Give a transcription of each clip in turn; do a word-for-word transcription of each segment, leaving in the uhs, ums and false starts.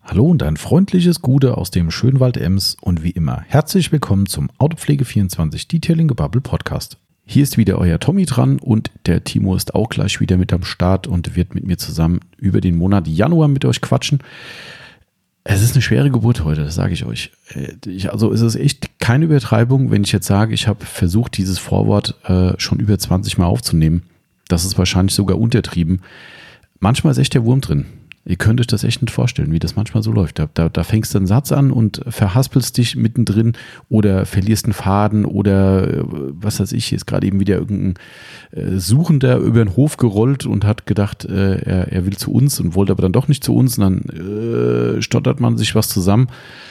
Hallo und ein freundliches Gute aus dem schönen Wald Ems und wie immer herzlich willkommen zum Autopflege vierundzwanzig Detailing Gebubble Podcast. Hier ist wieder euer Tommy dran und der Timo ist auch gleich wieder mit am Start und wird mit mir zusammen über den Monat Januar mit euch quatschen. Es ist eine schwere Geburt heute, das sage ich euch. Ich, also es ist echt keine Übertreibung, wenn ich jetzt sage, ich habe versucht, dieses Vorwort äh, schon über zwanzig Mal aufzunehmen. Das ist wahrscheinlich sogar untertrieben. Manchmal ist echt der Wurm drin. Ihr könnt euch das echt nicht vorstellen, wie das manchmal so läuft. Da, da, da fängst du einen Satz an und verhaspelst dich mittendrin oder verlierst einen Faden oder was weiß ich, ist gerade eben wieder irgendein äh, Suchender über den Hof gerollt und hat gedacht, äh, er, er will zu uns und wollte aber dann doch nicht zu uns und dann äh, stottert man sich was zusammen.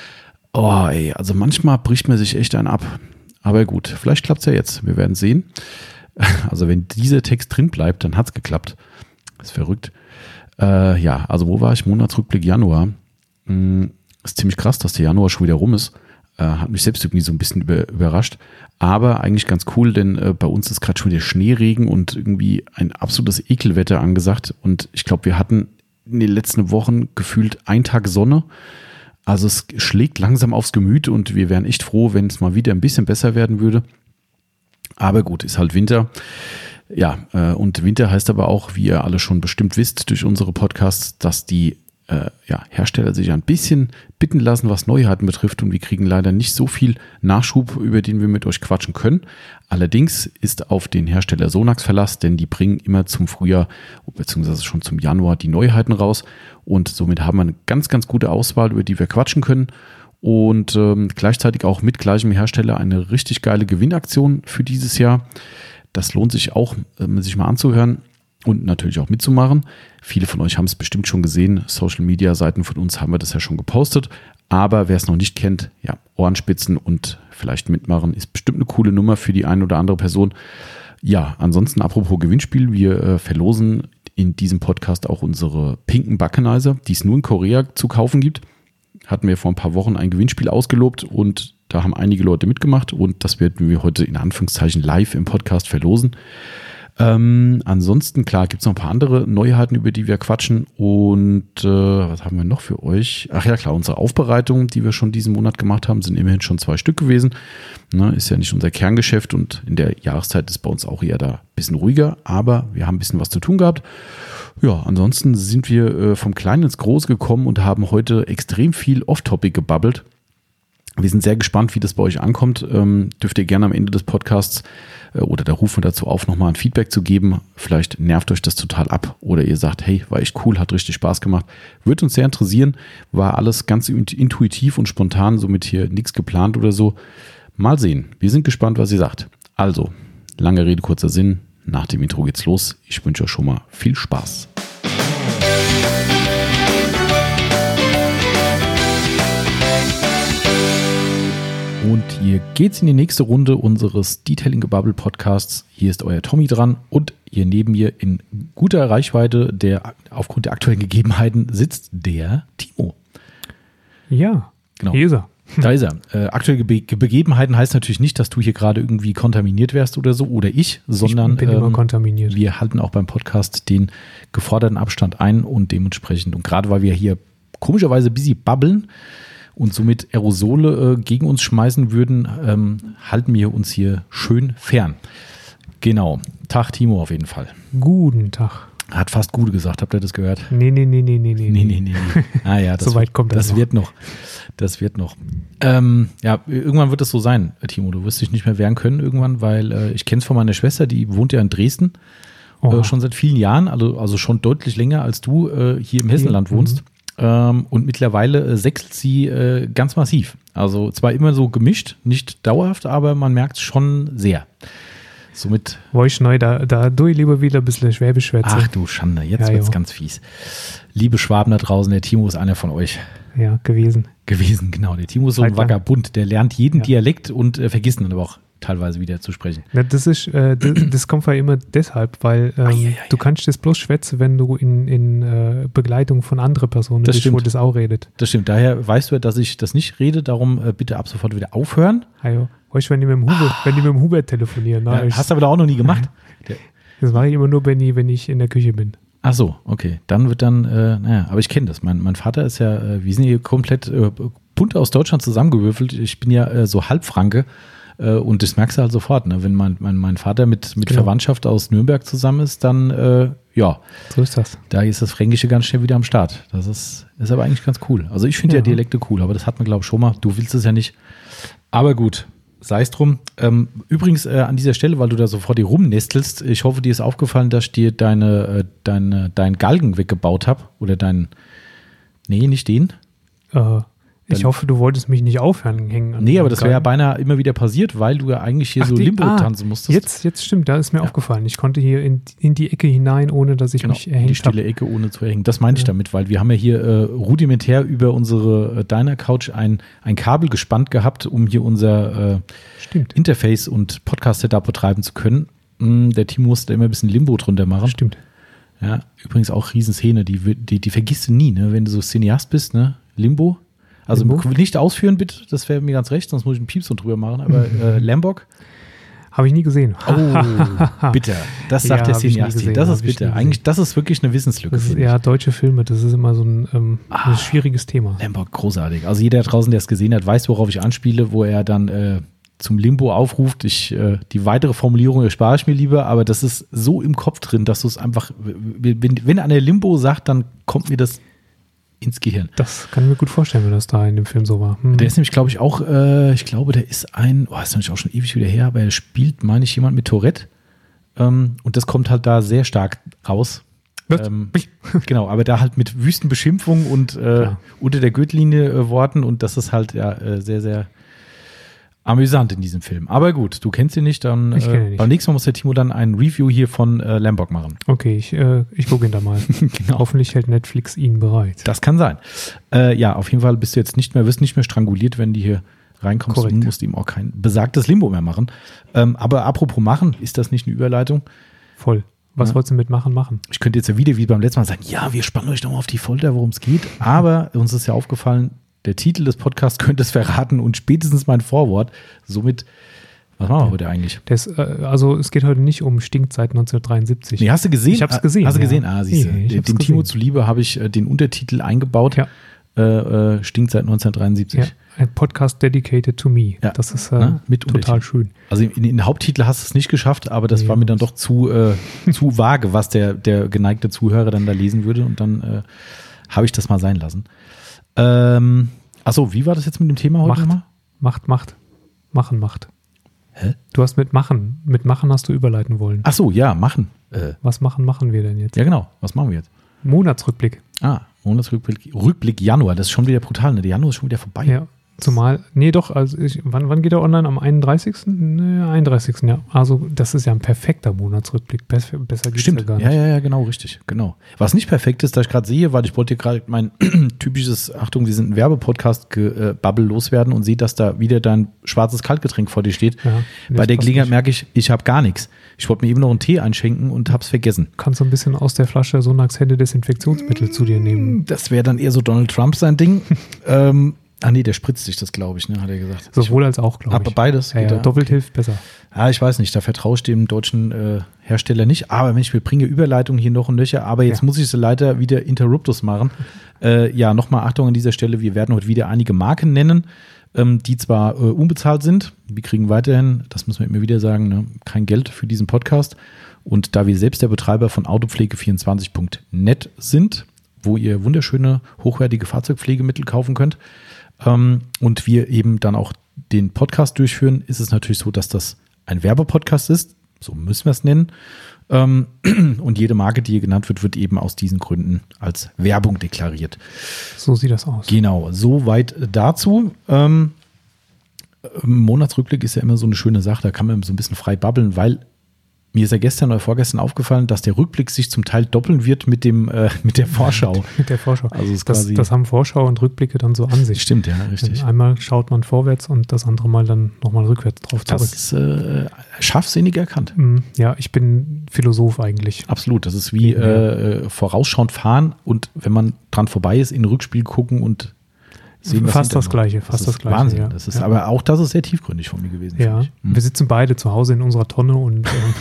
Oh ey, also manchmal bricht man sich echt einen ab. Aber gut, vielleicht klappt es ja jetzt, wir werden sehen. Also wenn dieser Text drin bleibt, dann hat es geklappt. Das ist verrückt. Äh, ja, also wo war ich? Monatsrückblick Januar. Hm, ist ziemlich krass, dass der Januar schon wieder rum ist. Äh, hat mich selbst irgendwie so ein bisschen über, überrascht. Aber eigentlich ganz cool, denn äh, bei uns ist gerade schon wieder Schneeregen und irgendwie ein absolutes Ekelwetter angesagt. Und ich glaube, wir hatten in den letzten Wochen gefühlt einen Tag Sonne. Also es schlägt langsam aufs Gemüt und wir wären echt froh, wenn es mal wieder ein bisschen besser werden würde. Aber gut, ist halt Winter. Ja, äh, und Winter heißt aber auch, wie ihr alle schon bestimmt wisst durch unsere Podcasts, dass die äh, ja, Hersteller sich ein bisschen bitten lassen, was Neuheiten betrifft und wir kriegen leider nicht so viel Nachschub, über den wir mit euch quatschen können. Allerdings ist auf den Hersteller Sonax Verlass, denn die bringen immer zum Frühjahr beziehungsweise schon zum Januar die Neuheiten raus und somit haben wir eine ganz, ganz gute Auswahl, über die wir quatschen können. Und ähm, gleichzeitig auch mit gleichem Hersteller eine richtig geile Gewinnaktion für dieses Jahr. Das lohnt sich auch, äh, sich mal anzuhören und natürlich auch mitzumachen. Viele von euch haben es bestimmt schon gesehen. Social-Media-Seiten von uns haben wir das ja schon gepostet. Aber wer es noch nicht kennt, ja, Ohrenspitzen und vielleicht mitmachen, ist bestimmt eine coole Nummer für die eine oder andere Person. Ja, ansonsten apropos Gewinnspiel, wir äh, verlosen in diesem Podcast auch unsere pinken Backenizer, die es nur in Korea zu kaufen gibt. Hatten wir vor ein paar Wochen ein Gewinnspiel ausgelobt und da haben einige Leute mitgemacht und das werden wir heute in Anführungszeichen live im Podcast verlosen. Ähm, ansonsten, klar, gibt es noch ein paar andere Neuheiten, über die wir quatschen und äh, was haben wir noch für euch? Ach ja, klar, unsere Aufbereitungen, die wir schon diesen Monat gemacht haben, sind immerhin schon zwei Stück gewesen. Ne, ist ja nicht unser Kerngeschäft und in der Jahreszeit ist bei uns auch eher da ein bisschen ruhiger, aber wir haben ein bisschen was zu tun gehabt. Ja, ansonsten sind wir äh, vom Kleinen ins Große gekommen und haben heute extrem viel Off-Topic gebabbelt. Wir sind sehr gespannt, wie das bei euch ankommt. Ähm, dürft ihr gerne am Ende des Podcasts äh, oder da rufen wir dazu auf, nochmal ein Feedback zu geben. Vielleicht nervt euch das total ab oder ihr sagt, hey, war echt cool, hat richtig Spaß gemacht. Würde uns sehr interessieren. War alles ganz intuitiv und spontan, somit hier nichts geplant oder so. Mal sehen. Wir sind gespannt, was ihr sagt. Also, lange Rede, kurzer Sinn. Nach dem Intro geht's los. Ich wünsche euch schon mal viel Spaß. Und hier geht's in die nächste Runde unseres Detailing Gebubble Podcasts. Hier ist euer Tommy dran und hier neben mir in guter Reichweite, der aufgrund der aktuellen Gegebenheiten sitzt, der Timo. Ja, genau. Hier ist er. Da ist er. Äh, aktuelle Be- Begebenheiten heißt natürlich nicht, dass du hier gerade irgendwie kontaminiert wärst oder so oder ich, sondern ich bin immer ähm, kontaminiert. Wir halten auch beim Podcast den geforderten Abstand ein und dementsprechend und gerade weil wir hier komischerweise busy babbeln und somit Aerosole äh, gegen uns schmeißen würden, ähm, halten wir uns hier schön fern. Genau. Tag Timo auf jeden Fall. Guten Tag. Hat fast Gute gesagt, habt ihr das gehört? Nee, nee, nee, nee, nee, nee. Nee, nee, nee. nee. Ah ja, das, so weit kommt das das wird noch. Das wird noch. Ähm, ja, irgendwann wird es so sein, Timo. Du wirst dich nicht mehr wehren können irgendwann, weil äh, ich kenne es von meiner Schwester, die wohnt ja in Dresden äh, schon seit vielen Jahren, also, also schon deutlich länger als du äh, hier im Hessenland wohnst. Mhm. Ähm, und mittlerweile äh, sächselt sie äh, ganz massiv. Also zwar immer so gemischt, nicht dauerhaft, aber man merkt es schon sehr. Somit. Wo ich neu, da, da du lieber wieder ein bisschen Schwäbisch schwätze. Ach du Schande, jetzt ja, wird's jo. ganz fies. Liebe Schwaben da draußen, der Timo ist einer von euch. Ja, gewesen. Gewesen, genau. Der Timo ist so ein Vagabund, der lernt jeden ja. Dialekt und äh, vergisst dann aber auch teilweise wieder zu sprechen. Na, das ist, äh, das, das kommt ja immer deshalb, weil ähm, ah, ja, ja, du ja. kannst das bloß schwätzen, wenn du in, in äh, Begleitung von anderen Personen das bist, stimmt. wo das auch redet. Das stimmt. Daher weißt du, dass ich das nicht rede, darum äh, bitte ab sofort wieder aufhören. Ah, ja. Weißt du, wenn die mit dem Hubert, ah. wenn die mit dem Hubert telefonieren. Na, ja, hast du aber da auch noch nie gemacht. Das mache ich immer nur, wenn ich, wenn ich in der Küche bin. Ach so, okay. Dann wird dann, äh, naja, aber ich kenne das. Mein, mein Vater ist ja, äh, wir sind hier komplett äh, bunt aus Deutschland zusammengewürfelt. Ich bin ja äh, so Halbfranke äh, und das merkst du halt sofort. Ne? Wenn mein, mein, mein Vater mit, mit genau. Verwandtschaft aus Nürnberg zusammen ist, dann, äh, ja. So ist das. Da ist das Fränkische ganz schnell wieder am Start. Das ist, ist aber eigentlich ganz cool. Also ich finde ja. ja Dialekte cool, aber das hat man, glaube ich, schon mal. Du willst es ja nicht. Aber gut. Sei es drum. Ähm, übrigens äh, an dieser Stelle, weil du da so vor dir rumnestelst, ich hoffe, dir ist aufgefallen, dass ich dir deine, äh, deine, deinen Galgen weggebaut habe. Oder deinen, nee, nicht den. Äh, ich hoffe, du wolltest mich nicht aufhören hängen. An nee, aber das wäre ja beinahe immer wieder passiert, weil du ja eigentlich hier Ach, so die, Limbo ah, tanzen musstest. Jetzt, jetzt stimmt, da ist mir ja. aufgefallen. Ich konnte hier in, in die Ecke hinein, ohne dass ich genau, mich erhängt habe. In die stille Ecke, ohne zu erhängen. Das meine ich ja. damit, weil wir haben ja hier äh, rudimentär über unsere äh, Dyna-Couch ein, ein Kabel gespannt gehabt, um hier unser äh, Interface und Podcast-Setup betreiben zu können. Mm, der Team musste immer ein bisschen Limbo drunter machen. Stimmt. Ja, übrigens auch Riesenszene, die, die, die vergisst du nie, ne? Wenn du so Cineast bist, ne? Limbo. Also Limbo? Nicht ausführen, bitte, das wäre mir ganz recht, sonst muss ich einen Pieps drüber machen, aber äh, Lambok. Habe ich nie gesehen. Oh, bitter. Das sagt ja, der Cineast. Das ist bitter. Eigentlich, das ist wirklich eine Wissenslücke. Das ist, ja, deutsche Filme, das ist immer so ein, ähm, ah, ein schwieriges Thema. Lambok, großartig. Also jeder draußen, der es gesehen hat, weiß, worauf ich anspiele, wo er dann äh, zum Limbo aufruft. Ich, äh, die weitere Formulierung erspare ich mir lieber, aber das ist so im Kopf drin, dass du es einfach, wenn, wenn einer Limbo sagt, dann kommt mir das ins Gehirn. Das kann ich mir gut vorstellen, wenn das da in dem Film so war. Hm. Der ist nämlich, glaube ich, auch, äh, ich glaube, der ist ein, oh, ist natürlich auch schon ewig wieder her, aber er spielt, meine ich, jemand mit Tourette. Ähm, und das kommt halt da sehr stark raus. Ähm, genau, aber da halt mit Wüstenbeschimpfung und äh, ja. unter der Gürtellinie äh, Worten und das ist halt ja äh, sehr, sehr amüsant in diesem Film. Aber gut, du kennst ihn nicht, dann ich äh, nicht. Beim nächsten Mal muss der Timo dann ein Review hier von äh, Lambok machen. Okay, ich, äh, ich gucke ihn da mal. Genau. Hoffentlich hält Netflix ihn bereit. Das kann sein. Äh, ja, auf jeden Fall bist du jetzt nicht mehr, wirst nicht mehr stranguliert, wenn du hier reinkommst. Korrekt. Du musst ihm auch kein besagtes Limbo mehr machen. Ähm, aber apropos machen, ist das nicht eine Überleitung? Voll. Was ja. wolltest du mit machen machen? Ich könnte jetzt ja wieder wie beim letzten Mal sagen, ja, wir spannen euch doch mal auf die Folter, worum es geht. Aber uns ist ja aufgefallen, der Titel des Podcasts könnte es verraten und spätestens mein Vorwort. Somit, was machen wir heute eigentlich? Das, äh, also es geht heute nicht um Stinkt seit neunzehnhundertdreiundsiebzig. Nee, hast du gesehen? Ich hab's gesehen. Hast du gesehen? Ja. Ah, siehst du. Nee, Dem gesehen. Timo zuliebe habe ich äh, den Untertitel eingebaut. Ja. Äh, äh, Stinkt seit neunzehnhundertdreiundsiebzig. Ja. Ein Podcast dedicated to me. Ja. Das ist äh, Na, mit total schön. Also in den Haupttitel hast du es nicht geschafft, aber das nee, war mir dann doch zu, äh, zu vage, was der, der geneigte Zuhörer dann da lesen würde. Und dann äh, habe ich das mal sein lassen. Ähm, Achso, wie war das jetzt mit dem Thema heute nochmal? Macht, macht. Machen, macht. Hä? Du hast mit machen, mit machen hast du überleiten wollen. Ach so, ja, machen. Äh. Was machen, machen wir denn jetzt? Ja, genau. Was machen wir jetzt? Monatsrückblick. Ah, Monatsrückblick. Rückblick Januar. Das ist schon wieder brutal, ne? Der Januar ist schon wieder vorbei. Ja. Zumal, nee doch, also ich, wann, wann geht er online? Am einunddreißigsten? Nee, einunddreißigsten Ja, also das ist ja ein perfekter Monatsrückblick. Besser, besser geht's Stimmt. ja gar nicht. Ja, ja, ja, genau, richtig. Genau. Was nicht perfekt ist, da ich gerade sehe, weil ich wollte gerade mein typisches, Achtung, wir sind ein Werbepodcast-Bubble loswerden und sehe, dass da wieder dein schwarzes Kaltgetränk vor dir steht. Ja, Bei der Gelegenheit merke ich, ich habe gar nichts. Ich wollte mir eben noch einen Tee einschenken und habe es vergessen. Kannst du ein bisschen aus der Flasche Sonax Hände Desinfektionsmittel zu dir nehmen? Das wäre dann eher so Donald Trump sein Ding. ähm, Ah nee, der spritzt sich das, glaube ich, ne, hat er gesagt. Sowohl als auch, glaube ich. Aber beides. Ja, ja, doppelt okay. Hilft besser. Ja, ich weiß nicht, da vertraue ich dem deutschen äh, Hersteller nicht. Aber Mensch, wir bringen Überleitung hier noch und nöcher. Aber jetzt ja. muss ich sie leider wieder Interruptus machen. Äh, ja, nochmal Achtung an dieser Stelle. Wir werden heute wieder einige Marken nennen, ähm, die zwar äh, unbezahlt sind. Wir kriegen weiterhin, das müssen wir immer wieder sagen, ne, kein Geld für diesen Podcast. Und da wir selbst der Betreiber von autopflege vierundzwanzig punkt net sind, wo ihr wunderschöne, hochwertige Fahrzeugpflegemittel kaufen könnt, Ähm, und wir eben dann auch den Podcast durchführen, ist es natürlich so, dass das ein Werbepodcast ist, so müssen wir es nennen. Ähm, und jede Marke, die hier genannt wird, wird eben aus diesen Gründen als Werbung deklariert. So sieht das aus. Genau, soweit dazu. Ähm, Monatsrückblick ist ja immer so eine schöne Sache, da kann man so ein bisschen frei babbeln, weil mir ist ja gestern oder vorgestern aufgefallen, dass der Rückblick sich zum Teil doppeln wird mit dem äh, mit der Vorschau. mit der Vorschau. Also ist das, quasi das haben Vorschau und Rückblicke dann so an sich. Stimmt, ja, richtig. Einmal schaut man vorwärts und das andere Mal dann nochmal rückwärts drauf zurück. Das ist äh, scharfsinnig erkannt. Ja, ich bin Philosoph eigentlich. Absolut, das ist wie äh, vorausschauend fahren und wenn man dran vorbei ist, in ein Rückspiel gucken und sehen, was fast das Gleiche, fast das, das Gleiche. Wahnsinn. Ja. Das ist, ja. aber auch das ist sehr tiefgründig von mir gewesen. Ja, mhm. wir sitzen beide zu Hause in unserer Tonne und äh,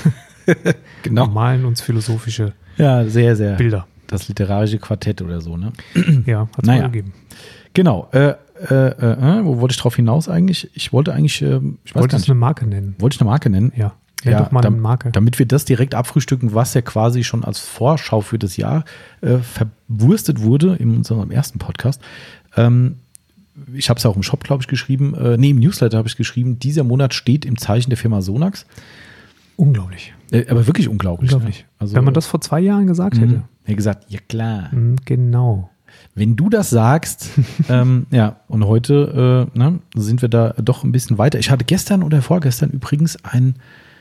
Genau. Wir malen uns philosophische Ja, sehr, sehr. Bilder. Das literarische Quartett oder so, ne? Ja, hat es Naja. mal gegeben. Genau. Äh, äh, äh, wo wollte ich drauf hinaus eigentlich? Ich wollte eigentlich, äh, ich weiß Wolltest gar du nicht, eine Marke nennen? wollte ich eine Marke nennen? Ja. Nenn doch mal dam- eine Marke. Damit wir das direkt abfrühstücken, was ja quasi schon als Vorschau für das Jahr äh, verwurstet wurde in unserem ersten Podcast. Ähm, ich habe es ja auch im Shop, glaube ich, geschrieben. Äh, nee, im Newsletter habe ich geschrieben, dieser Monat steht im Zeichen der Firma Sonax. Unglaublich. Äh, aber wirklich unglaublich. Unglaublich. Ne? Also, Wenn man das vor zwei Jahren gesagt mh, hätte. hätte gesagt, ja klar. Mhm, genau. Wenn du das sagst, ähm, ja, und heute äh, ne, sind wir da doch ein bisschen weiter. Ich hatte gestern oder vorgestern übrigens ein,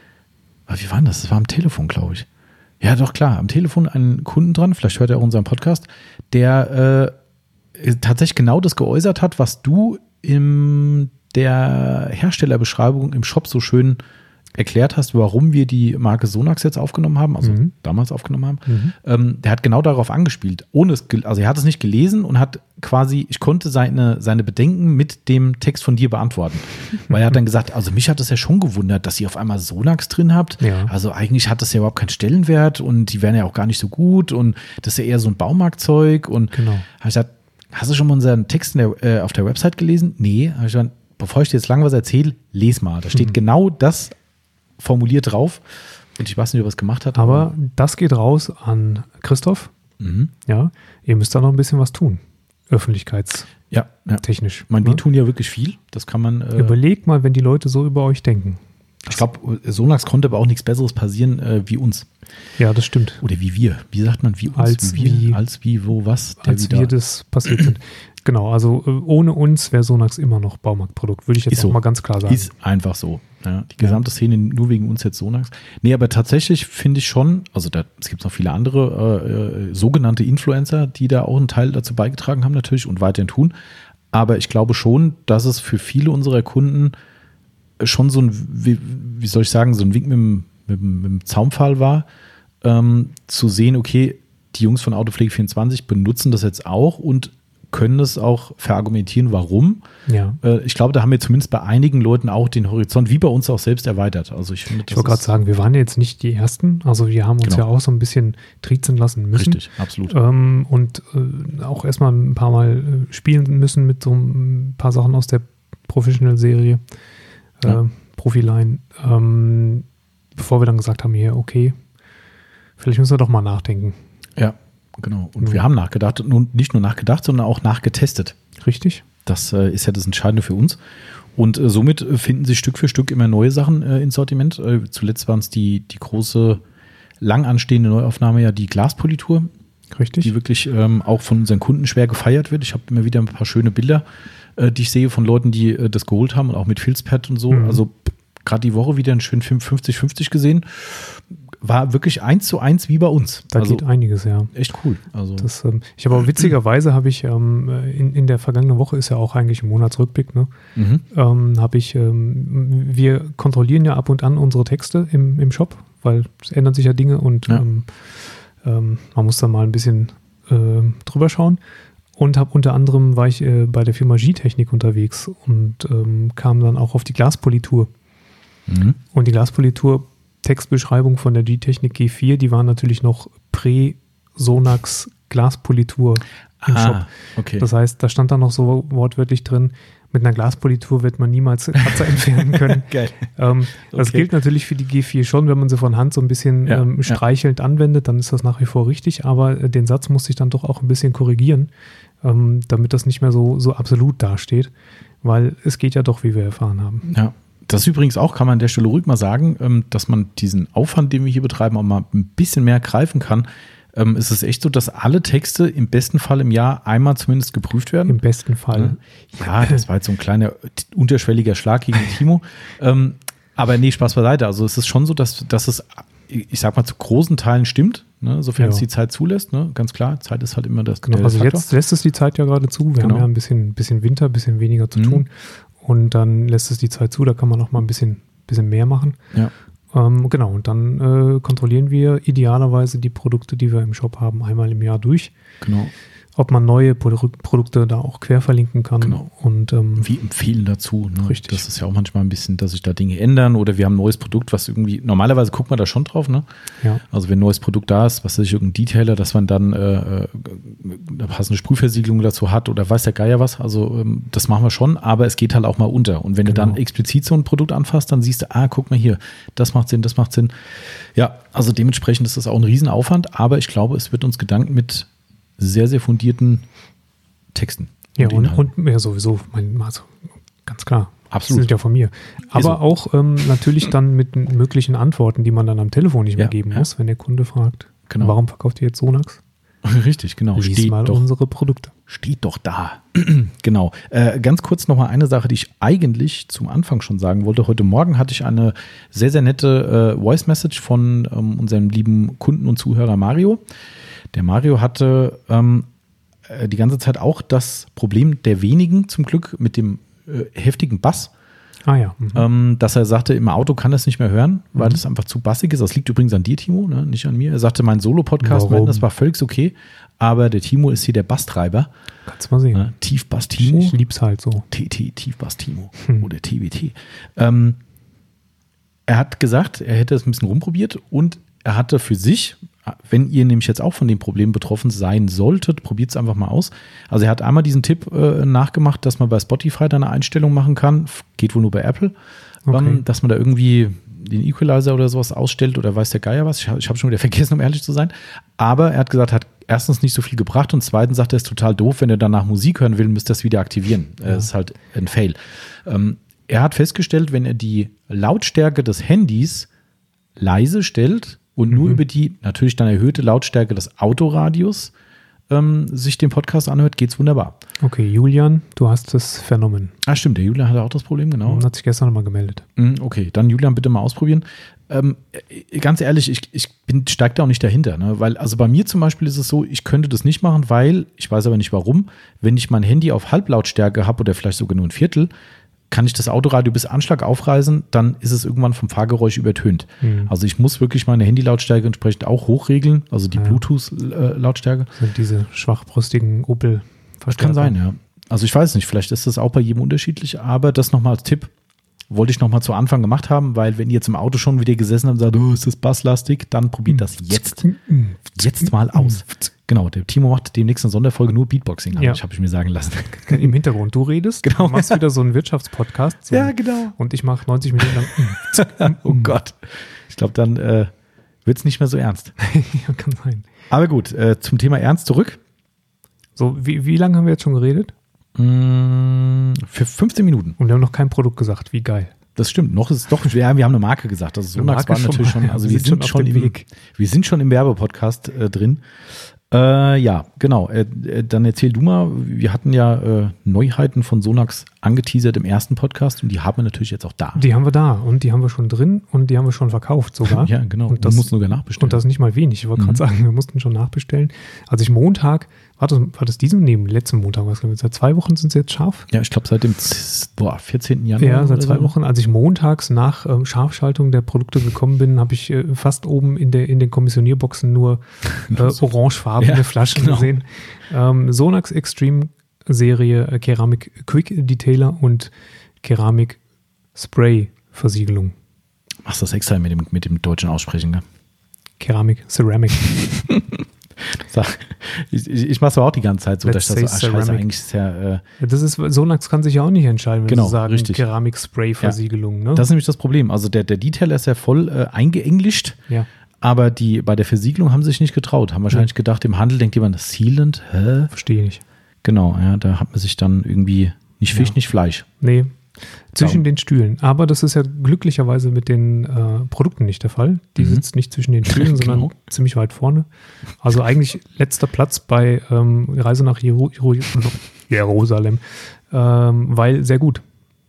wie war denn das? Das war am Telefon, glaube ich. Ja, doch klar, am Telefon einen Kunden dran, vielleicht hört er auch unseren Podcast, der äh, tatsächlich genau das geäußert hat, was du in der Herstellerbeschreibung im Shop so schön erklärt hast, warum wir die Marke Sonax jetzt aufgenommen haben, also Mhm. damals aufgenommen haben. Mhm. Ähm, der hat genau darauf angespielt, ohne es, gel- also er hat es nicht gelesen und hat quasi, ich konnte seine, seine Bedenken mit dem Text von dir beantworten. Weil er hat dann gesagt, also mich hat es ja schon gewundert, dass ihr auf einmal Sonax drin habt. Ja. Also eigentlich hat das ja überhaupt keinen Stellenwert und die wären ja auch gar nicht so gut und das ist ja eher so ein Baumarktzeug. Und Genau. habe ich gesagt, hast du schon mal unseren Text in der, äh, auf der Website gelesen? Nee. Habe ich gesagt, bevor ich dir jetzt lang was erzähle, les mal. Da steht Mhm. genau das formuliert drauf. Und ich weiß nicht, ob er es gemacht hat. Aber das geht raus an Christoph. Mhm. Ja, ihr müsst da noch ein bisschen was tun. Öffentlichkeitstechnisch. Ja, ja. Ich meine, ne? die tun ja wirklich viel. Das kann man. Äh, Überlegt mal, wenn die Leute so über euch denken. ich glaube, Sonax konnte aber auch nichts Besseres passieren äh, wie uns. Ja, das stimmt. Oder wie wir. Wie sagt man, wie uns? Als wie wir? wie- Als wie, wo, was? Der Als wieder- wir das passiert sind. Genau, also äh, ohne uns wäre Sonax immer noch Baumarktprodukt, würde ich jetzt Ist auch so. mal ganz klar sagen. Ist einfach so. Ja, die gesamte Szene nur wegen uns jetzt Sonax. Nee, aber tatsächlich finde ich schon, also da, es gibt noch viele andere äh, äh, sogenannte Influencer, die da auch einen Teil dazu beigetragen haben natürlich und weiterhin tun. Aber ich glaube schon, dass es für viele unserer Kunden schon so ein, wie, wie soll ich sagen, so ein Wink mit dem, mit dem, mit dem Zaunpfahl war, ähm, zu sehen, okay, die Jungs von Autopflege vierundzwanzig benutzen das jetzt auch und können es auch verargumentieren, warum. Ja. Äh, ich glaube, da haben wir zumindest bei einigen Leuten auch den Horizont, wie bei uns auch selbst erweitert. Also ich finde, Ich wollte gerade sagen, wir waren ja jetzt nicht die Ersten. Also wir haben uns Genau. ja auch so ein bisschen trizen lassen müssen. richtig, absolut. Ähm, und äh, auch erstmal ein paar Mal äh, spielen müssen mit so ein paar Sachen aus der Professional-Serie, äh, Ja. Profiline, ähm, bevor wir dann gesagt haben, hier, okay, vielleicht müssen wir doch mal nachdenken. Ja, genau. Und Mhm. wir haben nachgedacht und nicht nur nachgedacht, sondern auch nachgetestet. Richtig? Das äh, ist ja das Entscheidende für uns. Und äh, somit äh, finden sich Stück für Stück immer neue Sachen äh, ins Sortiment. Äh, zuletzt waren es die, die große, lang anstehende Neuaufnahme, ja die Glaspolitur, Richtig? die wirklich ähm, auch von unseren Kunden schwer gefeiert wird. Ich habe immer wieder ein paar schöne Bilder, äh, die ich sehe von Leuten, die äh, das geholt haben und auch mit Filzpad und so. Mhm. Also gerade die Woche wieder einen schönen fünfzig fünfzig gesehen. War wirklich eins zu eins wie bei uns. da also geht einiges, ja. echt cool. Also Das, ähm, ich habe aber witzigerweise habe ich ähm, in, in der vergangenen Woche ist ja auch eigentlich ein Monatsrückblick, ne? mhm. ähm, habe ich, ähm, wir kontrollieren ja ab und an unsere Texte im, im Shop, weil es ändern sich ja Dinge und Ja. ähm, ähm, man muss da mal ein bisschen ähm, drüber schauen. Und habe unter anderem war ich äh, bei der Firma G-Technik unterwegs und ähm, kam dann auch auf die Glaspolitur. Mhm. Und die Glaspolitur Textbeschreibung von der G-Technik G vier, die war natürlich noch Prä-Sonax Glaspolitur im Shop. Ah, okay. Das heißt, da stand dann noch so wortwörtlich drin, mit einer Glaspolitur wird man niemals Kratzer entfernen können. Geil. Ähm, das Okay. gilt natürlich für die G vier schon, wenn man sie von Hand so ein bisschen Ja, ähm, ja. streichelnd anwendet, dann ist das nach wie vor richtig, aber äh, den Satz musste ich dann doch auch ein bisschen korrigieren, ähm, damit das nicht mehr so, so absolut dasteht, weil es geht ja doch, wie wir erfahren haben. Ja, das ist übrigens auch, kann man an der Stelle ruhig mal sagen, ähm, dass man diesen Aufwand, den wir hier betreiben, auch mal ein bisschen mehr greifen kann. Ähm, es ist echt so, dass alle Texte im besten Fall im Jahr einmal zumindest geprüft werden. Im besten Fall. Ja, das war jetzt so ein kleiner unterschwelliger Schlag gegen Timo. ähm, aber nee, Spaß beiseite. Also es ist schon so, dass, dass es, ich sag mal, zu großen Teilen stimmt, ne, sofern Ja. es die Zeit zulässt. Ne? Ganz klar, Zeit ist halt immer das Genau, der also Faktor. jetzt lässt es die Zeit ja gerade zu. Wir Genau. haben ja ein bisschen, bisschen Winter, ein bisschen weniger zu Mhm. tun. Und dann lässt es die Zeit zu, da kann man noch mal ein bisschen, bisschen mehr machen. Ja. Ähm, genau, und dann äh, kontrollieren wir idealerweise die Produkte, die wir im Shop haben, einmal im Jahr durch. Genau. ob man neue Produ- Produkte da auch quer verlinken kann. Genau. Und ähm, wie empfehlen dazu. Ne? Richtig. Das ist ja auch manchmal ein bisschen, dass sich da Dinge ändern oder wir haben ein neues Produkt, was irgendwie, normalerweise guckt man da schon drauf, ne? ja. Also wenn ein neues Produkt da ist, was weiß ich, irgendein Detailer, dass man dann äh, eine passende Sprühversiegelung dazu hat oder weiß der Geier was. Also ähm, das machen wir schon, aber es geht halt auch mal unter. Und wenn Genau. du dann explizit so ein Produkt anfasst, dann siehst du, ah, guck mal hier, das macht Sinn, das macht Sinn. Ja, also dementsprechend ist das auch ein Riesenaufwand, aber ich glaube, es wird uns gedankt mit sehr, sehr fundierten Texten. Ja, und, und ja, sowieso, mein, also, ganz klar. Absolut. Das sind ja von mir. Aber so. auch ähm, natürlich dann mit möglichen Antworten, die man dann am Telefon nicht mehr Ja, geben ja. muss, wenn der Kunde fragt, Genau. warum verkauft ihr jetzt Sonax? Richtig, genau. Lies Steht mal doch, unsere Produkte. steht doch da. Genau. Äh, ganz kurz nochmal eine Sache, die ich eigentlich zum Anfang schon sagen wollte. Heute Morgen hatte ich eine sehr, sehr nette äh, Voice-Message von ähm, unserem lieben Kunden und Zuhörer Mario. Der Mario hatte ähm, die ganze Zeit auch das Problem der wenigen, zum Glück, mit dem äh, heftigen Bass, Ah ja. Mhm. ähm, dass er sagte, im Auto kann er es nicht mehr hören, weil Mhm. es einfach zu bassig ist. Das liegt übrigens an dir, Timo, ne? Nicht an mir. Er sagte, mein Solo-Podcast, Warum? das war völlig okay, aber der Timo ist hier der Basstreiber. Kannst du mal sehen. Ne? Tiefbass Ich, Timo, ich lieb's halt so. T T, Tiefbass Timo Hm. oder T B T. Ähm, er hat gesagt, er hätte es ein bisschen rumprobiert und er hatte für sich, wenn ihr nämlich jetzt auch von dem Problem betroffen sein solltet, probiert es einfach mal aus. Also er hat einmal diesen Tipp äh, nachgemacht, dass man bei Spotify da eine Einstellung machen kann, geht wohl nur bei Apple, Okay. ähm, dass man da irgendwie den Equalizer oder sowas ausstellt oder weiß der Geier was. Ich, ich habe schon wieder vergessen, um ehrlich zu sein. Aber er hat gesagt, hat erstens nicht so viel gebracht und zweitens sagt er, es ist total doof, wenn er danach Musik hören will, müsst ihr das wieder aktivieren. Ja. Das ist halt ein Fail. Ähm, er hat festgestellt, wenn er die Lautstärke des Handys leise stellt und nur Mhm. über die natürlich dann erhöhte Lautstärke des Autoradios ähm, sich den Podcast anhört, geht's wunderbar. Okay, Julian, du hast es vernommen. Ah, stimmt, der Julian hatte auch das Problem, genau. Und hat sich gestern nochmal gemeldet. Mm, Okay, dann Julian bitte mal ausprobieren. Ähm, äh, ganz ehrlich, ich, ich bin, steig da auch nicht dahinter, ne? Weil, also bei mir zum Beispiel ist es so, ich könnte das nicht machen, weil, ich weiß aber nicht warum, wenn ich mein Handy auf Halblautstärke habe oder vielleicht sogar nur ein Viertel, kann ich das Autoradio bis Anschlag aufreißen, dann ist es irgendwann vom Fahrgeräusch übertönt. Mhm. Also ich muss wirklich meine Handylautstärke entsprechend auch hochregeln, also die Ja. Bluetooth-Lautstärke. Das sind diese schwachbrüstigen Opel. Das kann sein, ja. Also ich weiß nicht, vielleicht ist das auch bei jedem unterschiedlich, aber das nochmal als Tipp wollte ich nochmal zu Anfang gemacht haben, weil wenn ihr jetzt im Auto schon wieder gesessen habt und sagt, oh, ist das basslastig, dann probiert das jetzt, jetzt mal aus. Genau, der Timo macht demnächst eine Sonderfolge nur Beatboxing, habe Ja. ich, hab ich mir sagen lassen. Im Hintergrund, du redest, Genau. du machst wieder so einen Wirtschaftspodcast. So, genau. und ich mache neunzig Minuten lang. Oh Gott. Ich glaube, dann äh, wird es nicht mehr so ernst. Ja, kann sein. Aber gut, äh, zum Thema Ernst zurück. So, wie, wie lange haben wir jetzt schon geredet? Mm, für fünfzehn Minuten. Und wir haben noch kein Produkt gesagt. Wie geil. Das stimmt. Noch ist es doch, ja, wir haben eine Marke gesagt. Also Eine Sonax Marke war natürlich schon schon, mal. also Wir wir sind sind schon schon auf dem im Weg. Wir sind schon im Werbepodcast äh, drin. Äh, ja, genau. Äh, äh, dann erzähl du mal, wir hatten ja äh, Neuheiten von Sonax angeteasert im ersten Podcast und die haben wir natürlich jetzt auch da. Die haben wir da und die haben wir schon drin und die haben wir schon verkauft sogar. Ja, genau. Und das, du musst sogar nachbestellen. und das nicht mal wenig. Ich wollte Mhm. gerade sagen, wir mussten schon nachbestellen. Als ich Montag, war das, war das diesen, nee, letzten Montag, was glaube ich, seit zwei Wochen sind sie jetzt scharf. ja, ich glaube seit dem z- boah, vierzehnten Januar. Ja, seit oder zwei so. Wochen. Als ich montags nach ähm, Scharfschaltung der Produkte gekommen bin, habe ich äh, fast oben in, der, in den Kommissionierboxen nur äh, orangefarbene Ja, Flaschen genau. gesehen. Ähm, Sonax Extreme Serie äh, Keramik Quick Detailer und Keramik Spray Versiegelung. Machst das extra mit dem, mit dem deutschen Aussprechen, ne? Keramik Ceramic. Sag, ich ich, ich mache es aber auch die ganze Zeit so, Let's dass ich das so, say ah, scheiße, ceramic. eigentlich ist ja, äh, Das ist, Sonax kann sich ja auch nicht entscheiden, wenn Genau, sie sagen richtig. Keramik Spray Versiegelung. Ne? das ist nämlich das Problem. Also der, der Detailer ist ja voll äh, eingeenglischt. ja. Aber die, bei der Versiegelung haben sie sich nicht getraut. Haben wahrscheinlich gedacht, im Handel denkt jemand, Sealant, hä? Verstehe ich nicht. Genau, ja, da hat man sich dann irgendwie nicht Fisch, Ja. nicht Fleisch. Nee, zwischen Darum. den Stühlen. Aber das ist ja glücklicherweise mit den äh, Produkten nicht der Fall. Die Mhm. sitzt nicht zwischen den Stühlen, Genau. sondern ziemlich weit vorne. Also eigentlich letzter Platz bei ähm, Reise nach Jeru Jeru Jerusalem, ähm, weil sehr gut.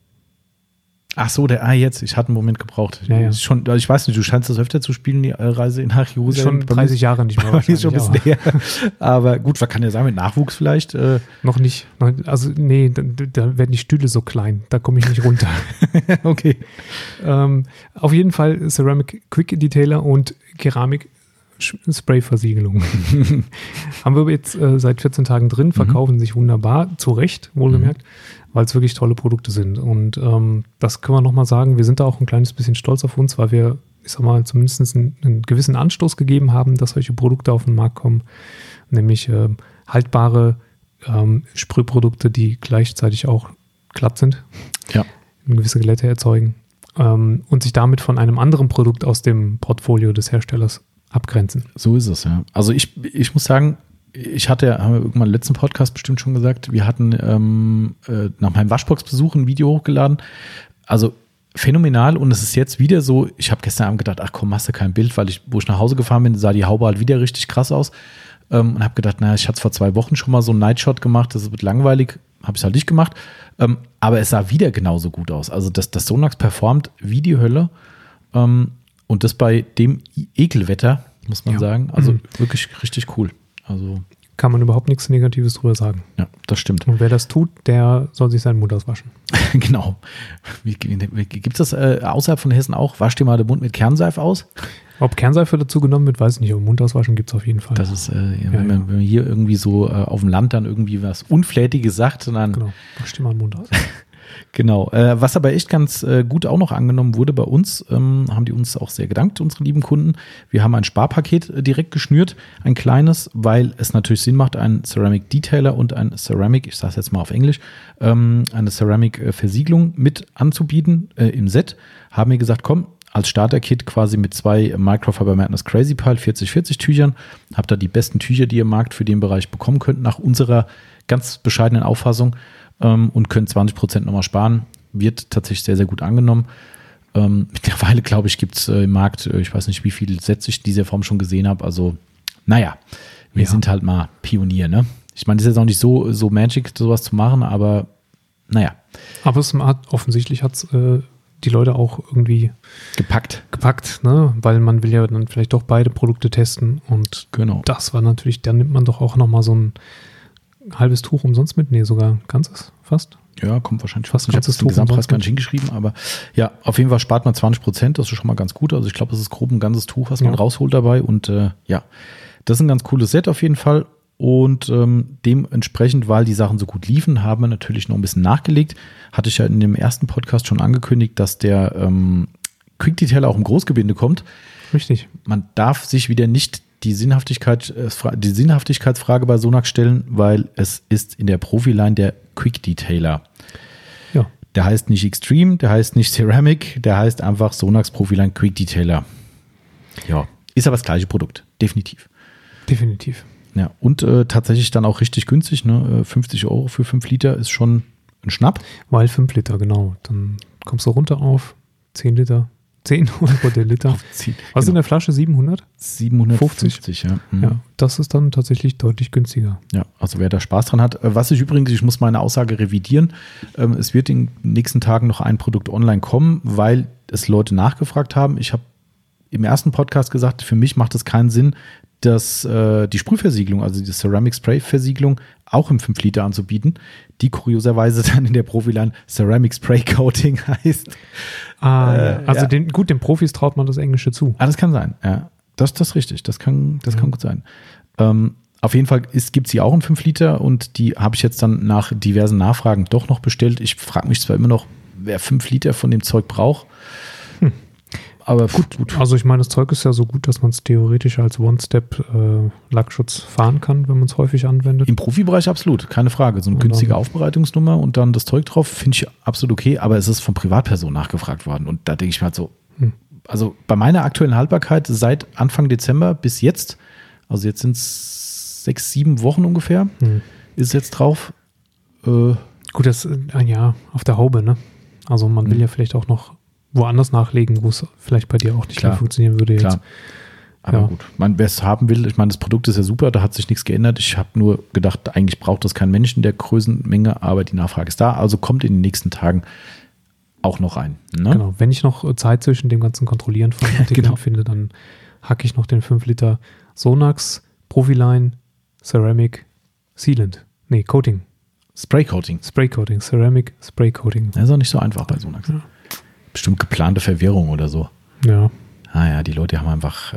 Ach so, der, ah, jetzt, ich hatte einen Moment gebraucht. Ja, ja. Ist Schon, also ich weiß nicht, du scheinst das öfter zu spielen, die äh, Reise nach Jerusalem. Schon dreißig Jahre nicht mehr Bei mir ist schon ein wahrscheinlich, bisschen her. Aber gut, was kann ja sein, mit Nachwuchs vielleicht. Äh, aber noch nicht. Noch, also nee, da, da werden die Stühle so klein. Da komme ich nicht runter. okay. ähm, auf jeden Fall Ceramic Quick Detailer und Keramik Spray-Versiegelung. Haben wir jetzt äh, seit vierzehn Tagen drin, verkaufen mhm. sich wunderbar, zu Recht, wohlgemerkt, mhm. weil es wirklich tolle Produkte sind. Und ähm, das können wir nochmal sagen, wir sind da auch ein kleines bisschen stolz auf uns, weil wir, ich sag mal, zumindest einen, einen gewissen Anstoß gegeben haben, dass solche Produkte auf den Markt kommen, nämlich äh, haltbare ähm, Sprühprodukte, die gleichzeitig auch glatt sind, ja. eine gewisse Glätte erzeugen ähm, und sich damit von einem anderen Produkt aus dem Portfolio des Herstellers abgrenzen. So ist es, ja. Also ich, ich muss sagen, ich hatte, haben wir irgendwann im letzten Podcast bestimmt schon gesagt, wir hatten ähm, äh, nach meinem Waschbox-Besuch ein Video hochgeladen. Also phänomenal und es ist jetzt wieder so, ich habe gestern Abend gedacht, ach komm, machst du kein Bild, weil ich, wo ich nach Hause gefahren bin, sah die Haube halt wieder richtig krass aus ähm, und habe gedacht, naja, ich hatte vor zwei Wochen schon mal so einen Nightshot gemacht, das wird langweilig, habe ich halt nicht gemacht, ähm, aber es sah wieder genauso gut aus. Also das, das Sonax performt wie die Hölle ähm, und das bei dem Ekelwetter, muss man ja. sagen. Also mhm. wirklich richtig cool. Also kann man überhaupt nichts Negatives drüber sagen. Ja, das stimmt. Und wer das tut, der soll sich seinen Mund auswaschen. Genau. Gibt es das äh, außerhalb von Hessen auch? Wasch dir mal den Mund mit Kernseife aus? Ob Kernseife dazu genommen wird, weiß ich nicht. Aber Mund auswaschen gibt es auf jeden Fall. Das ist, äh, ja, wenn, man, wenn man hier irgendwie so äh, auf dem Land dann irgendwie was Unflätiges sagt, dann genau. Wasch dir mal den Mund aus. Genau. Äh, was aber echt ganz äh, gut auch noch angenommen wurde bei uns, ähm, haben die uns auch sehr gedankt, unsere lieben Kunden. Wir haben ein Sparpaket äh, direkt geschnürt, ein kleines, weil es natürlich Sinn macht, einen Ceramic Detailer und ein Ceramic, ich sage es jetzt mal auf Englisch, ähm, eine Ceramic äh, Versiegelung mit anzubieten äh, im Set. Haben wir gesagt, komm, als Starter-Kit quasi mit zwei Microfiber Madness Crazy Pile vierzig vierzig Tüchern. Habt da die besten Tücher, die ihr im Markt für den Bereich bekommen könnt, nach unserer ganz bescheidenen Auffassung. Ähm, und können zwanzig Prozent nochmal sparen. Wird tatsächlich sehr, sehr gut angenommen. Ähm, mittlerweile, glaube ich, gibt es äh, im Markt, äh, ich weiß nicht, wie viele Sätze ich in dieser Form schon gesehen habe. Also, naja, wir ja. sind halt mal Pionier, ne? Ich meine, es ist jetzt auch nicht so, so magic, sowas zu machen, aber naja. Aber es hat, offensichtlich hat es äh, die Leute auch irgendwie gepackt. Gepackt, ne? Weil man will ja dann vielleicht doch beide Produkte testen. Und genau. Das war natürlich, da nimmt man doch auch nochmal so ein halbes Tuch umsonst mit? Nee, sogar ganzes fast. Ja, kommt wahrscheinlich fast. Ich habe das den Gesamtpreis gar nicht hingeschrieben, aber ja, auf jeden Fall spart man zwanzig Prozent, das ist schon mal ganz gut. Also ich glaube, das ist grob ein ganzes Tuch, was man ja. rausholt dabei und äh, ja, das ist ein ganz cooles Set auf jeden Fall und ähm, dementsprechend, weil die Sachen so gut liefen, haben wir natürlich noch ein bisschen nachgelegt. Hatte ich ja in dem ersten Podcast schon angekündigt, dass der ähm, Quick Detailer auch im Großgebinde kommt. Richtig. Man darf sich wieder nicht die Sinnhaftigkeit, die Sinnhaftigkeitsfrage bei Sonax stellen, weil es ist in der Profiline der Quick Detailer. Ja. Der heißt nicht Extreme, der heißt nicht Ceramic, der heißt einfach Sonax Profiline Quick Detailer. Ja, ist aber das gleiche Produkt, definitiv. Definitiv. Ja, und äh, tatsächlich dann auch richtig günstig, ne? fünfzig Euro für fünf Liter ist schon ein Schnapp. Weil fünf Liter, genau. Dann kommst du runter auf zehn Liter. zehn Euro der Liter. Was genau. ist in der Flasche? siebenhundert? siebenhundertfünfzig, ja. Mhm. Ja. Das ist dann tatsächlich deutlich günstiger. Ja, also wer da Spaß dran hat. Was ich übrigens, ich muss meine Aussage revidieren, ähm, es wird in den nächsten Tagen noch ein Produkt online kommen, weil es Leute nachgefragt haben. Ich habe im ersten Podcast gesagt, für mich macht es keinen Sinn, dass äh, die Sprühversiegelung, also die Ceramic Spray Versiegelung, auch im fünf Liter anzubieten, die kurioserweise dann in der Profiline Ceramic Spray Coating heißt. Ah, äh, ja. Also ja. Den, gut, den Profis traut man das Englische zu. Ah, das kann sein, ja. Das, das ist richtig, das kann, das ja. kann gut sein. Ähm, auf jeden Fall gibt es sie auch in fünf Liter und die habe ich jetzt dann nach diversen Nachfragen doch noch bestellt. Ich frage mich zwar immer noch, wer fünf Liter von dem Zeug braucht. Hm. Aber gut, gut. Also ich meine, das Zeug ist ja so gut, dass man es theoretisch als One-Step-Lackschutz äh, fahren kann, wenn man es häufig anwendet. Im Profibereich absolut, keine Frage. So eine und günstige Aufbereitungsnummer und dann das Zeug drauf, finde ich absolut okay, aber es ist von Privatpersonen nachgefragt worden. Und da denke ich mir halt so, hm. also bei meiner aktuellen Haltbarkeit seit Anfang Dezember bis jetzt, also jetzt sind es sechs, sieben Wochen ungefähr, hm. ist es jetzt drauf. Äh, gut, das, äh, ja, auf der Haube, ne? Also man will hm. ja vielleicht auch noch woanders nachlegen, wo es vielleicht bei dir auch nicht klar, mehr funktionieren würde jetzt. Klar. Aber ja. gut, wer es haben will, ich meine, das Produkt ist ja super, da hat sich nichts geändert. Ich habe nur gedacht, eigentlich braucht das kein Mensch in der Größenmenge, aber die Nachfrage ist da, also kommt in den nächsten Tagen auch noch rein. Ne? Genau, wenn ich noch Zeit zwischen dem ganzen Kontrollieren von Artikeln genau. finde, dann hacke ich noch den fünf Liter Sonax, Profiline, Ceramic, Sealant. Nee, Coating. Spray Coating. Spray Coating, Ceramic, Spray Coating. Das ist auch nicht so einfach bei Sonax. Ja. Bestimmt geplante Verwirrung oder so. Ja. Ah ja, die Leute haben einfach, äh,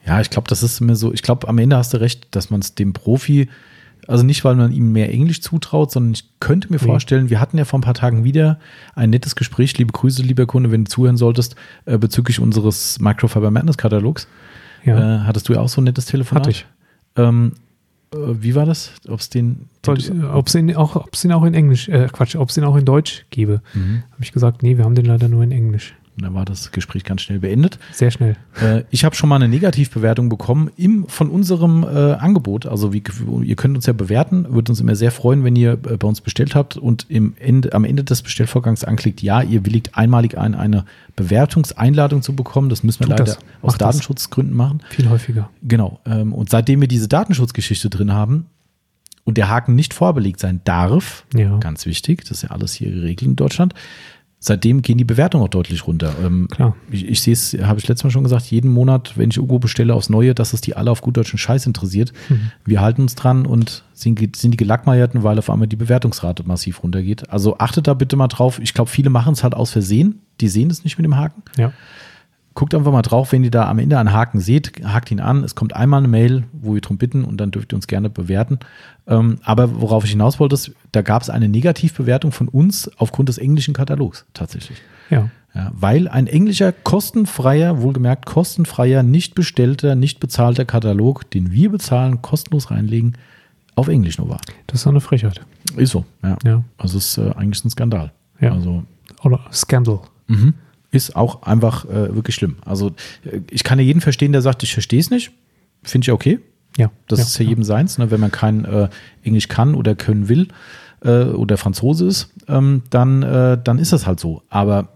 Ja, ich glaube, das ist immer so, ich glaube, am Ende hast du recht, dass man es dem Profi, also nicht, weil man ihm mehr Englisch zutraut, sondern ich könnte mir nee. vorstellen, wir hatten ja vor ein paar Tagen wieder ein nettes Gespräch, liebe Grüße, lieber Kunde, wenn du zuhören solltest, äh, bezüglich unseres Microfiber Madness Katalogs. Ja. Äh, hattest du ja auch so ein nettes Telefonat? Hatte ich. Ähm, äh, wie war das? Ob es den, den ob es ihn auch, ob es ihn auch in Englisch, äh, Quatsch, ob es ihn auch in Deutsch gäbe. Mhm. Habe ich gesagt, nee, wir haben den leider nur in Englisch. Und dann war das Gespräch ganz schnell beendet. Sehr schnell. Äh, ich habe schon mal eine Negativbewertung bekommen im, von unserem äh, Angebot. Also wie, ihr könnt uns ja bewerten. Würde uns immer sehr freuen, wenn ihr äh, bei uns bestellt habt und im Ende, am Ende des Bestellvorgangs anklickt, ja, ihr willigt einmalig ein, eine Bewertungseinladung zu bekommen. Das müssen wir Tut leider das. aus Macht Datenschutzgründen machen. Viel häufiger. Genau. Ähm, und seitdem wir diese Datenschutzgeschichte drin haben und der Haken nicht vorbelegt sein darf, ja. ganz wichtig, das ist ja alles hier geregelt in Deutschland, seitdem gehen die Bewertungen auch deutlich runter. Ähm, Klar. Ich, ich sehe es, habe ich letztes Mal schon gesagt, jeden Monat, wenn ich Ugo bestelle aufs Neue, dass es die alle auf gut deutschen Scheiß interessiert. Mhm. Wir halten uns dran und sind, sind die Gelackmeierten, weil auf einmal die Bewertungsrate massiv runtergeht. Also achtet da bitte mal drauf. Ich glaube, viele machen es halt aus Versehen. Die sehen es nicht mit dem Haken. Ja. Guckt einfach mal drauf, wenn ihr da am Ende einen Haken seht, hakt ihn an. Es kommt einmal eine Mail, wo wir drum bitten und dann dürft ihr uns gerne bewerten. Ähm, aber worauf ich hinaus wollte, ist, da gab es eine Negativbewertung von uns aufgrund des englischen Katalogs tatsächlich. Ja. Ja, weil ein englischer, kostenfreier, wohlgemerkt kostenfreier, nicht bestellter, nicht bezahlter Katalog, den wir bezahlen, kostenlos reinlegen, auf Englisch nur war. Das ist doch eine Frechheit. Ist so, ja. ja. Also es ist äh, eigentlich ein Skandal. Ja. Also, Oder Skandal. Mhm. Ist auch einfach äh, wirklich schlimm. Also äh, ich kann ja jeden verstehen, der sagt, ich verstehe es nicht. Finde ich okay. Ja. Das ja, ist ja, ja. jedem seins. Ne? Wenn man kein äh, Englisch kann oder können will äh, oder Franzose ist, ähm, dann, äh, dann ist das halt so. Aber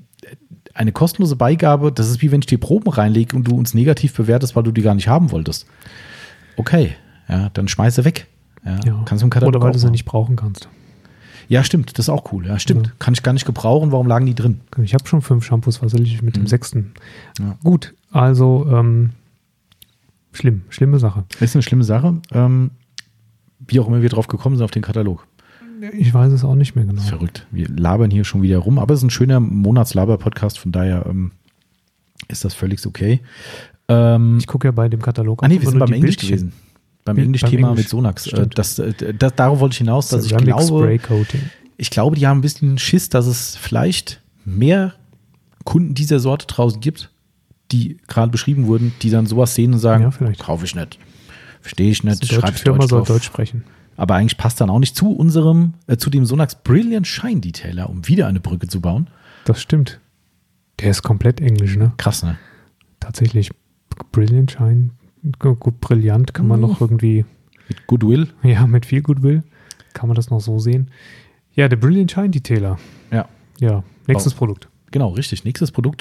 eine kostenlose Beigabe, das ist wie wenn ich dir Proben reinlege und du uns negativ bewertest, weil du die gar nicht haben wolltest. Okay, ja, dann schmeiße weg. Ja, ja. Kannst du im Katalog oder weil du sie machen. nicht brauchen kannst. Ja, stimmt, das ist auch cool. Ja, stimmt. Ja. Kann ich gar nicht gebrauchen. Warum lagen die drin? Ich habe schon fünf Shampoos, was soll ich mit dem Mhm. sechsten? Ja. Gut, also ähm, schlimm, schlimme Sache. Ist eine schlimme Sache. Ähm, wie auch immer wir drauf gekommen sind auf den Katalog. Ich weiß es auch nicht mehr genau. Das ist verrückt. Wir labern hier schon wieder rum, aber es ist ein schöner Monatslaber-Podcast, von daher ähm, ist das völlig okay. Ähm, Ich gucke ja bei dem Katalog ah nee, wir sind beim Englisch Bildchen. gewesen. Beim Beim Englisch-Thema Englisch. mit Sonax. Äh, Stimmt. das, äh, das, darauf wollte ich hinaus, dass ich Ceramic glaube, Spray Coating. ich glaube, die haben ein bisschen Schiss, dass es vielleicht mehr Kunden dieser Sorte draußen gibt, die gerade beschrieben wurden, die dann sowas sehen und sagen, Ja, vielleicht. kaufe ich nicht, verstehe ich nicht, Die deutsche schreibe Firma Deutsch soll drauf. Deutsch sprechen. Aber eigentlich passt dann auch nicht zu unserem, äh, zu dem Sonax Brilliant Shine Detailer, um wieder eine Brücke zu bauen. Das stimmt. Der ist komplett englisch, ne? Krass, ne? Tatsächlich. Brilliant Shine. Gut, brillant kann man Mhm. noch irgendwie, Mit Goodwill. ja, mit viel Goodwill kann man das noch so sehen. Ja, der Brilliant Shine Detailer. Ja. Ja, nächstes Oh. Produkt. Genau, richtig. Nächstes Produkt.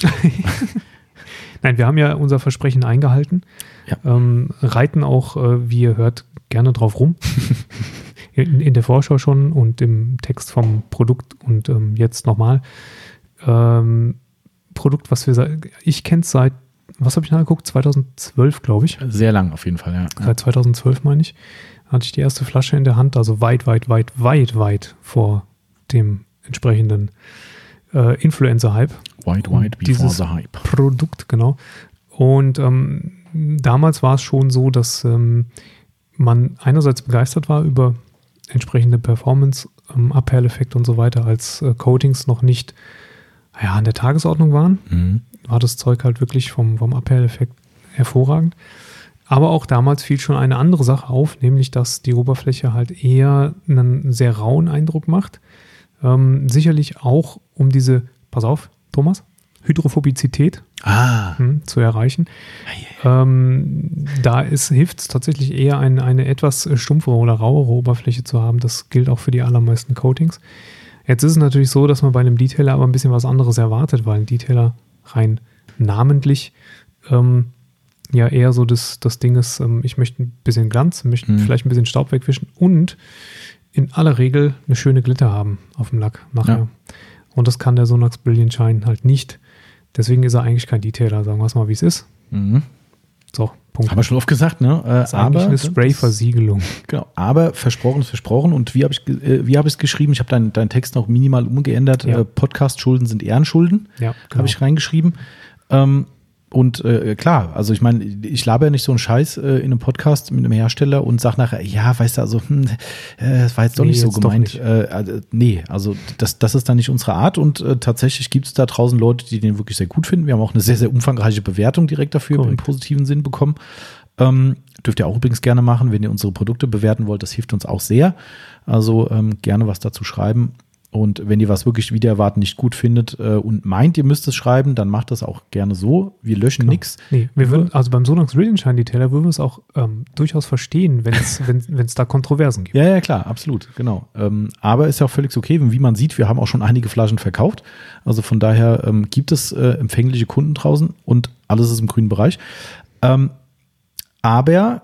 Nein, wir haben ja unser Versprechen eingehalten. Ja. Ähm, reiten auch, äh, wie ihr hört, gerne drauf rum. in, in der Vorschau schon und im Text vom Produkt und ähm, jetzt nochmal. Ähm, Produkt, was wir seit, ich kenne es seit, was habe ich nachgeguckt? zweitausendzwölf, glaube ich. Sehr lang auf jeden Fall, ja. Seit zweitausendzwölf meine ich, hatte ich die erste Flasche in der Hand, also weit, weit, weit, weit, weit vor dem entsprechenden äh, Influencer-Hype. White, white, before Dieses the hype. Produkt, genau. Und ähm, damals war es schon so, dass ähm, man einerseits begeistert war über entsprechende Performance, ähm, Abperleffekt und so weiter, als äh, Coatings noch nicht ja, an der Tagesordnung waren. Mhm. War das Zeug halt wirklich vom, vom Abperleffekt hervorragend. Aber auch damals fiel schon eine andere Sache auf, nämlich, dass die Oberfläche halt eher einen sehr rauen Eindruck macht. Ähm, sicherlich auch, um diese, pass auf, Thomas, Hydrophobizität Ah. hm, zu erreichen. Ähm, da hilft es tatsächlich eher, ein, eine etwas stumpfere oder rauere Oberfläche zu haben. Das gilt auch für die allermeisten Coatings. Jetzt ist es natürlich so, dass man bei einem Detailer aber ein bisschen was anderes erwartet, weil ein Detailer rein namentlich ähm, ja eher so das, das Ding ist, ähm, ich möchte ein bisschen Glanz, möchte Mhm. vielleicht ein bisschen Staub wegwischen und in aller Regel eine schöne Glitter haben auf dem Lack nachher. Ja. Und das kann der Sonax Brilliant Shine halt nicht. Deswegen ist er eigentlich kein Detailer, sagen wir es mal, wie es ist. Mhm. So, Punkt. Haben wir schon oft gesagt, ne? Äh, Das ist eigentlich aber eine Spray-Versiegelung. Genau, aber versprochen ist versprochen. Und wie habe ich äh, wie habe ich es geschrieben? Ich habe deinen deinen Text noch minimal umgeändert. Ja. Äh, Podcast-Schulden sind Ehrenschulden, Ja, habe ich reingeschrieben. Ähm, Und äh, klar, also ich meine, ich laber ja nicht so einen Scheiß äh, in einem Podcast mit einem Hersteller und sag nachher, ja, weißt du, also hm, äh, das war jetzt doch nee, nicht so gemeint. Nicht. Äh, also, nee, also das, das ist dann nicht unsere Art und äh, tatsächlich gibt es da draußen Leute, die den wirklich sehr gut finden. Wir haben auch eine sehr, sehr umfangreiche Bewertung direkt dafür Correct. Im positiven Sinn bekommen. Ähm, dürft ihr auch übrigens gerne machen, wenn ihr unsere Produkte bewerten wollt, das hilft uns auch sehr. Also ähm, gerne was dazu schreiben. Und wenn ihr was wirklich wider erwarten nicht gut findet äh, und meint, ihr müsst es schreiben, dann macht das auch gerne so. Wir löschen genau. nichts. Nee, wir würden, also beim Sonax Brilliantshine Detailer würden wir es auch ähm, durchaus verstehen, wenn es wenn, wenn's da Kontroversen gibt. Ja, ja, klar, absolut, genau. Ähm, aber ist ja auch völlig okay, wie man sieht, wir haben auch schon einige Flaschen verkauft. Also von daher ähm, gibt es äh, empfängliche Kunden draußen und alles ist im grünen Bereich. Ähm, aber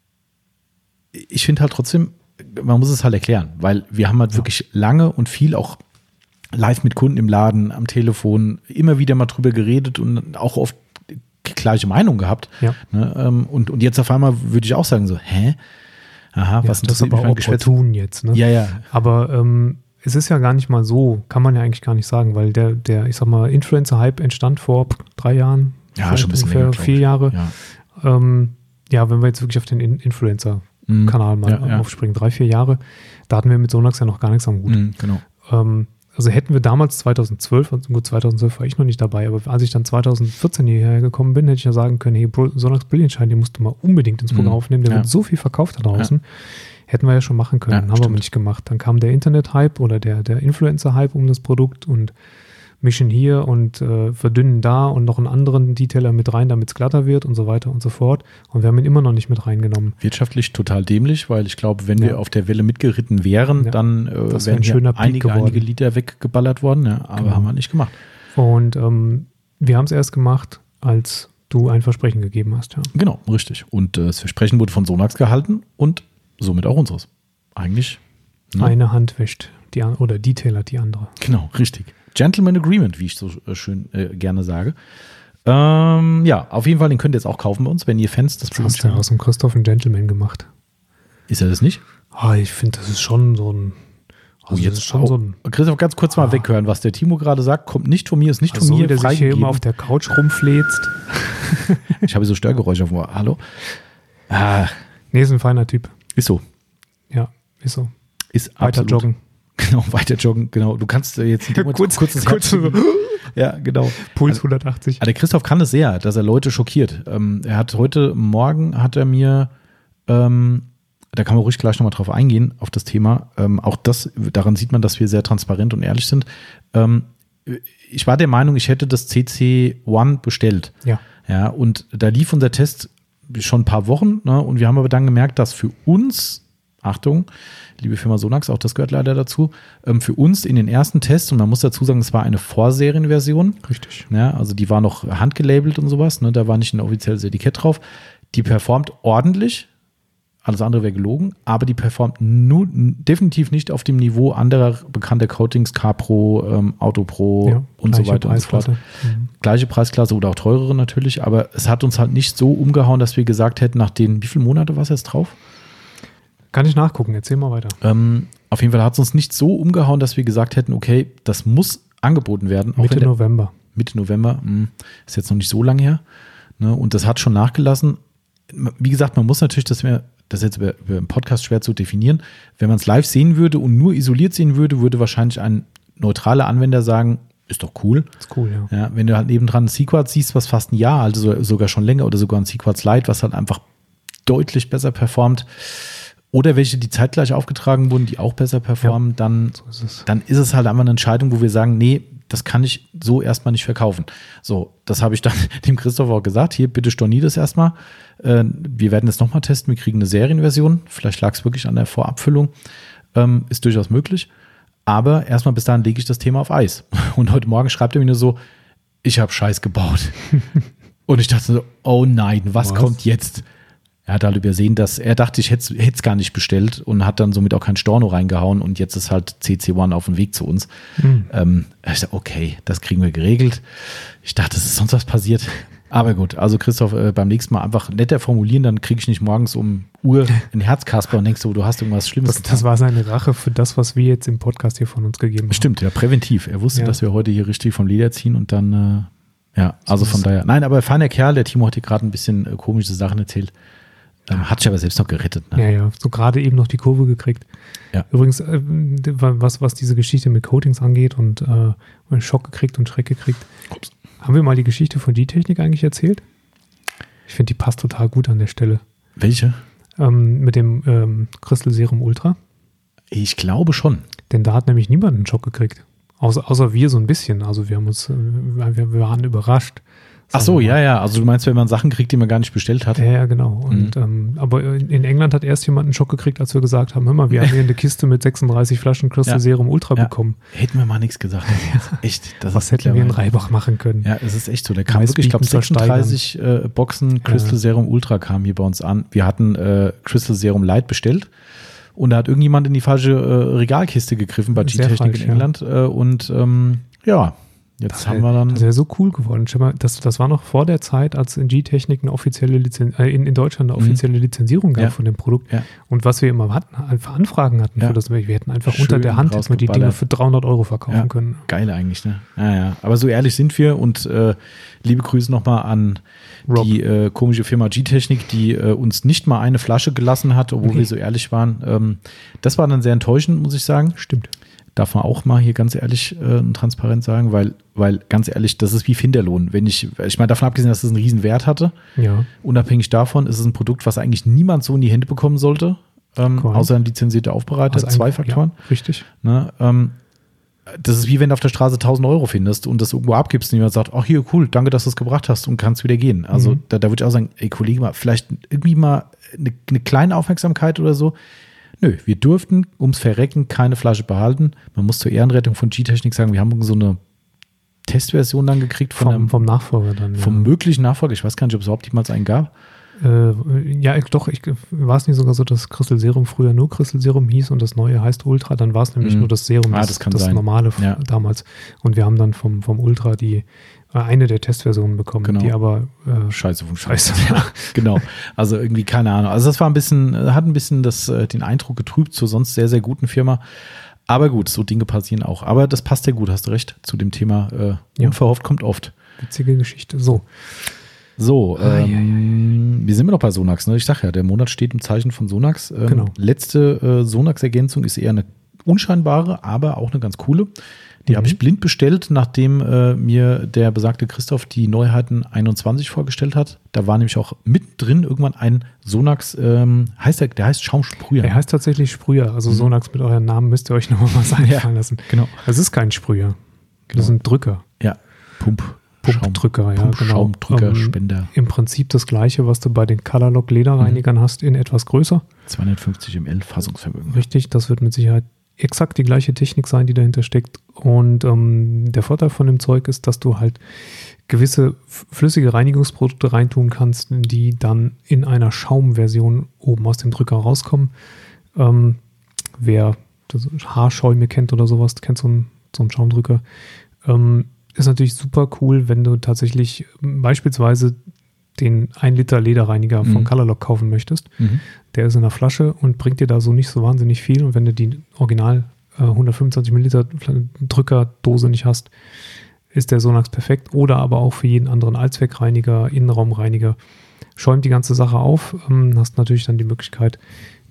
ich finde halt trotzdem, man muss es halt erklären, weil wir haben halt ja. wirklich lange und viel auch live mit Kunden im Laden, am Telefon, immer wieder mal drüber geredet und auch oft gleiche Meinung gehabt. Ja. Ne? Und, und jetzt auf einmal würde ich auch sagen so, hä? Aha, ja, was das ist aber auch opportun jetzt. Ne? Ja, ja. Aber ähm, es ist ja gar nicht mal so, kann man ja eigentlich gar nicht sagen, weil der, der ich sag mal, Influencer-Hype entstand vor drei Jahren. Ja, schon ein bisschen ungefähr länger, vier Jahre. Ja. Ähm, ja, wenn wir jetzt wirklich auf den Influencer Kanal mal ja, ja. aufspringen, drei, vier Jahre. Da hatten wir mit Sonax ja noch gar nichts am Hut. Mhm, genau. Ähm, also hätten wir damals zweitausendzwölf, also gut, zweitausendzwölf war ich noch nicht dabei, aber als ich dann zweitausendvierzehn hierher gekommen bin, hätte ich ja sagen können, hey, Sonax Brilliantshine, den musst du mal unbedingt ins Programm mhm, aufnehmen, der ja. wird so viel verkauft da draußen. Ja. Hätten wir ja schon machen können, ja, haben stimmt. wir nicht gemacht. Dann kam der Internet-Hype oder der, der Influencer-Hype um das Produkt und mischen hier und äh, verdünnen da und noch einen anderen Detailer mit rein, damit es glatter wird und so weiter und so fort. Und wir haben ihn immer noch nicht mit reingenommen. Wirtschaftlich total dämlich, weil ich glaube, wenn ja. wir auf der Welle mitgeritten wären, ja. dann äh, wären hier einige, einige Liter weggeballert worden. Ja, aber genau. haben wir nicht gemacht. Und ähm, wir haben es erst gemacht, als du ein Versprechen gegeben hast. Ja. Genau, richtig. Und äh, das Versprechen wurde von Sonax gehalten und somit auch unseres. Eigentlich. Ne? Eine Hand wäscht die an, oder Detailer die andere. Genau, richtig. Gentleman Agreement, wie ich so äh, schön äh, gerne sage. Ähm, ja, auf jeden Fall, den könnt ihr jetzt auch kaufen bei uns, wenn ihr Fans das Produkt hast. Du ja aus dem Christoph einen Gentleman gemacht. Ist er das nicht? Ah, ich finde, das ist schon so ein. Also oh, jetzt ist schon oh, so ein. Christoph, ganz kurz mal ah. weghören, was der Timo gerade sagt. Kommt nicht von mir, ist nicht also von mir. So, der sich hier immer auf der Couch rumfläzt. Ich habe so Störgeräusche auf dem Ohr. Hallo? Ah. Nee, ist ein feiner Typ. Ist so. Ja, ist so. Ist weiter absolut. joggen. Genau, weiter joggen, genau. Du kannst jetzt ja, kurz, kurzes kurz so. Ja, genau. Puls also, hundertachtzig. Aber der Christoph kann es sehr, dass er Leute schockiert. Ähm, er hat heute Morgen, hat er mir, ähm, da kann man ruhig gleich nochmal drauf eingehen, auf das Thema. Ähm, auch das, daran sieht man, dass wir sehr transparent und ehrlich sind. Ähm, ich war der Meinung, ich hätte das C C One bestellt. Ja. Ja, und da lief unser Test schon ein paar Wochen, ne, und wir haben aber dann gemerkt, dass für uns, Achtung, liebe Firma Sonax, auch das gehört leider dazu, ähm, für uns in den ersten Tests, und man muss dazu sagen, es war eine Vorserienversion. Richtig. Ja, also die war noch handgelabelt und sowas, ne, da war nicht ein offizielles Etikett drauf. Die performt ordentlich, alles andere wäre gelogen, aber die performt nur, definitiv nicht auf dem Niveau anderer bekannter Coatings, Capro, ähm, Autopro ja, und so weiter und so fort. Mhm. Gleiche Preisklasse oder auch teurere natürlich, aber es hat uns halt nicht so umgehauen, dass wir gesagt hätten, nach den, wie viele Monate war es jetzt drauf? Kann ich nachgucken, erzähl mal weiter. Ähm, auf jeden Fall hat es uns nicht so umgehauen, dass wir gesagt hätten, okay, das muss angeboten werden. Auch Mitte November. Mitte November, mh, ist jetzt noch nicht so lange her. Ne, und das hat schon nachgelassen. Wie gesagt, man muss natürlich, das wäre das ist jetzt über, über einen Podcast schwer zu definieren. Wenn man es live sehen würde und nur isoliert sehen würde, würde wahrscheinlich ein neutraler Anwender sagen, ist doch cool. Ist cool, ja. Ja, wenn du halt nebendran ein Sequartz siehst, was fast ein Jahr, also sogar schon länger, oder sogar ein Sequartz Lite, was halt einfach deutlich besser performt, oder welche, die zeitgleich aufgetragen wurden, die auch besser performen, ja, dann, so ist es. dann ist es halt einfach eine Entscheidung, wo wir sagen, nee, das kann ich so erstmal nicht verkaufen. So, das habe ich dann dem Christoph auch gesagt, hier, bitte stornier das erstmal. Äh, wir werden es nochmal testen, wir kriegen eine Serienversion, vielleicht lag es wirklich an der Vorabfüllung, ähm, ist durchaus möglich, aber erstmal bis dahin lege ich das Thema auf Eis. Und heute Morgen schreibt er mir nur so, ich habe Scheiß gebaut. Und ich dachte so, oh nein, was, was kommt jetzt? Er hat halt übersehen, dass er dachte, ich hätte es gar nicht bestellt und hat dann somit auch kein Storno reingehauen und jetzt ist halt C C One auf dem Weg zu uns. Mhm. Ähm, ich dachte, okay, das kriegen wir geregelt. Ich dachte, es ist sonst was passiert. Aber gut, also Christoph, äh, beim nächsten Mal einfach netter formulieren, dann kriege ich nicht morgens um Uhr ein Herzkasper und denkst du, du hast irgendwas Schlimmes das, das war seine Rache für das, was wir jetzt im Podcast hier von uns gegeben haben. Stimmt, ja, präventiv. Er wusste, ja. dass wir heute hier richtig vom Leder ziehen und dann, Ja, also von daher. Nein, aber feiner Kerl, der Timo hat hier gerade ein bisschen äh, komische Sachen erzählt. Ähm, hat sich aber selbst noch gerettet. Ne? Ja, ja, so gerade eben noch die Kurve gekriegt. Ja. Übrigens, äh, was, was diese Geschichte mit Coatings angeht und äh, einen Schock gekriegt und Schreck gekriegt, Ups. Haben wir mal die Geschichte von G-Technik eigentlich erzählt? Ich finde, die passt total gut an der Stelle. Welche? Ähm, mit dem ähm, Crystal Serum Ultra. Ich glaube schon. Denn da hat nämlich niemand einen Schock gekriegt. Außer, außer wir so ein bisschen. Also wir haben uns, wir, wir waren überrascht. Ach so, ja, ja. Also du meinst, wenn man Sachen kriegt, die man gar nicht bestellt hat? Ja, ja, genau. Und, mhm. ähm, aber in England hat erst jemand einen Schock gekriegt, als wir gesagt haben, hör mal, wir haben hier eine Kiste mit sechsunddreißig Flaschen Crystal ja. Serum Ultra ja. bekommen. Hätten wir mal nichts gesagt. Echt. Das Was ist hätten wir in Reibach machen können? Ja, es ist echt so. Der kam wirklich, ich glaube, sechsunddreißig äh, Boxen Crystal ja. Serum Ultra kamen hier bei uns an. Wir hatten äh, Crystal Serum Light bestellt. Und da hat irgendjemand in die falsche äh, Regalkiste gegriffen bei G-Technik in England. Ja. Äh, und ähm, ja, jetzt das haben wär, wir dann. Das wäre so cool geworden. Das, das war noch vor der Zeit, als in G-Technik eine offizielle Lizenz, äh, in, in Deutschland eine offizielle mhm. Lizenzierung gab ja. von dem Produkt. Ja. Und was wir immer hatten, einfach Anfragen hatten ja. für das. Wir hätten einfach Schön unter der Hand hätten wir die Dinge für dreihundert Euro verkaufen ja. können. Geil eigentlich, ne? Ja, ja. Aber so ehrlich sind wir und äh, liebe Grüße nochmal an Rob. Die äh, komische Firma G-Technik, die äh, uns nicht mal eine Flasche gelassen hat, obwohl okay. wir so ehrlich waren. Ähm, das war dann sehr enttäuschend, muss ich sagen. Stimmt. Darf man auch mal hier ganz ehrlich äh, und transparent sagen, weil, weil ganz ehrlich, das ist wie Finderlohn. Wenn ich, ich meine, davon abgesehen, dass es einen riesen Wert hatte, ja. unabhängig davon ist es ein Produkt, was eigentlich niemand so in die Hände bekommen sollte, ähm, außer ein lizenzierter Aufbereiter, also zwei Faktoren. Ja, richtig. Ne, ähm, das ist wie wenn du auf der Straße tausend Euro findest und das irgendwo abgibst und jemand sagt, ach hier, cool, danke, dass du es gebracht hast und kannst wieder gehen. Also mhm. da, da würde ich auch sagen, ey Kollege, mal, vielleicht irgendwie mal eine, eine kleine Aufmerksamkeit oder so. Nö, wir durften ums Verrecken keine Flasche behalten. Man muss zur Ehrenrettung von G-Technik sagen, wir haben so eine Testversion dann gekriegt von vom, einem, vom Nachfolger dann. Vom ja. möglichen Nachfolger. Ich weiß gar nicht, ob es überhaupt jemals einen gab. Äh, ja, ich, doch, ich, war es nicht sogar so, dass Crystal Serum früher nur Crystal Serum hieß und das neue heißt Ultra, dann war es nämlich mhm. nur das Serum, ah, das, das, kann das sein. normale ja. damals. Und wir haben dann vom, vom Ultra die äh, eine der Testversionen bekommen, genau. die aber äh, scheiße funktioniert. Scheiße, ja. Genau. Also irgendwie, keine Ahnung. Also das war ein bisschen, hat ein bisschen das, den Eindruck getrübt zur sonst sehr, sehr guten Firma. Aber gut, so Dinge passieren auch. Aber das passt ja gut, hast du recht, zu dem Thema äh, ja. unverhofft kommt oft. Witzige Geschichte. So. So, ah, ähm, ja, ja. wir sind immer noch bei Sonax. Ne? Ich sag ja, der Monat steht im Zeichen von Sonax. Ähm, genau. Letzte äh, Sonax-Ergänzung ist eher eine unscheinbare, aber auch eine ganz coole. Die mhm. habe ich blind bestellt, nachdem äh, mir der besagte Christoph die Neuheiten einundzwanzig vorgestellt hat. Da war nämlich auch mittendrin irgendwann ein Sonax, ähm, heißt der, der heißt Schaumsprüher. Der heißt tatsächlich Sprüher. Also mhm. Sonax mit euren Namen müsst ihr euch nochmal was einfallen ja, lassen. Genau. Das ist kein Sprüher. Genau. Das sind Drücker. Ja, Pump. Pumpdrücker, ja, Pump, genau. Schaumdrücker, ähm, Spender. Im Prinzip das gleiche, was du bei den Colorlock Lederreinigern mhm. hast, in etwas größer. zweihundertfünfzig Milliliter Fassungsvermögen. Richtig, das wird mit Sicherheit exakt die gleiche Technik sein, die dahinter steckt. Und ähm, der Vorteil von dem Zeug ist, dass du halt gewisse flüssige Reinigungsprodukte reintun kannst, die dann in einer Schaumversion oben aus dem Drücker rauskommen. Ähm, wer das Haarschäume kennt oder sowas, kennt so einen, so einen Schaumdrücker. Ähm, ist natürlich super cool, wenn du tatsächlich beispielsweise den ein Liter Lederreiniger mhm. von Colorlock kaufen möchtest. Mhm. Der ist in der Flasche und bringt dir da so nicht so wahnsinnig viel. Und wenn du die Original äh, hundertfünfundzwanzig Milliliter Drückerdose nicht hast, ist der Sonax perfekt. Oder aber auch für jeden anderen Allzweckreiniger, Innenraumreiniger. Schäumt die ganze Sache auf. Ähm, hast natürlich dann die Möglichkeit,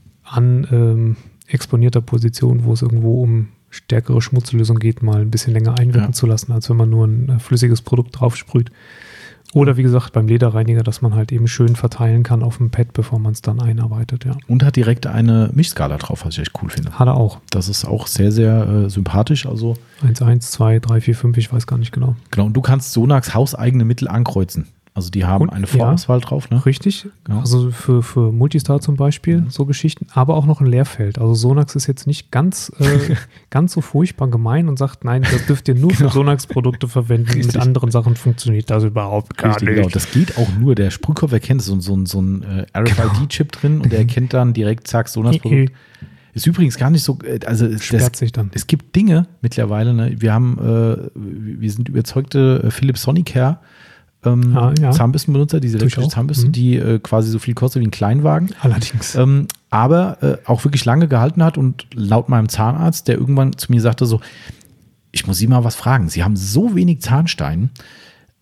an ähm, exponierter Position, wo es irgendwo um stärkere Schmutzlösung geht, mal ein bisschen länger einwirken ja. zu lassen, als wenn man nur ein äh, flüssiges Produkt drauf sprüht. Oder wie gesagt, beim Lederreiniger, dass man halt eben schön verteilen kann auf dem Pad, bevor man es dann einarbeitet. Ja. Und hat direkt eine Mischskala drauf, was ich echt cool finde. Hat er auch. Das ist auch sehr, sehr äh, sympathisch. Also eins, eins, zwei, drei, vier, fünf, ich weiß gar nicht genau. Genau, und du kannst Sonax hauseigene Mittel ankreuzen. Also die haben und, eine Vorauswahl ja, drauf, ne? Richtig. Genau. Also für, für Multistar zum Beispiel, mhm. so Geschichten, aber auch noch ein Leerfeld. Also Sonax ist jetzt nicht ganz, äh, ganz so furchtbar gemein und sagt, nein, das dürft ihr nur genau. für Sonax-Produkte verwenden. Richtig. Mit anderen Sachen funktioniert das überhaupt gar Richtig, nicht. Genau. Das geht auch nur, der Sprühkopf erkennt so, so, so ein äh, R F I D-Chip genau. drin und der erkennt dann direkt, zack, Sonax-Produkt. Ist übrigens gar nicht so, also das, sich dann. Es gibt Dinge mittlerweile, ne? Wir haben, äh, wir sind überzeugte äh, Philips Sonicare Ähm, ah, ja. Zahnbürstenbenutzer, diese elektrische Zahnbürste, mhm. die äh, quasi so viel kostet wie ein Kleinwagen. Allerdings. Ähm, aber äh, auch wirklich lange gehalten hat und laut meinem Zahnarzt, der irgendwann zu mir sagte so, ich muss Sie mal was fragen, Sie haben so wenig Zahnstein,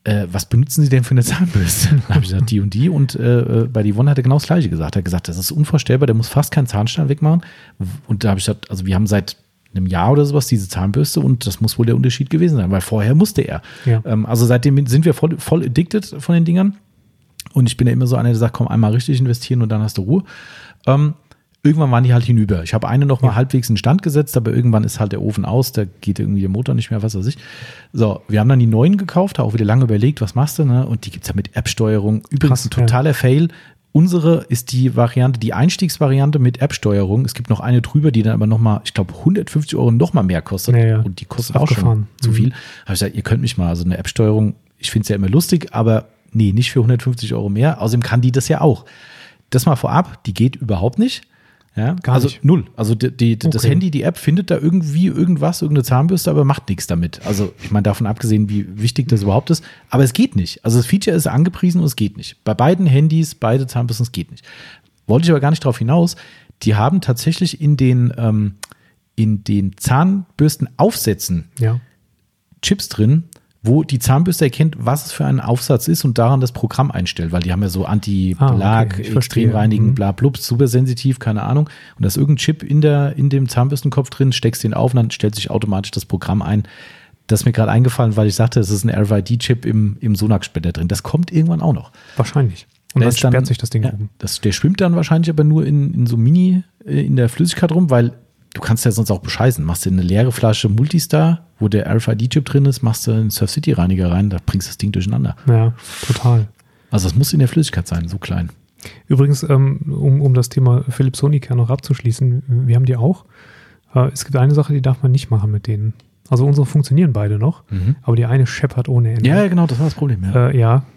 äh, was benutzen Sie denn für eine Zahnbürste? Dann habe ich gesagt, die und die. Und äh, bei Yvonne hat er genau das Gleiche gesagt. Er hat gesagt, das ist unvorstellbar, der muss fast keinen Zahnstein wegmachen. Und da habe ich gesagt, also wir haben seit einem Jahr oder sowas diese Zahnbürste und das muss wohl der Unterschied gewesen sein, weil vorher musste er. Ja. Ähm, also seitdem sind wir voll, voll addicted von den Dingern. Und ich bin ja immer so einer, der sagt, komm, einmal richtig investieren und dann hast du Ruhe. Ähm, irgendwann waren die halt hinüber. Ich habe eine noch mal ja. halbwegs in Stand gesetzt, aber irgendwann ist halt der Ofen aus, da geht irgendwie der Motor nicht mehr, was weiß ich. So, wir haben dann die neuen gekauft, auch wieder lange überlegt, was machst du, ne? Und die gibt's ja mit App-Steuerung. Übrigens Krass, ein totaler ja. Fail. Unsere ist die Variante, die Einstiegsvariante mit App-Steuerung. Es gibt noch eine drüber, die dann aber noch mal, ich glaube, hundertfünfzig Euro noch mal mehr kostet. Ja, ja. Und die kostet auch schon zu viel. Mhm. Habe ich gesagt, ihr könnt mich mal, also eine App-Steuerung, ich finde es ja immer lustig, aber nee, nicht für hundertfünfzig Euro mehr. Außerdem kann die das ja auch. Das mal vorab, die geht überhaupt nicht. Ja, Gar also nicht. null. Also die, die, okay. das Handy, die App findet da irgendwie irgendwas, irgendeine Zahnbürste, aber macht nichts damit. Also ich meine, davon abgesehen, wie wichtig das überhaupt ist. Aber es geht nicht. Also das Feature ist angepriesen und es geht nicht. Bei beiden Handys, beide Zahnbürsten, es geht nicht. Wollte ich aber gar nicht drauf hinaus. Die haben tatsächlich in den, ähm, in den Zahnbürstenaufsätzen ja. Chips drin, wo die Zahnbürste erkennt, was es für ein Aufsatz ist und daran das Programm einstellt, weil die haben ja so Anti-Belag, ah, okay. extrem reinigen, mhm. bla blub, super sensitiv, keine Ahnung. Und da ist irgendein Chip in, der, in dem Zahnbürstenkopf drin, steckst den auf und dann stellt sich automatisch das Programm ein. Das ist mir gerade eingefallen, weil ich sagte, es ist ein R F I D-Chip im, im Sonax-Spender drin. Das kommt irgendwann auch noch. Wahrscheinlich. Und da dann sperrt dann, sich das Ding ja, oben. Das, der schwimmt dann wahrscheinlich aber nur in, in so Mini, in der Flüssigkeit rum, weil du kannst ja sonst auch bescheißen. Machst du eine leere Flasche Multistar, wo der R F I D-Chip drin ist, machst du einen Surf City-Reiniger rein, da bringst du das Ding durcheinander. Ja, total. Also das muss in der Flüssigkeit sein, so klein. Übrigens, ähm, um, um das Thema Philips Sonicare noch abzuschließen, wir haben die auch. Äh, es gibt eine Sache, die darf man nicht machen mit denen. Also unsere funktionieren beide noch, mhm. aber die eine scheppert ohne Ende. Ja, genau, das war das Problem. Ja, äh, ja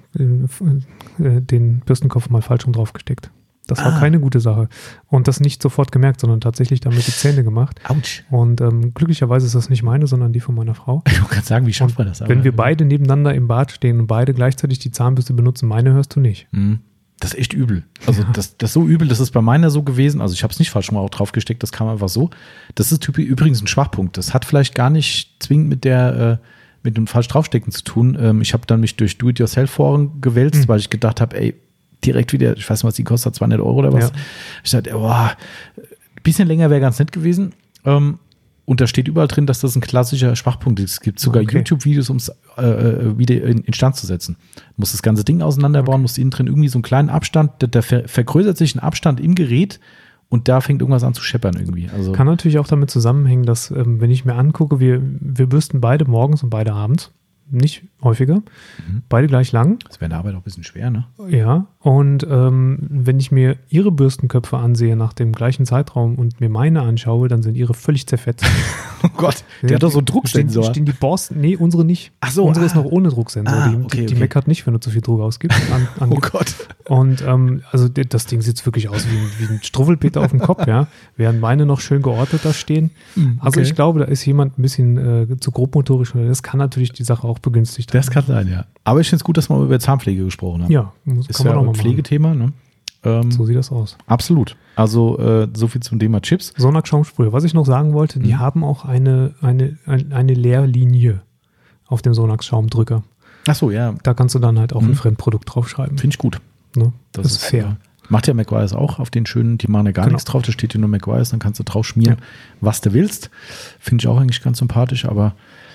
äh, den Bürstenkopf mal falsch rum drauf gesteckt. Das war ah. keine gute Sache. Und das nicht sofort gemerkt, sondern tatsächlich damit die Zähne gemacht. Autsch. Und ähm, glücklicherweise ist das nicht meine, sondern die von meiner Frau. Ich wollte gerade sagen, wie schafft man das? Aber wenn wir beide nebeneinander im Bad stehen und beide gleichzeitig die Zahnbürste benutzen, meine hörst du nicht. Mhm. Das ist echt übel. Also ja. das, das ist so übel, das ist bei meiner so gewesen. Also ich habe es nicht falsch mal auch drauf gesteckt, das kam einfach so. Das ist typisch, übrigens ein Schwachpunkt. Das hat vielleicht gar nicht zwingend mit der... Äh, mit dem falsch draufstecken zu tun. Ähm, ich habe dann mich durch Do-it-yourself-Foren gewälzt, mhm. weil ich gedacht habe, ey, direkt wieder, ich weiß nicht, was die kostet, zweihundert Euro oder was. Ja. Ich dachte, boah, ein bisschen länger wäre ganz nett gewesen. Ähm, und da steht überall drin, dass das ein klassischer Schwachpunkt ist. Es gibt sogar okay. YouTube-Videos, um es äh, wieder in, in Stand zu setzen. Du musst das ganze Ding auseinanderbauen, okay. musst innen drin irgendwie so einen kleinen Abstand, da, da ver- vergrößert sich ein Abstand im Gerät. Und da fängt irgendwas an zu scheppern irgendwie. Also kann natürlich auch damit zusammenhängen, dass, ähm, wenn ich mir angucke, wir, wir bürsten beide morgens und beide abends. Nicht häufiger. Mhm. Beide gleich lang. Das wäre in der Arbeit auch ein bisschen schwer, ne? Ja. Und ähm, wenn ich mir ihre Bürstenköpfe ansehe nach dem gleichen Zeitraum und mir meine anschaue, dann sind ihre völlig zerfetzt. Oh Gott, der ja, hat doch so einen Drucksensor. Stehen, stehen die Borsten? Nee, unsere nicht. Ach so. Unsere ah. ist noch ohne Drucksensor. Ah, die okay, die, die okay. meckert nicht, wenn du zu viel Druck ausgibst. An, an oh Gott. Und ähm, also das Ding sieht wirklich aus wie ein, wie ein Struwwelpeter auf dem Kopf, ja. Während meine noch schön geordnet da stehen. Okay. Also ich glaube, da ist jemand ein bisschen äh, zu grobmotorisch. Das kann natürlich die Sache auch begünstigt haben. Das kann sein, ja. Aber ich finde es gut, dass wir über Zahnpflege gesprochen haben. Ja, muss, ist kann man ja auch ein Pflegethema, ne? Ähm, so sieht das aus. Absolut. Also äh, so viel zum Thema Chips. Sonax Schaumsprühe. Was ich noch sagen wollte, die mhm. haben auch eine, eine, eine, eine Leerlinie auf dem Sonax Schaumdrücker. Ach so, ja. Da kannst du dann halt auch mhm. ein Fremdprodukt draufschreiben. Finde ich gut. Ne? Das, das ist fair. Macht ja McGuire's auch auf den schönen, die machen ja gar genau. nichts drauf, da steht hier nur McGuire's, dann kannst du drauf schmieren, ja. was du willst. Finde ich auch eigentlich ganz sympathisch, aber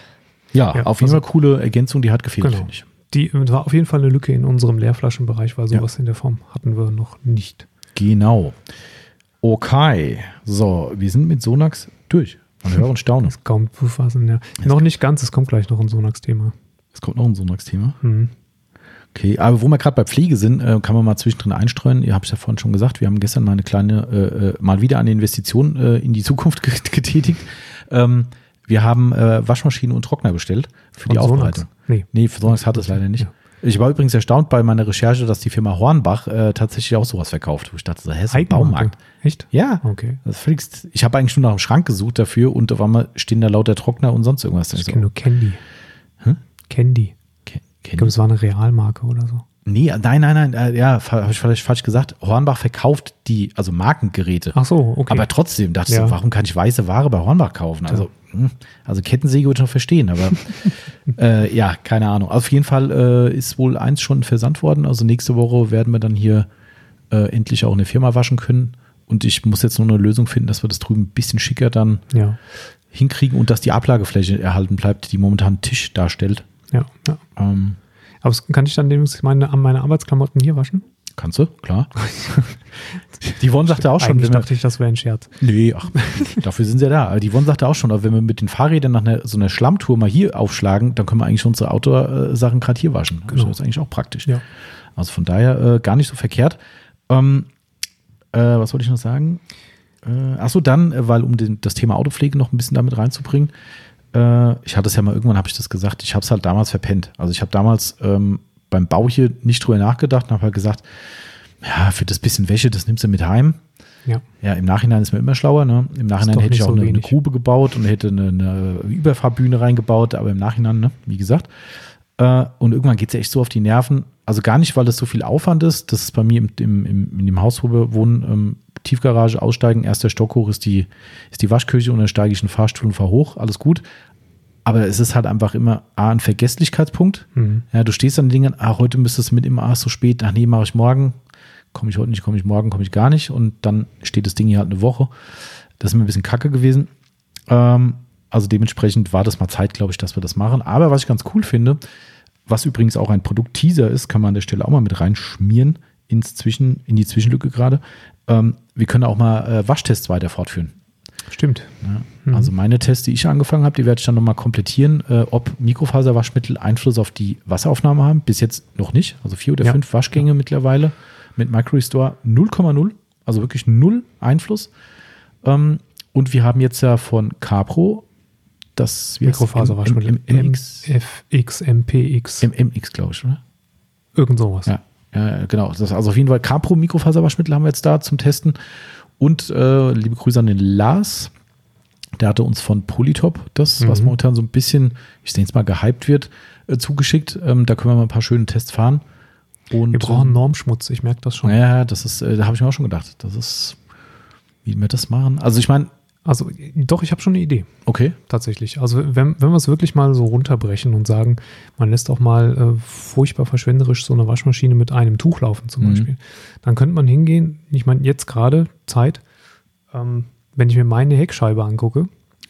ja, ja auf jeden also, Fall coole Ergänzung, die hat gefehlt, genau. finde ich. Die war auf jeden Fall eine Lücke in unserem Leerflaschenbereich, weil sowas ja. in der Form hatten wir noch nicht. Genau. Okay. So, wir sind mit Sonax durch. Man hört und staunen. Das ist kaum zu fassen, ja. Das noch nicht ganz, es kommt gleich noch ein Sonax-Thema. Es kommt noch ein Sonax-Thema? Mhm. Okay, aber wo wir gerade bei Pflege sind, äh, kann man mal zwischendrin einstreuen. Ihr habt es ja vorhin schon gesagt, wir haben gestern mal eine kleine, äh, mal wieder eine Investition äh, in die Zukunft getätigt. Ähm, wir haben äh, Waschmaschine und Trockner bestellt für Von die Aufbereitung. Nee. nee, für Sonax hat es leider nicht. Ja. Ich war übrigens erstaunt bei meiner Recherche, dass die Firma Hornbach äh, tatsächlich auch sowas verkauft. Wo ich dachte, so, hä, ist ein Baumarkt. Echt? Ja. Okay. Das fliegst, ich habe eigentlich nur nach einem Schrank gesucht dafür und auf einmal stehen da lauter Trockner und sonst irgendwas. Ich kenne nur Candy. Hm? Candy. Ke- ich glaube, es war eine Realmarke oder so. Nee, nein, nein, nein, äh, ja, habe ich vielleicht falsch gesagt. Hornbach verkauft die, also Markengeräte. Ach so, okay. Aber trotzdem dachte ja. ich so, warum kann ich weiße Ware bei Hornbach kaufen? Also, hm, also Kettensäge würde ich noch verstehen, aber äh, ja, keine Ahnung. Auf jeden Fall äh, ist wohl eins schon versandt worden. Also nächste Woche werden wir dann hier äh, endlich auch in der Firma waschen können. Und ich muss jetzt nur eine Lösung finden, dass wir das drüben ein bisschen schicker dann ja. hinkriegen und dass die Ablagefläche erhalten bleibt, die momentan einen Tisch darstellt. Ja, ja. Ähm, Aber kann ich dann demnächst meine, meine Arbeitsklamotten hier waschen? Kannst du, klar. Die Yvonne sagte auch schon. Eigentlich wenn wir, dachte ich, das wäre ein Scherz. Nee, ach, dafür sind sie ja da. Aber die Yvonne sagte auch schon, aber wenn wir mit den Fahrrädern nach einer, so einer Schlammtour mal hier aufschlagen, dann können wir eigentlich unsere Outdoor-Sachen gerade hier waschen. Genau. Das ist eigentlich auch praktisch. Ja. Also von daher äh, gar nicht so verkehrt. Ähm, äh, was wollte ich noch sagen? Äh, achso, dann, äh, weil um den, das Thema Autopflege noch ein bisschen damit reinzubringen, ich hatte es ja mal, irgendwann habe ich das gesagt, ich habe es halt damals verpennt. Also ich habe damals ähm, beim Bau hier nicht drüber nachgedacht und habe halt gesagt, ja, für das bisschen Wäsche, das nimmst du mit heim. Ja. Ja, im Nachhinein ist man immer schlauer. Ne? Im Nachhinein hätte ich auch so eine, eine Grube gebaut und hätte eine, eine Überfahrbühne reingebaut, aber im Nachhinein, ne, wie gesagt. Äh, und irgendwann geht es ja echt so auf die Nerven. Also gar nicht, weil das so viel Aufwand ist. Das ist bei mir im, im, im, in dem Haus, wo wir wohnen, ähm, Tiefgarage aussteigen, erster Stock hoch ist die, ist die Waschküche und dann steige ich in den Fahrstuhl und fahre hoch, alles gut. Aber es ist halt einfach immer A, ein Vergesslichkeitspunkt. Mhm. Ja, du stehst an den Dingen, ah, heute müsstest du mit im A so spät, ach nee, mache ich morgen, komme ich heute nicht, komme ich morgen, komme ich gar nicht und dann steht das Ding hier halt eine Woche. Das ist mir ein bisschen kacke gewesen. Ähm, also dementsprechend war das mal Zeit, glaube ich, dass wir das machen. Aber was ich ganz cool finde, was übrigens auch ein Produkt-Teaser ist, kann man an der Stelle auch mal mit reinschmieren ins Zwischen, in die Zwischenlücke gerade. Ähm, wir können auch mal äh, Waschtests weiter fortführen. Stimmt. Ja, mhm. Also meine Tests, die ich angefangen habe, die werde ich dann nochmal komplettieren, äh, ob Mikrofaserwaschmittel Einfluss auf die Wasseraufnahme haben. Bis jetzt noch nicht. Also vier oder ja. fünf Waschgänge ja. mittlerweile mit MicroRestore null Komma null. Also wirklich null Einfluss. Ähm, und wir haben jetzt ja von Capro das Mikrofaserwaschmittel M X F X, M P X. M M X, glaube ich, oder? Irgend sowas. Ja. Ja, genau. Das ist also auf jeden Fall Capro Mikrofaserwaschmittel haben wir jetzt da zum Testen. Und äh, liebe Grüße an den Lars. Der hatte uns von Polytop das, mhm. was momentan so ein bisschen, ich nenne es mal, gehypt wird, äh, zugeschickt. Ähm, da können wir mal ein paar schöne Tests fahren. Und, wir brauchen ähm, Normschmutz, ich merke das schon. Ja, das ist, äh, da habe ich mir auch schon gedacht. Das ist, wie wir das machen. Also ich meine, Also doch, ich habe schon eine Idee. Okay. Tatsächlich. Also wenn, wenn wir es wirklich mal so runterbrechen und sagen, man lässt auch mal äh, furchtbar verschwenderisch so eine Waschmaschine mit einem Tuch laufen zum mhm. Beispiel, dann könnte man hingehen, ich meine jetzt gerade Zeit, ähm, wenn ich mir meine Heckscheibe angucke,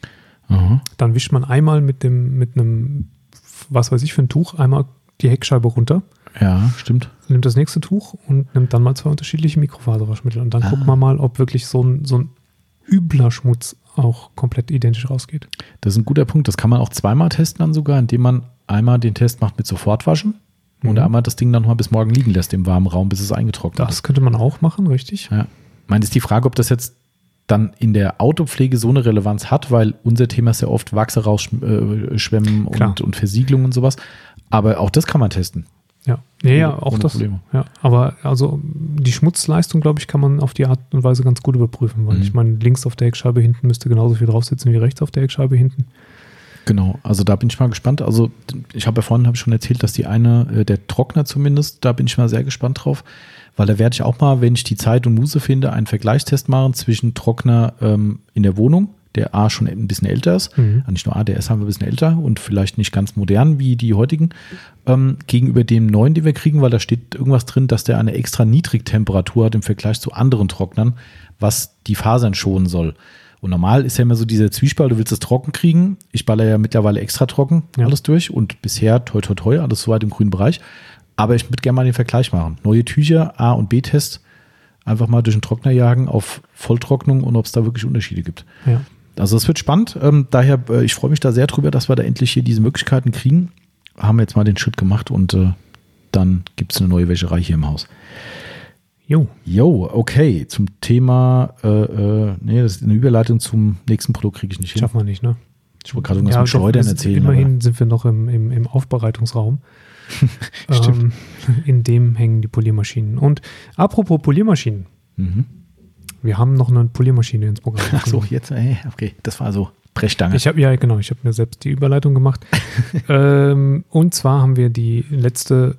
mhm. dann wischt man einmal mit dem, mit einem, was weiß ich für ein Tuch, einmal die Heckscheibe runter. Ja, stimmt. Nimmt das nächste Tuch und nimmt dann mal zwei unterschiedliche Mikrofaserwaschmittel und dann ah. guckt man mal, ob wirklich so ein, so ein übler Schmutz auch komplett identisch rausgeht. Das ist ein guter Punkt. Das kann man auch zweimal testen dann sogar, indem man einmal den Test macht mit Sofortwaschen mhm. und einmal das Ding dann noch mal bis morgen liegen lässt im warmen Raum, bis es eingetrocknet ist. Das könnte man auch machen, richtig. Ja. Ich meine, ist die Frage, ob das jetzt dann in der Autopflege so eine Relevanz hat, weil unser Thema ist ja oft Wachse rausschwemmen und, und Versiegelung und sowas. Aber auch das kann man testen. Ja, ja, ja auch das. Probleme. Ja, aber also die Schmutzleistung, glaube ich, kann man auf die Art und Weise ganz gut überprüfen, weil mhm. ich meine, links auf der Heckscheibe hinten müsste genauso viel drauf sitzen wie rechts auf der Heckscheibe hinten. Genau, also da bin ich mal gespannt. Also ich habe ja vorhin hab ich schon erzählt, dass die eine, der Trockner zumindest, da bin ich mal sehr gespannt drauf, weil da werde ich auch mal, wenn ich die Zeit und Muße finde, einen Vergleichstest machen zwischen Trockner ähm, in der Wohnung, der A schon ein bisschen älter ist, mhm. nicht nur A, der ist einfach ein bisschen älter und vielleicht nicht ganz modern wie die heutigen, ähm, gegenüber dem neuen, den wir kriegen, weil da steht irgendwas drin, dass der eine extra Niedrigtemperatur hat im Vergleich zu anderen Trocknern, was die Fasern schonen soll. Und normal ist ja immer so dieser Zwiespalt, du willst es trocken kriegen. Ich baller ja mittlerweile extra trocken ja. alles durch und bisher toi toi toi, alles soweit im grünen Bereich. Aber ich würde gerne mal den Vergleich machen. Neue Tücher, A- und B-Test, einfach mal durch den Trockner jagen auf Volltrocknung und ob es da wirklich Unterschiede gibt. Ja. Also es wird spannend. Ähm, daher, äh, ich freue mich da sehr drüber, dass wir da endlich hier diese Möglichkeiten kriegen. Haben wir jetzt mal den Schritt gemacht und äh, dann gibt es eine neue Wäscherei hier im Haus. Jo. Jo, okay. Zum Thema, äh, äh, nee, das ist eine Überleitung zum nächsten Produkt, kriege ich nicht hin. Schaffen wir nicht, ne? Ich wollte gerade irgendwas ja, mit Schleudern erzählen. Immerhin aber. Sind wir noch im, im, im Aufbereitungsraum. Stimmt. Ähm, in dem hängen die Poliermaschinen. Und apropos Poliermaschinen. Mhm. Wir haben noch eine Poliermaschine ins Programm. Ach so, jetzt, ey, okay. Das war so Brechstange. Ich habe ja, genau, ich habe mir selbst die Überleitung gemacht. ähm, und zwar haben wir die letzte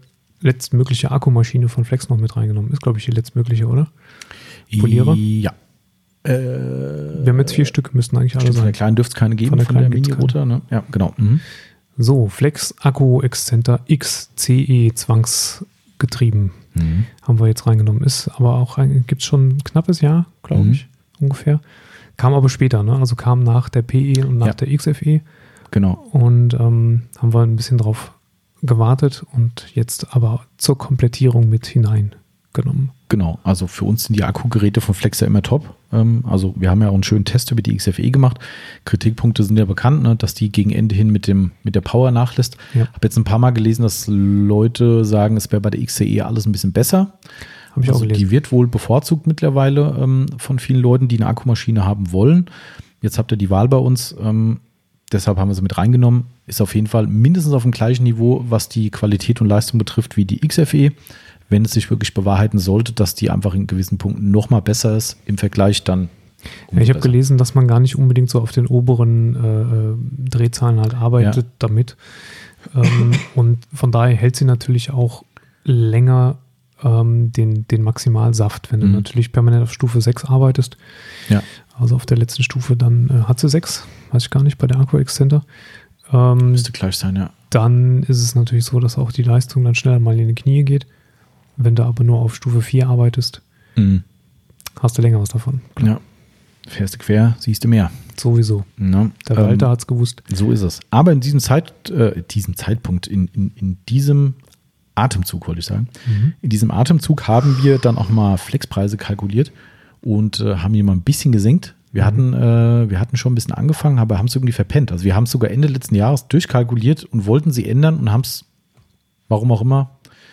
letztmögliche Akkumaschine von Flex noch mit reingenommen. Ist, glaube ich, die letztmögliche, oder? Polierer? Ja. Äh, Wir haben jetzt vier Stück, müssten eigentlich alle sein. Von der kleinen dürfte es keine geben, von der, von der Mini-Router, ne? Ja, genau. Mhm. So, Flex Akku Excenter X C E zwangsgetrieben mhm. haben wir jetzt reingenommen. Ist aber auch, gibt es schon ein knappes Jahr, glaube mhm. ich, ungefähr. Kam aber später, ne? Also kam nach der P E und nach ja. der X F E. Genau. Und ähm, haben wir ein bisschen drauf gewartet und jetzt aber zur Komplettierung mit hineingenommen. Genau, also für uns sind die Akkugeräte von Flex ja immer top. Ähm, also wir haben ja auch einen schönen Test über die X F E gemacht. Kritikpunkte sind ja bekannt, ne, dass die gegen Ende hin mit, dem, mit der Power nachlässt. Ich ja. habe jetzt ein paar Mal gelesen, dass Leute sagen, es wäre bei der X C E alles ein bisschen besser. Habe ich also auch gelesen. Die wird wohl bevorzugt mittlerweile ähm, von vielen Leuten, die eine Akkumaschine haben wollen. Jetzt habt ihr die Wahl bei uns. Ähm, deshalb haben wir sie mit reingenommen. Ist auf jeden Fall mindestens auf dem gleichen Niveau, was die Qualität und Leistung betrifft, wie die X F E. Wenn es sich wirklich bewahrheiten sollte, dass die einfach in gewissen Punkten noch mal besser ist im Vergleich, dann ja, ich habe gelesen, dass man gar nicht unbedingt so auf den oberen äh, Drehzahlen halt arbeitet ja. damit. Ähm, und von daher hält sie natürlich auch länger ähm, den, den Maximalsaft, wenn mhm. du natürlich permanent auf Stufe sechs arbeitest. Ja. Also auf der letzten Stufe dann äh, hat sie sechs, weiß ich gar nicht, bei der Akku Excenter. Ähm, Müsste gleich sein, ja. Dann ist es natürlich so, dass auch die Leistung dann schneller mal in die Knie geht. Wenn du aber nur auf Stufe vier arbeitest, mhm. hast du länger was davon. Klar. Ja. Fährst du quer, siehst du mehr. Sowieso. Ja. Der Walter ähm, hat es gewusst. So ist es. Aber in diesem, Zeit, äh, diesem Zeitpunkt, in, in, in diesem Atemzug, wollte ich sagen, mhm. in diesem Atemzug haben wir dann auch mal Flexpreise kalkuliert und äh, haben die mal ein bisschen gesenkt. Wir, mhm. hatten, äh, wir hatten schon ein bisschen angefangen, aber haben es irgendwie verpennt. Also wir haben es sogar Ende letzten Jahres durchkalkuliert und wollten sie ändern und haben es, warum auch immer,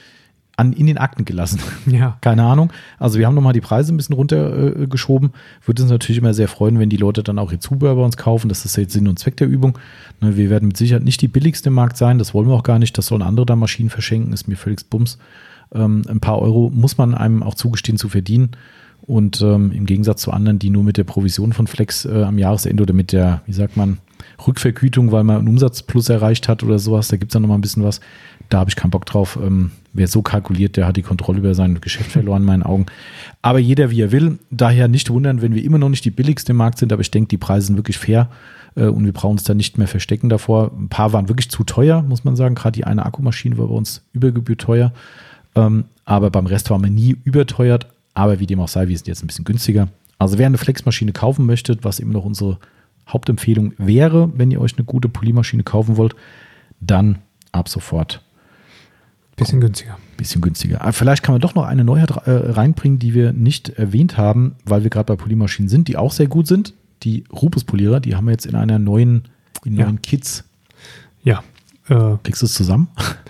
An, in den Akten gelassen. Ja. Keine Ahnung. Also wir haben nochmal die Preise ein bisschen runtergeschoben. Äh, Würde uns natürlich immer sehr freuen, wenn die Leute dann auch ihr Zubehör bei uns kaufen. Das ist jetzt Sinn und Zweck der Übung. Ne, wir werden mit Sicherheit nicht die billigste im Markt sein. Das wollen wir auch gar nicht. Das sollen andere da Maschinen verschenken. Ist mir völlig Bums. Ähm, ein paar Euro muss man einem auch zugestehen zu verdienen. Und ähm, im Gegensatz zu anderen, die nur mit der Provision von Flex äh, am Jahresende oder mit der, wie sagt man, Rückvergütung, weil man einen Umsatzplus erreicht hat oder sowas, da gibt es dann nochmal ein bisschen was. Da habe ich keinen Bock drauf. Ähm, wer so kalkuliert, der hat die Kontrolle über sein Geschäft verloren in meinen Augen. Aber jeder, wie er will. Daher nicht wundern, wenn wir immer noch nicht die billigste im Markt sind. Aber ich denke, die Preise sind wirklich fair äh, und wir brauchen uns da nicht mehr verstecken davor. Ein paar waren wirklich zu teuer, muss man sagen. Gerade die eine Akkumaschine war bei uns über Gebühr teuer. Ähm, aber beim Rest waren wir nie überteuert. Aber wie dem auch sei, wir sind jetzt ein bisschen günstiger. Also wer eine Flexmaschine kaufen möchte, was immer noch unsere Hauptempfehlung wäre, wenn ihr euch eine gute Polymaschine kaufen wollt, dann ab sofort Bisschen günstiger. Bisschen günstiger. Aber vielleicht kann man doch noch eine Neuheit äh, reinbringen, die wir nicht erwähnt haben, weil wir gerade bei Polymaschinen sind, die auch sehr gut sind. Die Rupes-Polierer, die haben wir jetzt in einer neuen, in ja. neuen Kits. Ja. Äh, Kriegst du es zusammen?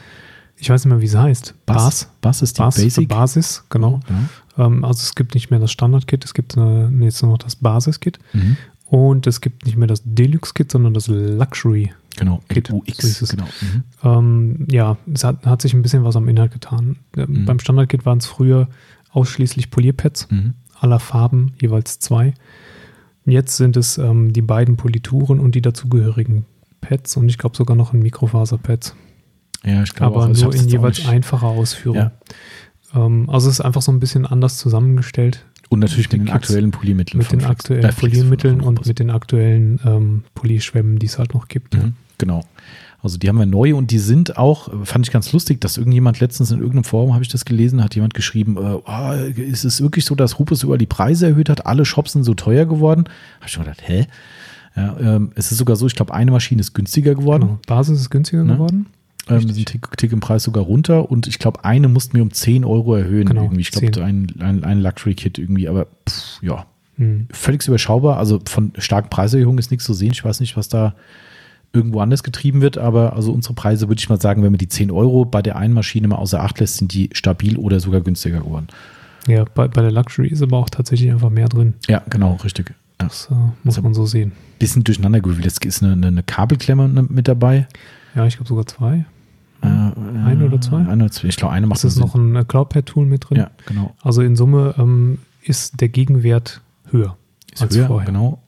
Ich weiß nicht mehr, wie sie heißt. Bass. Bass ist die Bass Basic. Basis, genau. Ja. Ähm, also es gibt nicht mehr das Standard-Kit, es gibt äh, jetzt nur noch das Basis-Kit. Mhm. Und es gibt nicht mehr das Deluxe-Kit, sondern das Luxury-Kit. Genau, U X. So genau. Mhm. Ähm, ja, es hat, hat sich ein bisschen was am Inhalt getan. Mhm. Beim Standard-Kit waren es früher ausschließlich Polierpads mhm. aller Farben, jeweils zwei. Jetzt sind es ähm, die beiden Polituren und die dazugehörigen Pads und ich glaube sogar noch ein Mikrofaser-Pads. Ja, ich glaube aber auch, nur in jeweils einfacher Ausführung. Ja. Ähm, also es ist einfach so ein bisschen anders zusammengestellt. Und natürlich mit den Kits, aktuellen Poliermitteln. Mit den aktuellen äh, Poliermitteln und mit den aktuellen ähm, Polierschwämmen, die es halt noch gibt. Mhm, ja. Genau. Also die haben wir neu und die sind auch, fand ich ganz lustig, dass irgendjemand letztens in irgendeinem Forum, habe ich das gelesen, hat jemand geschrieben, äh, oh, ist es wirklich so, dass Rupes überall die Preise erhöht hat? Alle Shops sind so teuer geworden? Habe ich schon gedacht, hä? Ja, ähm, es ist sogar so, ich glaube, eine Maschine ist günstiger geworden. Genau. Basis ist günstiger ne? geworden. Ähm, sind ein Tick, Tick im Preis sogar runter und ich glaube, eine mussten wir um zehn Euro erhöhen. Genau, irgendwie. Ich glaube, ein, ein, ein Luxury-Kit irgendwie, aber pff, ja, hm. völlig überschaubar. Also von starken Preiserhöhungen ist nichts zu sehen. Ich weiß nicht, was da irgendwo anders getrieben wird, aber also unsere Preise, würde ich mal sagen, wenn man die zehn Euro bei der einen Maschine mal außer Acht lässt, sind die stabil oder sogar günstiger geworden. Ja, bei, bei der Luxury ist aber auch tatsächlich einfach mehr drin. Ja, genau, richtig. Das äh, muss also man so sehen. Bisschen durcheinander gewürfelt. Jetzt ist eine, eine Kabelklemme mit dabei. Ja, ich glaube sogar zwei. Äh, eine oder zwei? Eine, ich glaube, eine macht es. Es ist noch ein Cloudpad-Tool mit drin. Ja, genau. Also in Summe ähm, ist der Gegenwert höher ist als höher, vorher. Genau.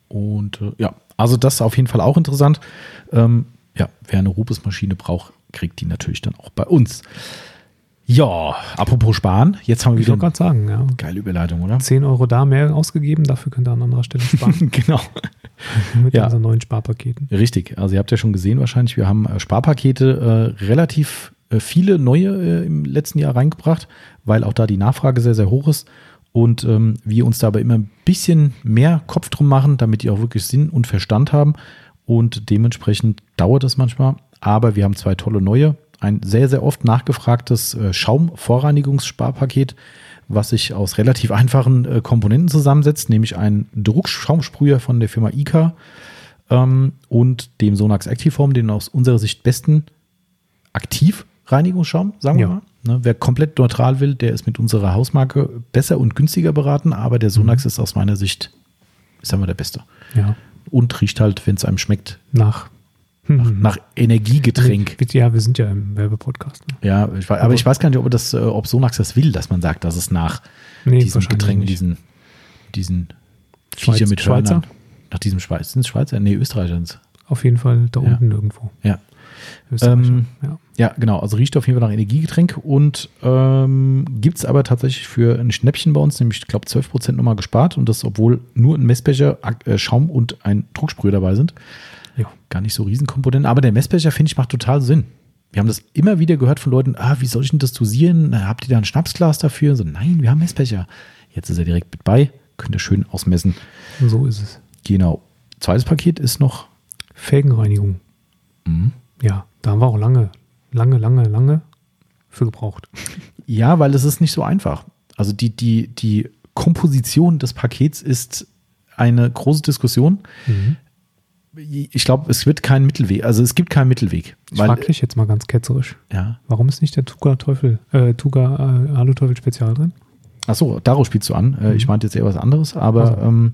Und äh, ja, also das ist auf jeden Fall auch interessant. Ähm, ja, wer eine Rupes-Maschine braucht, kriegt die natürlich dann auch bei uns. Ja, apropos Sparen, jetzt haben wir Ich wieder wollte gerade sagen, ja. geile Überleitung, oder? zehn Euro da mehr ausgegeben, dafür könnt ihr an anderer Stelle sparen. Genau. Mit Ja. unseren neuen Sparpaketen. Richtig, also ihr habt ja schon gesehen wahrscheinlich, wir haben äh, Sparpakete äh, relativ äh, viele neue äh, im letzten Jahr reingebracht, weil auch da die Nachfrage sehr, sehr hoch ist und ähm, wir uns da aber immer ein bisschen mehr Kopf drum machen, damit die auch wirklich Sinn und Verstand haben und dementsprechend dauert es manchmal, aber wir haben zwei tolle neue, ein sehr, sehr oft nachgefragtes äh, Schaumvorreinigungssparpaket, was sich aus relativ einfachen äh, Komponenten zusammensetzt, nämlich ein Druckschaumsprüher von der Firma Ika ähm, und dem Sonax Actiform, den aus unserer Sicht besten Aktivreinigungsschaum, sagen wir Ja. mal. Ne, wer komplett neutral will, der ist mit unserer Hausmarke besser und günstiger beraten, aber der Sonax Mhm. ist aus meiner Sicht, sagen wir, der beste. Ja. Und riecht halt, wenn es einem schmeckt, Nach. nach, nach Energiegetränk. Ja, wir sind ja im Werbepodcast. Ne? Ja, ich, weiß- aber ich weiß gar nicht, ob, das, äh, ob Sonax das will, dass man sagt, dass es nach Nee, diesem wahrscheinlich Getränk, nicht. diesen, diesen Schweiz- Viecher mit Schweizer? Hörnern. Nach diesem Schweiz. Sind es Schweizer? Nee, Österreicher sind es. Auf jeden Fall da Ja. unten irgendwo. Ja. Österreicher. Ähm, ja. Ja, genau. Also riecht auf jeden Fall nach Energiegetränk und ähm, gibt es aber tatsächlich für ein Schnäppchen bei uns, nämlich, ich glaube, zwölf Prozent nochmal gespart und das, obwohl nur ein Messbecher, Ak- äh, Schaum und ein Drucksprüher dabei sind. Ja. Gar nicht so Riesenkomponenten, aber der Messbecher, finde ich, macht total Sinn. Wir haben das immer wieder gehört von Leuten, ah, wie soll ich denn das dosieren? Na, habt ihr da ein Schnapsglas dafür? So, nein, wir haben Messbecher. Jetzt ist er direkt mit bei, könnt ihr schön ausmessen. So ist es. Genau. Zweites Paket ist noch, Felgenreinigung. mhm. Ja, da haben wir auch lange, lange, lange, lange für gebraucht. Ja, weil es ist nicht so einfach. Also die, die, die Komposition des Pakets ist eine große Diskussion. Mhm. Ich glaube, es wird kein Mittelweg, also es gibt keinen Mittelweg. Ich Weil, frage dich jetzt mal ganz ketzerisch. ja. Warum ist nicht der Tuga-Teufel, äh, Tuga äh, Alu-Teufel Spezial drin? Ach so, darauf spielst du an. Äh, Ich meinte jetzt eher was anderes, aber Also. ähm,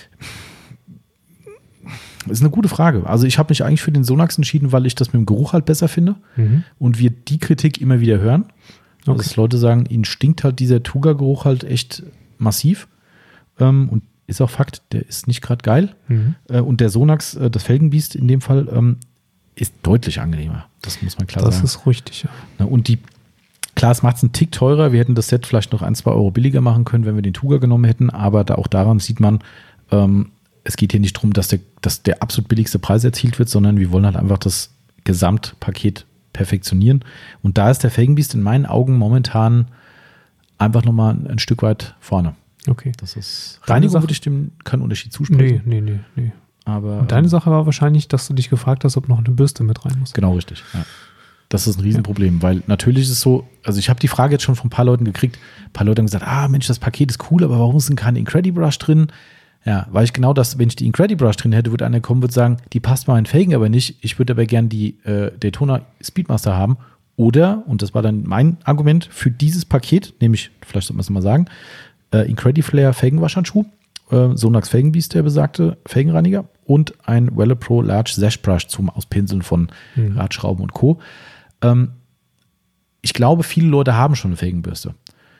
ist eine gute Frage. Also ich habe mich eigentlich für den Sonax entschieden, weil ich das mit dem Geruch halt besser finde Mhm. und wir die Kritik immer wieder hören. Also Okay. dass Leute sagen, ihnen stinkt halt dieser Tuga-Geruch halt echt massiv. Ähm, und ist auch Fakt, der ist nicht gerade geil. Mhm. Äh, und der Sonax, äh, das Felgenbiest in dem Fall, ähm, ist deutlich angenehmer. Das muss man klar Das sagen. ist richtig, ja. Ne, und die, klar, es macht es einen Tick teurer. Wir hätten das Set vielleicht noch ein, zwei Euro billiger machen können, wenn wir den Tuga genommen hätten. Aber da auch daran sieht man, ähm, es geht hier nicht darum, dass der, dass der absolut billigste Preis erzielt wird, sondern wir wollen halt einfach das Gesamtpaket perfektionieren. Und da ist der Felgenbiest in meinen Augen momentan einfach nochmal ein, ein Stück weit vorne. Okay. Das ist Deine Reinigung Sache- würde ich dem keinen Unterschied Nee, zusprechen. nee, nee, nee. Aber Und deine ähm, Sache war wahrscheinlich, dass du dich gefragt hast, ob noch eine Bürste mit rein muss. genau richtig. Ja. Das ist ein Riesenproblem, weil natürlich ist es so, also ich habe die Frage jetzt schon von ein paar Leuten gekriegt, ein paar Leute haben gesagt, ah Mensch, das Paket ist cool, aber warum ist denn keine Incredibrush drin? Ja, weil ich genau das, wenn ich die Incredibrush drin hätte, würde einer kommen und sagen, die passt mal in Felgen aber nicht, ich würde aber gern die äh, Daytona Speedmaster haben. Oder, und das war dann mein Argument für dieses Paket, nämlich, vielleicht sollte man es mal sagen, äh, Incrediflare Felgenwaschhandschuh, äh, Sonax Felgenbiest, der besagte Felgenreiniger und ein Welle Pro Large Sash Brush zum Auspinseln von Mhm. Radschrauben und Co. Ähm, ich glaube, viele Leute haben schon eine Felgenbürste.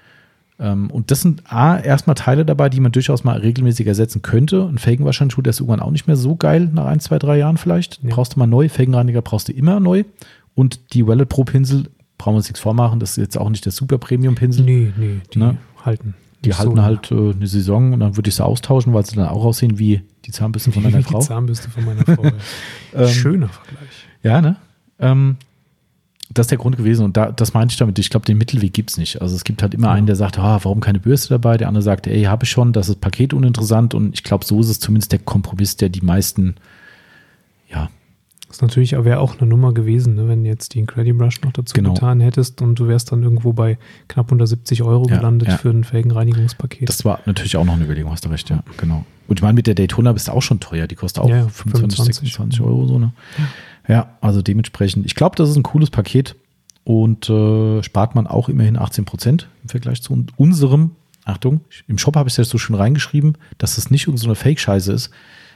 Ähm, und das sind A, erstmal Teile dabei, die man durchaus mal regelmäßig ersetzen könnte. Ein Felgenwaschhandschuh, der ist irgendwann auch nicht mehr so geil, nach ein, zwei, drei Jahren vielleicht. Ja. Brauchst du mal neu, Felgenreiniger brauchst du immer neu. Und die Welle Pro Pinsel, brauchen wir uns nichts vormachen, das ist jetzt auch nicht der super Premium-Pinsel. Nee, nee, die Ne? halten. Die Nicht halten so halt äh, eine Saison und dann würde ich sie austauschen, weil sie dann auch aussehen wie die Zahnbürste von deiner wie Frau. die Zahnbürste von meiner Frau. ja. Ähm, Schöner Vergleich. Ja, ne? Ähm, das ist der Grund gewesen und da, das meinte ich damit. Ich glaube, den Mittelweg gibt es nicht. Also es gibt halt immer Ja. einen, der sagt, ah, warum keine Bürste dabei? Der andere sagt, ey, habe ich schon, das ist Paket uninteressant und ich glaube, so ist es zumindest der Kompromiss, der die meisten, ja, Das ist natürlich, wäre auch eine Nummer gewesen, ne, wenn du jetzt die Incredibrush noch dazu Genau. getan hättest und du wärst dann irgendwo bei knapp unter siebzig Euro Ja, gelandet ja. für ein Felgenreinigungspaket. das war natürlich auch noch eine Überlegung, hast du recht, ja, genau. Und ich meine, mit der Daytona bist du auch schon teuer, die kostet auch Ja, ja, fünfundzwanzig, fünfundzwanzig. sechsundzwanzig Euro so, ne? Ja, also dementsprechend, ich glaube, das ist ein cooles Paket und äh, spart man auch immerhin achtzehn Prozent im Vergleich zu un- unserem, Achtung, im Shop habe ich es jetzt so schön reingeschrieben, dass es nicht so eine Fake-Scheiße ist,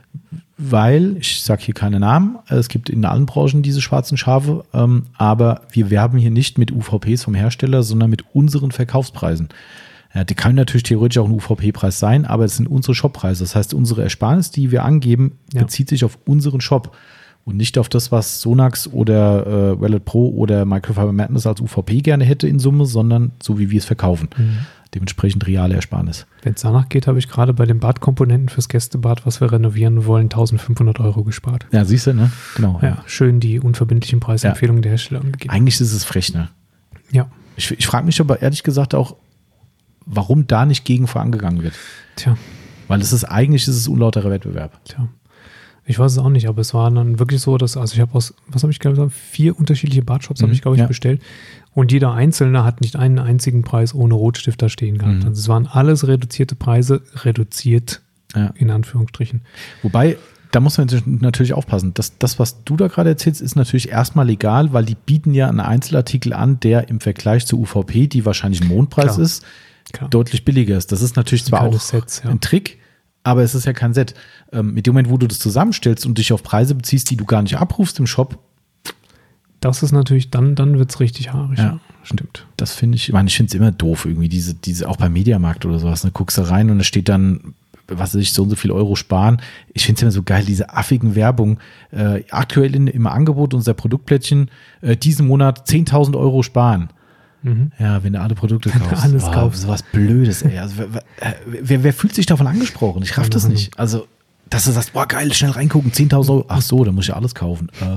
weil, ich sage hier keine Namen, es gibt in allen Branchen diese schwarzen Schafe, ähm, aber wir werben hier nicht mit U V Ps vom Hersteller, sondern mit unseren Verkaufspreisen. Ja, die können natürlich theoretisch auch ein U V P-Preis sein, aber es sind unsere Shoppreise. Das heißt, unsere Ersparnis, die wir angeben, Ja. bezieht sich auf unseren Shop. und nicht auf das, was Sonax oder äh, Wallet Pro oder Microfiber Madness als U V P gerne hätte in Summe, sondern so, wie wir es verkaufen. Mhm. Dementsprechend reale Ersparnis. Wenn es danach geht, habe ich gerade bei den Badkomponenten fürs Gästebad, was wir renovieren wollen, eintausendfünfhundert Euro gespart. Ja, siehst du, ne? Genau. Ja, schön die unverbindlichen Preisempfehlungen ja. der Hersteller angegeben. Eigentlich ist es frech, ne? Ja. Ich, ich frage mich aber ehrlich gesagt auch, warum da nicht gegen vorangegangen wird. Tja. Weil es ist eigentlich ist es unlauterer Wettbewerb. Tja. Ich weiß es auch nicht, aber es war dann wirklich so, dass, also ich habe aus, was habe ich gesagt, vier unterschiedliche Bartshops mhm, habe ich, glaube ich, ja. bestellt. Und jeder Einzelne hat nicht einen einzigen Preis ohne Rotstift da stehen gehabt. Mhm. Also es waren alles reduzierte Preise, reduziert ja. in Anführungsstrichen. Wobei, da muss man natürlich aufpassen. Das, das, was du da gerade erzählst, ist natürlich erstmal legal, weil die bieten ja einen Einzelartikel an, der im Vergleich zu U V P, die wahrscheinlich ein Mondpreis Klar. ist, Klar. deutlich billiger ist. Das ist natürlich zwar auch Sets, ja. ein Trick, aber es ist ja kein Set. Ähm, mit dem Moment, wo du das zusammenstellst und dich auf Preise beziehst, die du gar nicht abrufst im Shop, das ist natürlich, dann, dann wird es richtig haarig. Ja, stimmt. Das finde ich, ich meine, ich finde es immer doof, irgendwie, diese, diese, auch beim Mediamarkt oder sowas, ne, guckst du rein und da steht dann, was weiß ich, so und so viel Euro sparen. Ich finde es immer so geil, diese affigen Werbung. Äh, aktuell in, im Angebot unser Produktplättchen, äh, diesen Monat zehntausend Euro sparen. Mhm. Ja, wenn du alle Produkte wenn kaufst. Alles oh, kaufst. So was Blödes, ey. Also, wer, wer, wer fühlt sich davon angesprochen? Ich raff das nicht. Also, dass du sagst, boah, geil, schnell reingucken, zehntausend Euro. Ach so, da muss ich ja alles kaufen. Äh,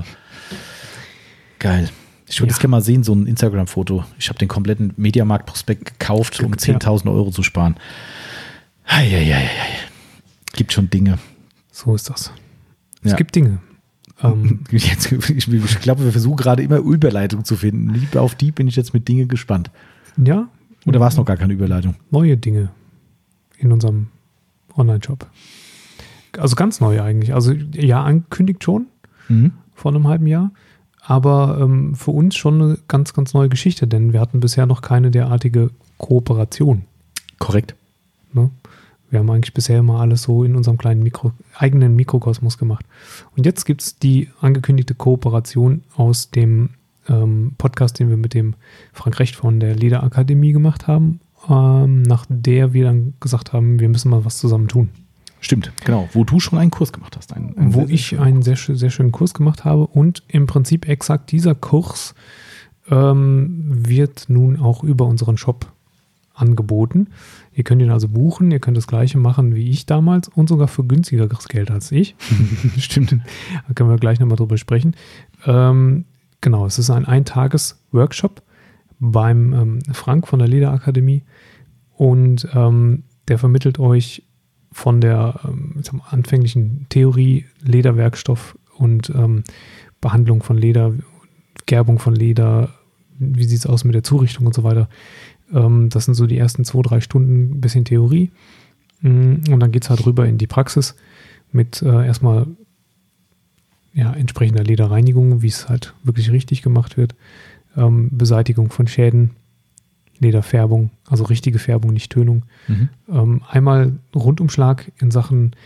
geil. Ich würde ja. das gerne mal sehen, so ein Instagram-Foto. Ich habe den kompletten Mediamarkt-Prospekt gekauft, um zehntausend Euro zu sparen. Eieieiei. Gibt schon Dinge. So ist das. Ja. Es gibt Dinge. Ähm, jetzt, ich, ich glaube, wir versuchen gerade immer Überleitung zu finden. Liebe auf die bin ich jetzt mit Dinge gespannt. Ja. Oder war es noch gar keine Überleitung? Neue Dinge in unserem Online-Shop. Also ganz neu eigentlich. Also ja, angekündigt schon mhm. vor einem halben Jahr. Aber ähm, für uns schon eine ganz, ganz neue Geschichte, denn wir hatten bisher noch keine derartige Kooperation. Korrekt. Ne? Wir haben eigentlich bisher immer alles so in unserem kleinen Mikro, eigenen Mikrokosmos gemacht. Und jetzt gibt es die angekündigte Kooperation aus dem ähm, Podcast, den wir mit dem Frank Recht von der Lederakademie gemacht haben, ähm, nach der wir dann gesagt haben, wir müssen mal was zusammen tun. Stimmt, genau. Wo du schon einen Kurs gemacht hast. Einen, einen Wo sehr, sehr ich einen sehr, sehr schönen Kurs gemacht habe. Und im Prinzip exakt dieser Kurs ähm, wird nun auch über unseren Shop angeboten. Ihr könnt ihn also buchen. Ihr könnt das Gleiche machen wie ich damals und sogar für günstigeres Geld als ich. Stimmt. Da können wir gleich nochmal drüber sprechen. Ähm, genau, es ist ein Eintages-Workshop beim ähm, Frank von der Lederakademie. Und ähm, der vermittelt euch von der ähm, anfänglichen Theorie, Lederwerkstoff und ähm, Behandlung von Leder, Gerbung von Leder, wie sieht es aus mit der Zurichtung und so weiter. Ähm, das sind so die ersten zwei, drei Stunden, ein bisschen Theorie. Und dann geht es halt rüber in die Praxis mit äh, erstmal ja, entsprechender Lederreinigung, wie es halt wirklich richtig gemacht wird, ähm, Beseitigung von Schäden, Lederfärbung, also richtige Färbung, nicht Tönung. Mhm. Ähm, einmal Rundumschlag in Sachen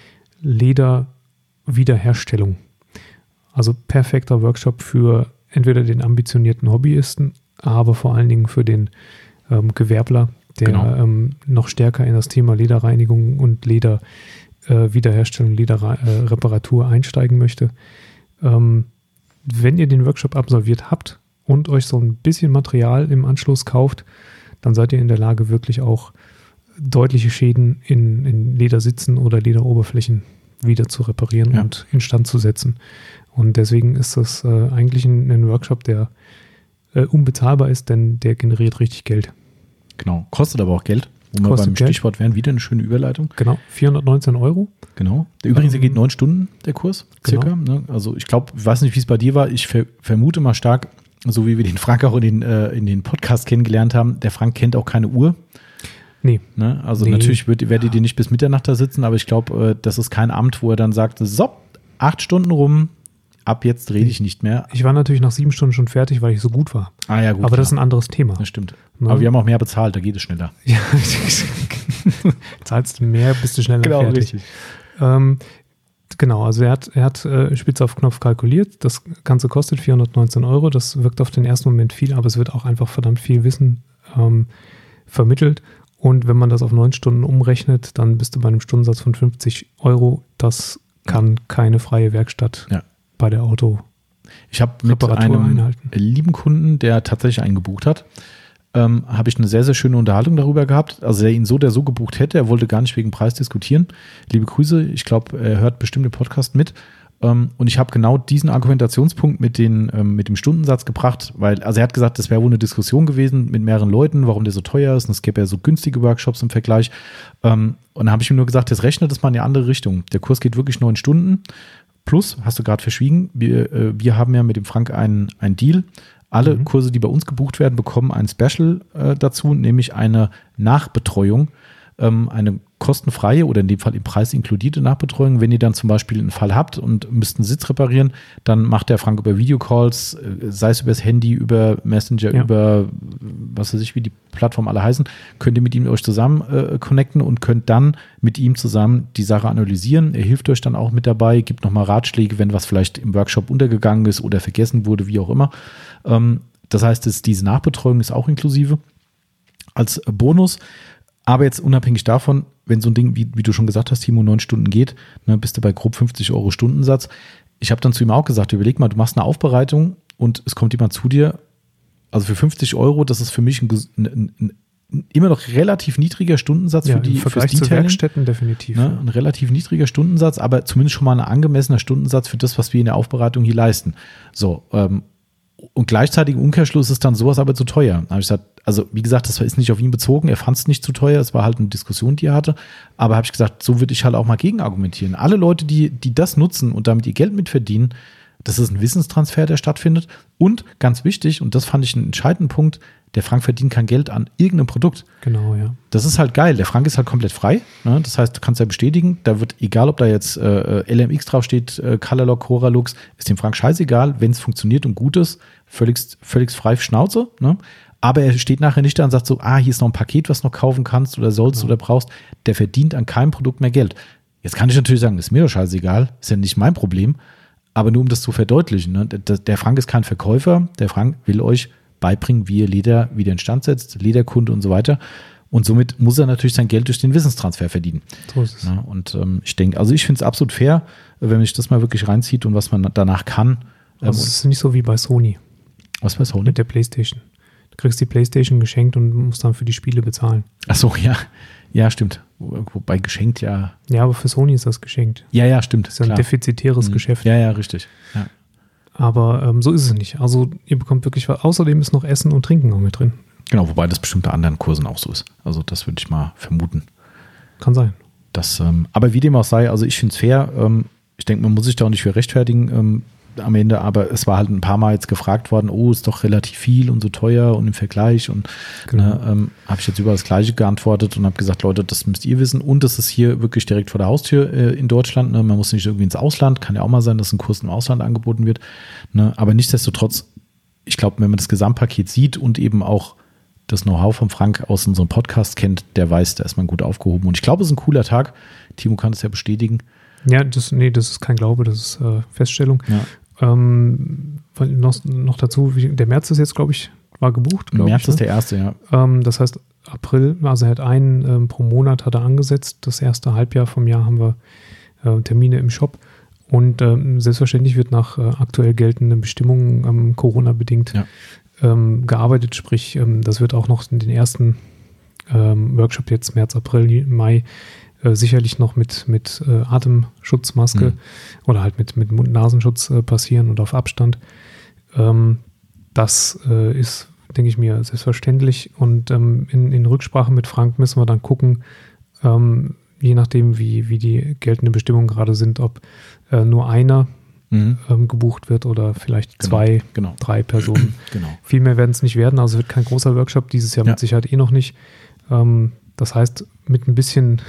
Lederwiederherstellung. Also perfekter Workshop für entweder den ambitionierten Hobbyisten, aber vor allen Dingen für den ähm, Gewerbler, der genau. ähm, noch stärker in das Thema Lederreinigung und Lederwiederherstellung, äh, Lederreparatur äh, einsteigen möchte. Ähm, wenn ihr den Workshop absolviert habt und euch so ein bisschen Material im Anschluss kauft, dann seid ihr in der Lage, wirklich auch deutliche Schäden in, in Ledersitzen oder Lederoberflächen wieder zu reparieren ja. und instand zu setzen. Und deswegen ist das äh, eigentlich ein, ein Workshop, der äh, unbezahlbar ist, denn der generiert richtig Geld. Genau, kostet aber auch Geld. Wo wir beim Geld. Stichwort wären, wieder eine schöne Überleitung. Genau, vierhundertneunzehn Euro. Genau. Der übrigens, er geht neun Stunden, der Kurs, circa. Genau. Ne? Also ich glaube, ich weiß nicht, wie es bei dir war, ich ver- vermute mal stark, so wie wir den Frank auch in den, äh, in den Podcast kennengelernt haben, der Frank kennt auch keine Uhr. Nee. Ne? Also nee. natürlich wird, werdet ihr nicht bis Mitternacht da sitzen, aber ich glaube, äh, das ist kein Amt, wo er dann sagt, so, acht Stunden rum, ab jetzt rede ich nicht mehr. Ich war natürlich nach sieben Stunden schon fertig, weil ich so gut war. Ah ja, gut. Aber klar. Das ist ein anderes Thema. Das stimmt. Ne? Aber wir haben auch mehr bezahlt, da geht es schneller. Ja, zahlst du mehr, bist du schneller genau, fertig. Richtig. Ähm, Genau, also er hat, er hat äh, spitz auf Knopf kalkuliert. Das Ganze kostet vierhundertneunzehn Euro. Das wirkt auf den ersten Moment viel, aber es wird auch einfach verdammt viel Wissen ähm, vermittelt. Und wenn man das auf neun Stunden umrechnet, dann bist du bei einem Stundensatz von fünfzig Euro. Das kann keine freie Werkstatt ja. bei der Auto. Ich habe mit einem einhalten. lieben Kunden, der tatsächlich einen gebucht hat, ähm, habe ich eine sehr, sehr schöne Unterhaltung darüber gehabt. Also der ihn so, der so gebucht hätte, er wollte gar nicht wegen Preis diskutieren. Liebe Grüße, ich glaube, er hört bestimmt den Podcast mit. Ähm, und ich habe genau diesen Argumentationspunkt mit, den, ähm, mit dem Stundensatz gebracht, weil, also er hat gesagt, das wäre wohl eine Diskussion gewesen mit mehreren Leuten, warum der so teuer ist. Und es gäbe ja so günstige Workshops im Vergleich. Ähm, und dann habe ich ihm nur gesagt, jetzt rechnet das mal in die andere Richtung. Der Kurs geht wirklich neun Stunden. Plus, hast du gerade verschwiegen, wir, äh, wir haben ja mit dem Frank einen, einen Deal. Alle mhm. Kurse, die bei uns gebucht werden, bekommen ein Special äh, dazu, nämlich eine Nachbetreuung, ähm, eine kostenfreie oder in dem Fall im Preis inkludierte Nachbetreuung. Wenn ihr dann zum Beispiel einen Fall habt und müsst einen Sitz reparieren, dann macht der Frank über Videocalls, äh, sei es über das Handy, über Messenger, ja. über was weiß ich, wie die Plattformen alle heißen, könnt ihr mit ihm euch zusammen äh, connecten und könnt dann mit ihm zusammen die Sache analysieren. Er hilft euch dann auch mit dabei, gibt nochmal Ratschläge, wenn was vielleicht im Workshop untergegangen ist oder vergessen wurde, wie auch immer. Ähm, das heißt, das, diese Nachbetreuung ist auch inklusive als Bonus. Aber jetzt unabhängig davon, wenn so ein Ding, wie, wie du schon gesagt hast, Timo, neun Stunden geht, ne, bist du bei grob fünfzig Euro Stundensatz. Ich habe dann zu ihm auch gesagt, überleg mal, du machst eine Aufbereitung und es kommt jemand zu dir, also für fünfzig Euro, das ist für mich ein, ein, ein, ein immer noch relativ niedriger Stundensatz ja, für die im Vergleich zu Werkstätten definitiv. Ne, ja. Ein relativ niedriger Stundensatz, aber zumindest schon mal ein angemessener Stundensatz für das, was wir in der Aufbereitung hier leisten. So, ähm, und gleichzeitig im Umkehrschluss ist dann sowas aber zu teuer. Da habe ich gesagt, also wie gesagt, das ist nicht auf ihn bezogen, er fand es nicht zu teuer, es war halt eine Diskussion, die er hatte, aber habe ich gesagt, so würde ich halt auch mal gegen argumentieren. Alle Leute, die, die das nutzen und damit ihr Geld mitverdienen, das ist ein Wissenstransfer, der stattfindet und ganz wichtig, und das fand ich einen entscheidenden Punkt, der Frank verdient kein Geld an irgendeinem Produkt. Genau, ja. Das ist halt geil. Der Frank ist halt komplett frei. Ne? Das heißt, du kannst ja bestätigen, da wird, egal ob da jetzt äh, L M X draufsteht, äh, Colorlock, Coralux, ist dem Frank scheißegal, wenn es funktioniert und gut ist, völlig, völlig frei Schnauze. Ne? Aber er steht nachher nicht da und sagt so, ah, hier ist noch ein Paket, was du noch kaufen kannst oder sollst ja. oder brauchst. Der verdient an keinem Produkt mehr Geld. Jetzt kann ich natürlich sagen, ist mir doch scheißegal, ist ja nicht mein Problem. Aber nur um das zu verdeutlichen, ne? der, der Frank ist kein Verkäufer, der Frank will euch beibringen, wie ihr Leder wieder instand setzt, Lederkunde und so weiter. Und somit muss er natürlich sein Geld durch den Wissenstransfer verdienen. So ist es. Ja, und ähm, ich denke, also ich finde es absolut fair, wenn man sich das mal wirklich reinzieht und was man danach kann. Also es ist nicht so wie bei Sony. Was bei Sony? Mit der PlayStation. Du kriegst die PlayStation geschenkt und musst dann für die Spiele bezahlen. Ach so, ja. Ja, stimmt. Wobei geschenkt ja. Ja, aber für Sony ist das geschenkt. Ja, ja, stimmt. Das ist ja ein klar. defizitäres mhm. Geschäft. Ja, ja, richtig. Ja. Aber ähm, so ist es nicht. Also ihr bekommt wirklich was. Außerdem ist noch Essen und Trinken noch mit drin. Genau, wobei das bestimmt bei anderen Kursen auch so ist. Also das würde ich mal vermuten. Kann sein. Das, ähm, aber wie dem auch sei, also ich finde es fair. Ähm, ich denke, man muss sich da auch nicht für rechtfertigen ähm, am Ende, aber es war halt ein paar Mal jetzt gefragt worden, oh, ist doch relativ viel und so teuer und im Vergleich und genau. ne, ähm, habe ich jetzt über das Gleiche geantwortet und habe gesagt, Leute, das müsst ihr wissen und das ist hier wirklich direkt vor der Haustür äh, in Deutschland, ne? Man muss nicht irgendwie ins Ausland, kann ja auch mal sein, dass ein Kurs im Ausland angeboten wird, ne? Aber nichtsdestotrotz, ich glaube, wenn man das Gesamtpaket sieht und eben auch das Know-how von Frank aus unserem Podcast kennt, der weiß, da ist man gut aufgehoben und ich glaube, es ist ein cooler Tag, Timo kann es ja bestätigen. Ja, das, nee, das ist kein Glaube, das ist äh, Feststellung. Ja. Ähm, noch, noch dazu, der März ist jetzt, glaube ich, war gebucht. März ich, ist ne? der erste, ja. Ähm, das heißt, April, also er hat einen ähm, pro Monat hat er angesetzt. Das erste Halbjahr vom Jahr haben wir äh, Termine im Shop. Und ähm, selbstverständlich wird nach äh, aktuell geltenden Bestimmungen ähm, Corona-bedingt ja. ähm, gearbeitet. Sprich, ähm, das wird auch noch in den ersten ähm, Workshop jetzt März, April, Mai Äh, sicherlich noch mit, mit äh, Atemschutzmaske mhm. oder halt mit, mit Mund-Nasenschutz äh, passieren und auf Abstand. Ähm, das äh, ist, denke ich mir, selbstverständlich. Und ähm, in, in Rücksprache mit Frank müssen wir dann gucken, ähm, je nachdem, wie, wie die geltenden Bestimmungen gerade sind, ob äh, nur einer mhm. ähm, gebucht wird oder vielleicht genau. zwei, genau. drei Personen. genau. Viel mehr werden es nicht werden. Also wird kein großer Workshop dieses Jahr ja. mit Sicherheit eh noch nicht. Ähm, Das heißt, mit ein bisschen,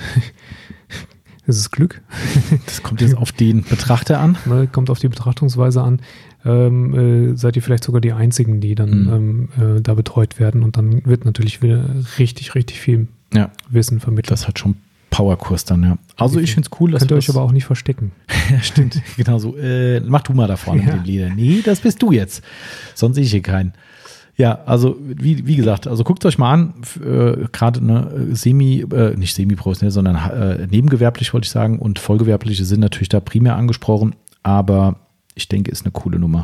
das ist Glück. Das kommt jetzt auf den Betrachter an. Ne, kommt auf die Betrachtungsweise an. Ähm, äh, seid ihr vielleicht sogar die Einzigen, die dann mhm. ähm, äh, da betreut werden. Und dann wird natürlich wieder richtig, richtig viel ja. Wissen vermittelt. Das hat schon Powerkurs dann, ja. Also ich finde es cool. Dass Könnt ihr euch aber auch nicht verstecken. Ja, stimmt. Genau so. Äh, mach du mal da vorne ja. mit dem Leder. Nee, das bist du jetzt. Sonst sehe ich hier keinen. Ja, also wie, wie gesagt, also guckt euch mal an, äh, gerade ne, semi, äh, nicht semi-professionell, sondern äh, nebengewerblich wollte ich sagen und vollgewerbliche sind natürlich da primär angesprochen, aber ich denke, ist eine coole Nummer.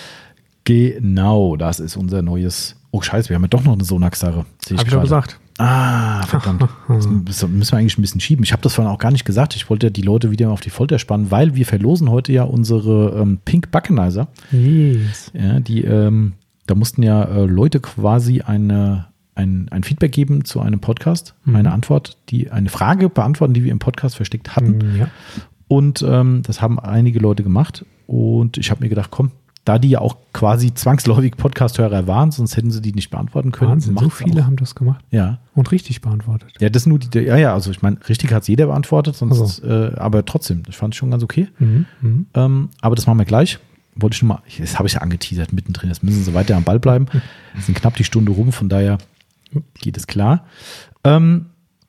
Genau, das ist unser neues. Oh, scheiße, wir haben ja doch noch eine Sonax-Sache. Hab ich doch gesagt. Ah, verdammt. Das müssen wir eigentlich ein bisschen schieben. Ich habe das vorhin auch gar nicht gesagt. Ich wollte ja die Leute wieder auf die Folter spannen, weil wir verlosen heute ja unsere ähm, Pink Buckenizer. Yes. Ja, die, ähm, da mussten ja äh, Leute quasi eine, ein, ein Feedback geben zu einem Podcast. Mhm. Eine Antwort, die eine Frage beantworten, die wir im Podcast versteckt hatten. Ja. Und ähm, das haben einige Leute gemacht. Und ich habe mir gedacht, komm, da die ja auch quasi zwangsläufig Podcast-Hörer waren, sonst hätten sie die nicht beantworten können. Wahnsinn, so viele auch. Haben das gemacht. Ja. Und richtig beantwortet. Ja, das nur die, ja, ja, also ich meine, richtig hat es jeder beantwortet, sonst, also. äh, aber trotzdem, das fand ich schon ganz okay. Mhm, mh. ähm, aber das machen wir gleich. Wollte ich nur mal, das habe ich ja angeteasert mittendrin, jetzt müssen sie weiter am Ball bleiben. Es sind knapp die Stunde rum, von daher geht es klar. Ähm,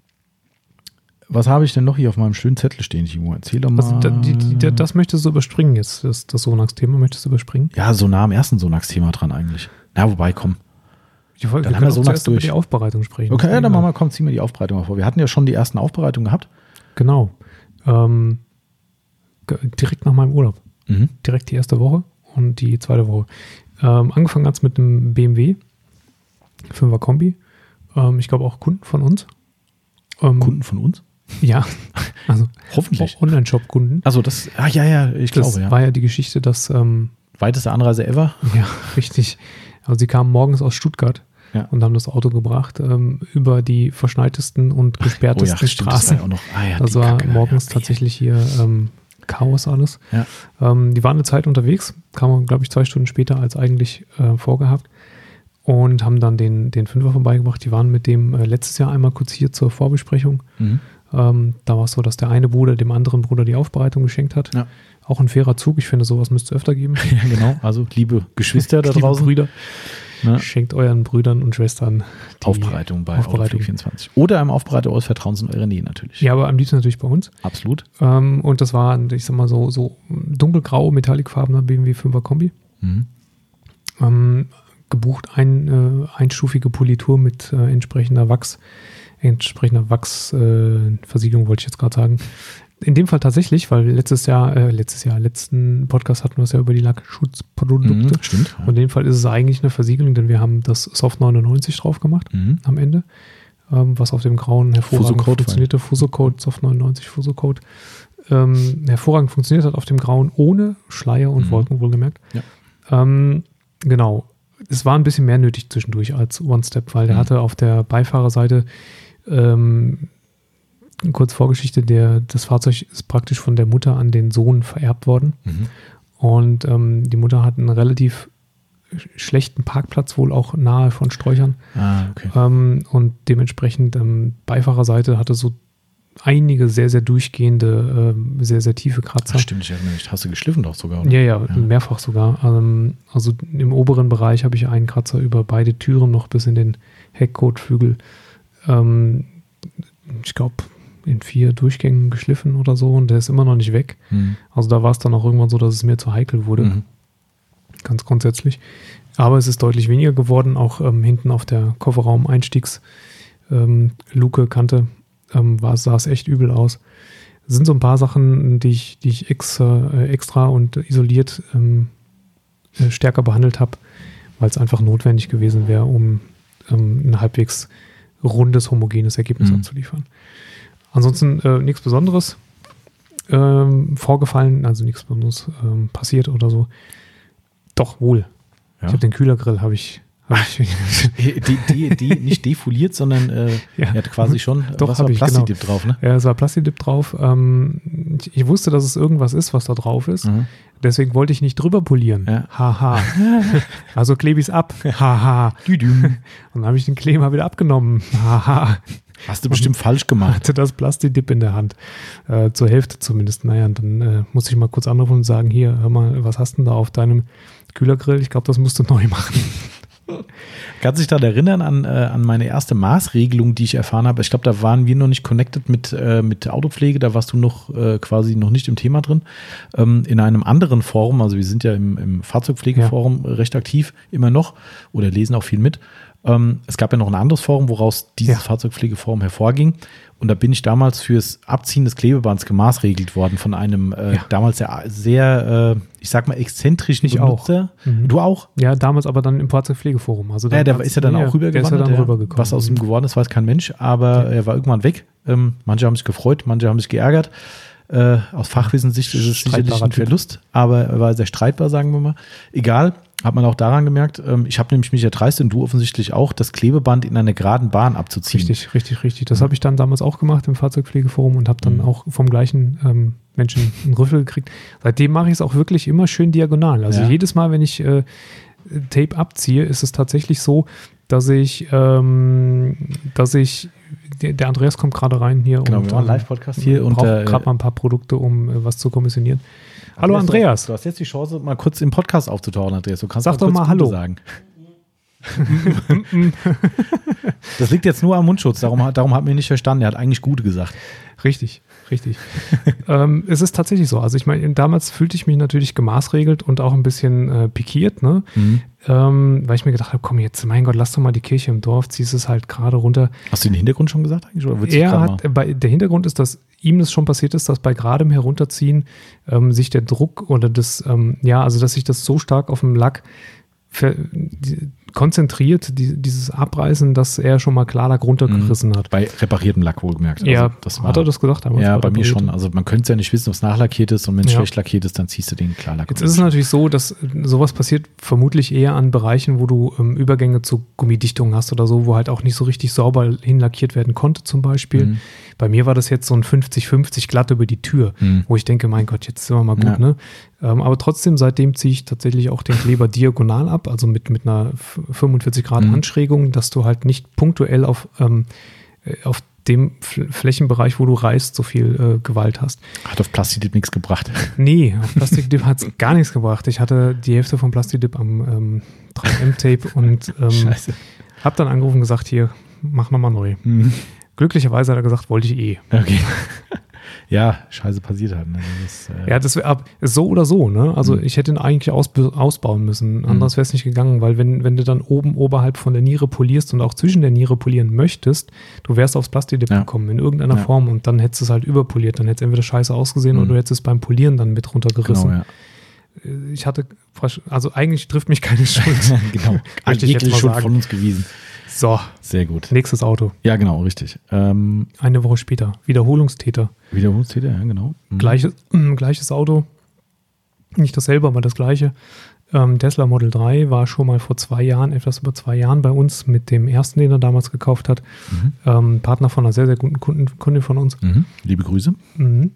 Was habe ich denn noch hier auf meinem schönen Zettel stehen, Timo? Erzähl doch mal. Also, da, die, die, das möchtest du überspringen jetzt, das, das Sonax-Thema möchtest du überspringen? Ja, so nah am ersten Sonax-Thema dran eigentlich. Na, wobei, komm. Die Folge, dann wir haben wir Sonax durch. Über die Aufbereitung sprechen. Okay, ja, dann machen wir, komm, ziehen wir die Aufbereitung mal vor. Wir hatten ja schon die ersten Aufbereitungen gehabt. Genau. Ähm, direkt nach meinem Urlaub. Mhm. Direkt die erste Woche und die zweite Woche. Ähm, angefangen hat es mit einem B M W fünfer Kombi. Ähm, ich glaube auch Kunden von uns. Ähm, Kunden von uns? Ja, also hoffentlich. Online-Shop-Kunden. Also das, ah ja, ja, ich das glaube, ja. Das war ja die Geschichte, dass ähm, weiteste Anreise ever. Ja, richtig. Also sie kamen morgens aus Stuttgart ja. und haben das Auto gebracht ähm, über die verschneitesten und gesperrtesten oh ja, Straßen. Das war, auch noch, ah ja, das war Kacke, morgens ja, okay. tatsächlich hier ähm, Chaos alles. Ja. Ähm, die waren eine Zeit unterwegs, kamen, glaube ich, zwei Stunden später als eigentlich äh, vorgehabt und haben dann den, den Fünfer vorbeigebracht. Die waren mit dem äh, letztes Jahr einmal kurz hier zur Vorbesprechung. Mhm. Ähm, da war es so, dass der eine Bruder dem anderen Bruder die Aufbereitung geschenkt hat. Ja. Auch ein fairer Zug. Ich finde, sowas müsste es öfter geben. Ja, genau. Also, liebe Geschwister da liebe draußen. Brüder. Ja. Schenkt euren Brüdern und Schwestern die Aufbereitung bei Aufbereitung. Autopflege vierundzwanzig. Oder einem Aufbereiter eures Vertrauens in eurer Nähe natürlich. Ja, aber am liebsten natürlich bei uns. Absolut. Ähm, und das war, ich sag mal, so, so dunkelgrau, metallicfarbener B M W fünfer Kombi. Mhm. Ähm, gebucht ein, äh, einstufige Politur mit äh, entsprechender Wachs, entsprechender Wachsversiegelung, äh, wollte ich jetzt gerade sagen. In dem Fall tatsächlich, weil letztes Jahr, äh, letztes Jahr, letzten Podcast hatten wir es ja über die Lackschutzprodukte. Mhm, stimmt. Ja. Und in dem Fall ist es eigentlich eine Versiegelung, denn wir haben das Soft neunundneunzig drauf gemacht mhm. am Ende, ähm, was auf dem grauen hervorragend Fuso-Code funktionierte. Fuso-Code, Soft neunundneunzig Fuso-Code. Ähm, hervorragend funktioniert hat auf dem grauen, ohne Schleier und mhm. Wolken, wohlgemerkt. Ja. Ähm, genau. Es war ein bisschen mehr nötig zwischendurch als One-Step, weil der mhm. hatte auf der Beifahrerseite ähm, kurz Vorgeschichte, der, das Fahrzeug ist praktisch von der Mutter an den Sohn vererbt worden. Mhm. Und ähm, die Mutter hat einen relativ schlechten Parkplatz, wohl auch nahe von Sträuchern. Ah, okay. Ähm, und dementsprechend ähm, Beifahrerseite hatte so einige sehr, sehr durchgehende, äh, sehr, sehr tiefe Kratzer. Ach, stimmt, ich erinnere mich. Hast du geschliffen doch sogar, oder? Ja, ja, ja. mehrfach sogar. Ähm, also im oberen Bereich habe ich einen Kratzer über beide Türen noch bis in den Heckkotflügel. Ähm, ich glaube, in vier Durchgängen geschliffen oder so und der ist immer noch nicht weg. Mhm. Also da war es dann auch irgendwann so, dass es mir zu heikel wurde. Mhm. Ganz grundsätzlich. Aber es ist deutlich weniger geworden, auch ähm, hinten auf der Kofferraum-Einstiegs ähm, Luke, Kante ähm, war, sah es echt übel aus. Es sind so ein paar Sachen, die ich, die ich extra, äh, extra und isoliert ähm, äh, stärker behandelt habe, weil es einfach notwendig gewesen wäre, um ähm, ein halbwegs rundes, homogenes Ergebnis mhm. abzuliefern. Ansonsten äh, nichts Besonderes ähm, vorgefallen, also nichts Besonderes ähm, passiert oder so. Doch, wohl. Ja. Ich habe den Kühlergrill, habe ich, hab ich die, die, die nicht defoliert, sondern äh, ja. er hat quasi schon Doch, was war ich, Plastikdip genau. drauf, ne? Ja, es war Plastikdip drauf. Ähm, ich, ich wusste, dass es irgendwas ist, was da drauf ist. Mhm. Deswegen wollte ich nicht drüber polieren. Ja. Haha. Also klebe ich es ab. Haha. Und dann habe ich den Kleber wieder abgenommen. Haha. Hast du bestimmt und falsch gemacht. Hatte das Plastikdip in der Hand. Äh, zur Hälfte zumindest. Naja, und dann äh, musste ich mal kurz anrufen und sagen, hier, hör mal, was hast du denn da auf deinem Kühlergrill? Ich glaube, das musst du neu machen. Kannst du dich daran erinnern an, äh, an meine erste Maßregelung, die ich erfahren habe? Ich glaube, da waren wir noch nicht connected mit, äh, mit Autopflege, da warst du noch äh, quasi noch nicht im Thema drin. Ähm, in einem anderen Forum, also wir sind ja im, im Fahrzeugpflegeforum ja. recht aktiv, immer noch, oder lesen auch viel mit. Ähm, es gab ja noch ein anderes Forum, woraus dieses Ja. Fahrzeugpflegeforum hervorging. Und da bin ich damals fürs Abziehen des Klebebands gemaßregelt worden von einem äh, Ja. damals sehr, sehr äh, ich sag mal, exzentrischen Ich auch. Benutzer. Mhm. Du auch? Ja, damals aber dann im Fahrzeugpflegeforum. Also Ja, der als- ist ja dann nee, auch rübergewandert. Der ist ja dann der- rübergekommen. Was aus ihm geworden ist, weiß kein Mensch. Aber Ja. er war irgendwann weg. Ähm, manche haben sich gefreut, manche haben sich geärgert. Äh, aus Fachwissensicht ist es sicherlich Streitbarer ein Typ. Verlust, aber er war sehr streitbar, sagen wir mal. Egal, hat man auch daran gemerkt. Ähm, ich habe nämlich mich erdreistet und du offensichtlich auch, das Klebeband in einer geraden Bahn abzuziehen. Richtig, richtig, richtig. Das habe ich dann damals auch gemacht im Fahrzeugpflegeforum und habe dann Mhm. auch vom gleichen ähm, Menschen einen Rüffel gekriegt. Seitdem mache ich es auch wirklich immer schön diagonal. Also Ja. jedes Mal, wenn ich äh, Tape abziehe, ist es tatsächlich so, dass ich, ähm, dass ich, der, der Andreas kommt gerade rein hier Genau, und wir machen einen ähm, Live-Podcast hier und braucht äh, gerade mal ein paar Produkte, um äh, was zu kommissionieren. Hallo Andreas, Andreas. Du hast jetzt die Chance, mal kurz im Podcast aufzutauchen, Andreas. Du kannst Sag doch kurz mal Gute Hallo. sagen. Das liegt jetzt nur am Mundschutz, darum, hat- darum hat mir nicht verstanden. Er hat eigentlich Gute gesagt. Richtig, richtig. ähm, es ist tatsächlich so. Also ich meine, damals fühlte ich mich natürlich gemaßregelt und auch ein bisschen äh, pikiert, ne? Mhm. Ähm, weil ich mir gedacht habe, komm jetzt, mein Gott, lass doch mal die Kirche im Dorf, ziehst es halt gerade runter. Hast du den Hintergrund schon gesagt eigentlich? Oder willst du Er gerade hat, bei, der Hintergrund ist, dass ihm das schon passiert ist, dass bei geradem Herunterziehen ähm, sich der Druck oder das, ähm, ja, also dass sich das so stark auf dem Lack ver, die, konzentriert, die, dieses Abreißen, dass er schon mal Klarlack runtergerissen hat. Bei repariertem Lack wohlgemerkt. Also ja, das war, hat er das gesagt? damals Ja, bei bei mir repariert? schon. Also man könnte es ja nicht wissen, ob es nachlackiert ist und wenn es Ja. schlecht lackiert ist, dann ziehst du den Klarlack. Jetzt ist es natürlich so, dass äh, sowas passiert vermutlich eher an Bereichen, wo du ähm, Übergänge zu Gummidichtungen hast oder so, wo halt auch nicht so richtig sauber hinlackiert werden konnte zum Beispiel. Mhm. Bei mir war das jetzt so ein fünfzig fünfzig glatt über die Tür, Mhm. wo ich denke, mein Gott, jetzt sind wir mal gut, Ja. ne? Ähm, aber trotzdem, seitdem ziehe ich tatsächlich auch den Kleber diagonal ab, also mit, mit einer f- fünfundvierzig Grad Mhm. Anschrägung, dass du halt nicht punktuell auf, ähm, äh, auf dem F- Flächenbereich, wo du reißt, so viel äh, Gewalt hast. Hat auf Plastidip nichts gebracht. Nee, auf Plastikdip hat es gar nichts gebracht. Ich hatte die Hälfte vom Plastikdip am ähm, drei M-Tape und ähm, Scheiße. habe dann angerufen und gesagt, hier, mach nochmal neu. Mhm. Glücklicherweise hat er gesagt, wollte ich eh. Okay. Ja, Scheiße passiert halt. Ne? Das, äh, Ja, das wäre so oder so, ne? Also Mhm. ich hätte ihn eigentlich aus, ausbauen müssen. Anders wäre es nicht gegangen, weil wenn, wenn du dann oben oberhalb von der Niere polierst und auch zwischen der Niere polieren möchtest, du wärst aufs Plastidip Ja. gekommen in irgendeiner Ja. Form und dann hättest du es halt überpoliert. Dann hätte es entweder scheiße ausgesehen Mhm. oder du hättest es beim Polieren dann mit runtergerissen. genau, Ich hatte, also eigentlich trifft mich keine Schuld. ja. genau. Möchte ich jetzt Jegliche mal Schuld sagen. von uns gewiesen. So, Sehr gut. nächstes Auto. Ja, genau, richtig. Ähm, Eine Woche später. Wiederholungstäter. Wiederholungstäter, ja, genau. Mhm. Gleiches, äh, gleiches Auto. Nicht dasselbe, aber das gleiche. Ähm, Tesla Model drei war schon mal vor zwei Jahren, etwas über zwei Jahren bei uns mit dem ersten, den er damals gekauft hat. Mhm. Ähm, Partner von einer sehr, sehr guten Kunden, Kundin von uns. Mhm. Liebe Grüße. Mhm.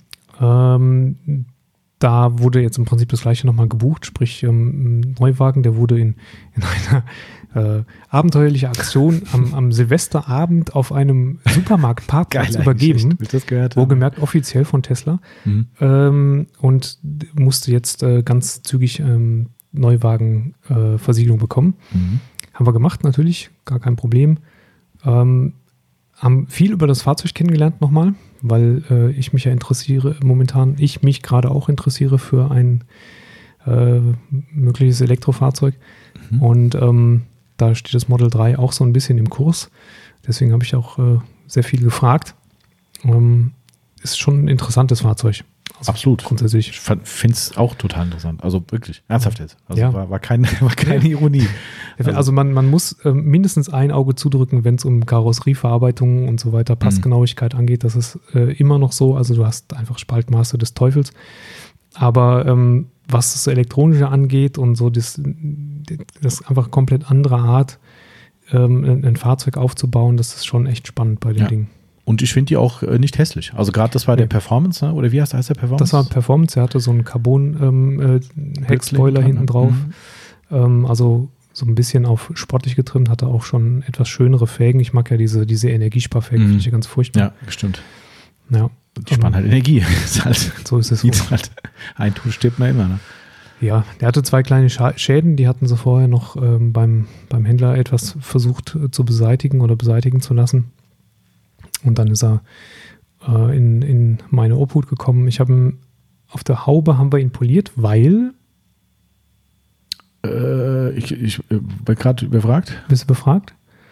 Ähm, da wurde jetzt im Prinzip das gleiche nochmal gebucht, sprich ähm, ein Neuwagen, der wurde in, in einer äh, abenteuerlichen Aktion am, am Silvesterabend auf einem Supermarktparkplatz übergeben. Willst du das gehört? Wohlgemerkt offiziell von Tesla. Mhm. Ähm, und musste jetzt äh, ganz zügig ähm, Neuwagenversiegelung äh, bekommen. Mhm. Haben wir gemacht natürlich, gar kein Problem. Ähm, haben viel über das Fahrzeug kennengelernt nochmal, weil äh, ich mich ja interessiere, momentan ich mich gerade auch interessiere für ein äh, mögliches Elektrofahrzeug. Mhm. Und ähm, da steht das Model drei auch so ein bisschen im Kurs. Deswegen habe ich auch äh, sehr viel gefragt. Ähm, ist schon ein interessantes Fahrzeug. Also Absolut. Grundsätzlich. Ich finde es auch total interessant. Also wirklich, ernsthaft jetzt. Also Ja. war, war, kein, war keine Ironie. Also, also man, man muss äh, mindestens ein Auge zudrücken, wenn es um Karosserieverarbeitung und so weiter, Passgenauigkeit angeht. Das ist äh, immer noch so. Also du hast einfach Spaltmaße des Teufels. Aber ähm, was das Elektronische angeht und so, das, das ist einfach komplett andere Art, ähm, ein, ein Fahrzeug aufzubauen. Das ist schon echt spannend bei dem Ja. Ding. Und ich finde die auch äh, nicht hässlich. Also gerade das war der Nee. Performance, ne? Oder wie heißt, heißt der Performance? Das war Performance. Er hatte so einen Carbon-Heckspoiler Blitzling hinten dran, drauf. ne? Ähm, also so ein bisschen auf sportlich getrimmt, hatte auch schon etwas schönere Felgen. Ich mag ja diese, diese Energiesparfelgen, Mhm. finde ich ja ganz furchtbar. Ja, bestimmt. Ja, Die sparen halt Energie. ist halt, so ist es. ist halt, ein Tour stirbt man immer. Ne? Ja, der hatte zwei kleine Scha- Schäden, die hatten sie vorher noch ähm, beim, beim Händler etwas versucht äh, zu beseitigen oder beseitigen zu lassen. Und dann ist er äh, in, in meine Obhut gekommen. Ich habe ihn, auf der Haube haben wir ihn poliert, weil, Äh, ich ich äh, war gerade überfragt. bist du befragt?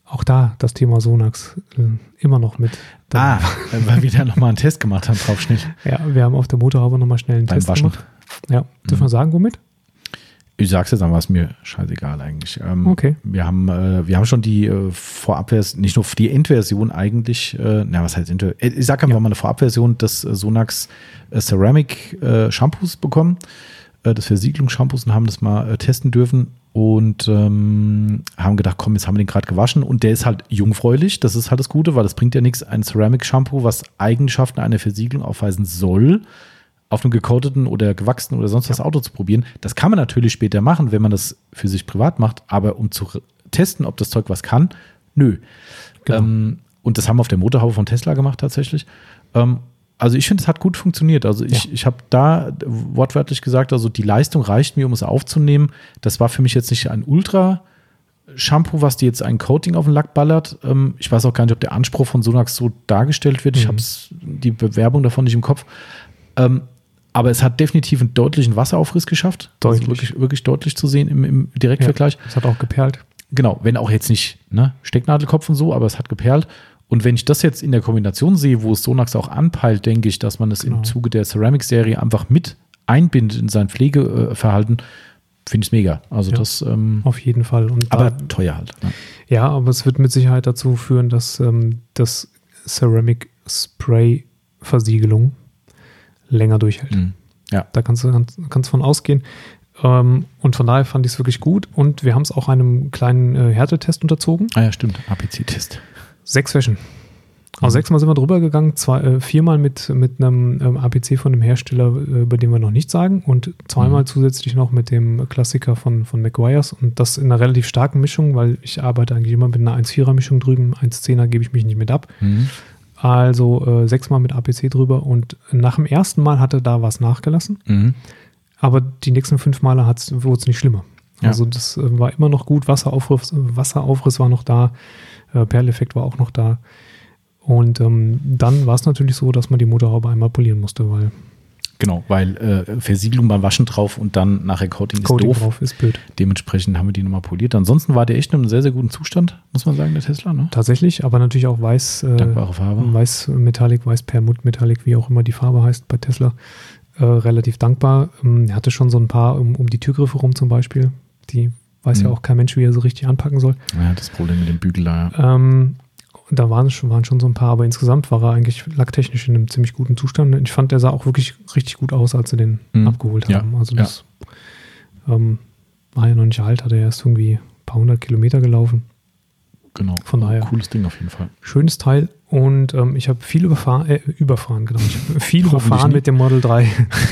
auch da das Thema Sonax äh, immer noch mit. Ah, weil wir da nochmal einen Test gemacht haben, Draufschnitt. Ja, wir haben auf der Motorhaube nochmal schnell einen Beim Test Waschen. gemacht. Ja, dürfen Mhm. wir sagen, womit? Ich sag's jetzt aber, ist mir scheißegal eigentlich. Ähm, Okay. Wir haben, äh, wir haben schon die äh, Vorabversion, nicht nur die Endversion eigentlich, äh, na was heißt Endversion? Ich sag einfach mal eine Vorabversion des äh, Sonax äh, Ceramic äh, Shampoos bekommen, äh, des Versiegelungsshampoos, und haben das mal äh, testen dürfen und ähm, haben gedacht, komm, jetzt haben wir den gerade gewaschen und der ist halt jungfräulich, das ist halt das Gute, weil das bringt ja nichts, ein Ceramic Shampoo, was Eigenschaften einer Versiegelung aufweisen soll, auf einem gecoateten oder gewachsenen oder sonst was Auto zu probieren. Das kann man natürlich später machen, wenn man das für sich privat macht, aber um zu testen, ob das Zeug was kann, nö. Genau. Ähm, und das haben wir auf der Motorhaube von Tesla gemacht tatsächlich. Ähm, also ich finde, es hat gut funktioniert. Also ich, Ja. ich habe da wortwörtlich gesagt, also die Leistung reicht mir, um es aufzunehmen. Das war für mich jetzt nicht ein Ultra-Shampoo, was dir jetzt ein Coating auf den Lack ballert. Ähm, ich weiß auch gar nicht, ob der Anspruch von Sonax so dargestellt wird. Ich Mhm. habe die Bewerbung davon nicht im Kopf. Ähm, aber es hat definitiv einen deutlichen Wasseraufriss geschafft. Deutlich. Das ist wirklich, wirklich deutlich zu sehen im, im Direktvergleich. Es hat auch geperlt. Genau, wenn auch jetzt nicht ne, Stecknadelkopf und so, aber es hat geperlt. Und wenn ich das jetzt in der Kombination sehe, wo es Sonax auch anpeilt, denke ich, dass man es Genau. im Zuge der Ceramic-Serie einfach mit einbindet in sein Pflegeverhalten, finde ich es mega. Also Ja. das, ähm, Auf jeden Fall. Und aber da, teuer halt. Ne? ja, aber es wird mit Sicherheit dazu führen, dass ähm, das Ceramic Spray Versiegelung länger durchhält. Mhm. Ja. Da kannst du ganz, kannst von ausgehen. Ähm, und von daher fand ich es wirklich gut. Und wir haben es auch einem kleinen äh, Härtetest unterzogen. Ah ja, stimmt. A P C-Test. Sechs Wäschen. Also Mhm. sechsmal sind wir drüber gegangen, zwei, äh, viermal mit, mit einem ähm, A P C von einem Hersteller, äh, über den wir noch nichts sagen, und zweimal Mhm. zusätzlich noch mit dem Klassiker von, von Meguiar's, und das in einer relativ starken Mischung, weil ich arbeite eigentlich immer mit einer eins Komma vierer Mischung drüben, eins Komma zehner gebe ich mich nicht mit ab. Mhm. Also äh, sechsmal mit A P C drüber, und nach dem ersten Mal hatte da was nachgelassen, Mhm. aber die nächsten fünf Male wurde es nicht schlimmer. Ja. Also das äh, war immer noch gut, Wasseraufriss, Wasseraufriss war noch da, äh, Perleffekt war auch noch da. Und ähm, dann war es natürlich so, dass man die Motorhaube einmal polieren musste, weil Genau, weil äh, Versiegelung beim Waschen drauf und dann nachher Coating, Coating ist doof. drauf ist blöd. Dementsprechend haben wir die nochmal poliert. Ansonsten war der echt in einem sehr, sehr guten Zustand, muss man sagen, der Tesla. Ne? Tatsächlich, aber natürlich auch weiß, äh, Dankbare Farbe. weiß Metallic, weiß Perlmutt Metallic, wie auch immer die Farbe heißt bei Tesla, äh, relativ dankbar. Ähm, er hatte schon so ein paar um, um die Türgriffe rum zum Beispiel. Die weiß Mhm. ja auch kein Mensch, wie er so richtig anpacken soll. Ja, das Problem mit dem Bügel da. Ja. Ähm, da waren schon, waren schon so ein paar, aber insgesamt war er eigentlich lacktechnisch in einem ziemlich guten Zustand. Ich fand, der sah auch wirklich richtig gut aus, als sie den Mhm. abgeholt Ja, haben. Also das ähm, war ja noch nicht alt, hat er erst irgendwie ein paar hundert Kilometer gelaufen. Genau. Von daher. Cooles Ding auf jeden Fall. Schönes Teil, und ähm, ich habe viel überfahren, äh, überfahren, genau. Ich hab viel Hoffentlich überfahren nie. mit dem Model drei.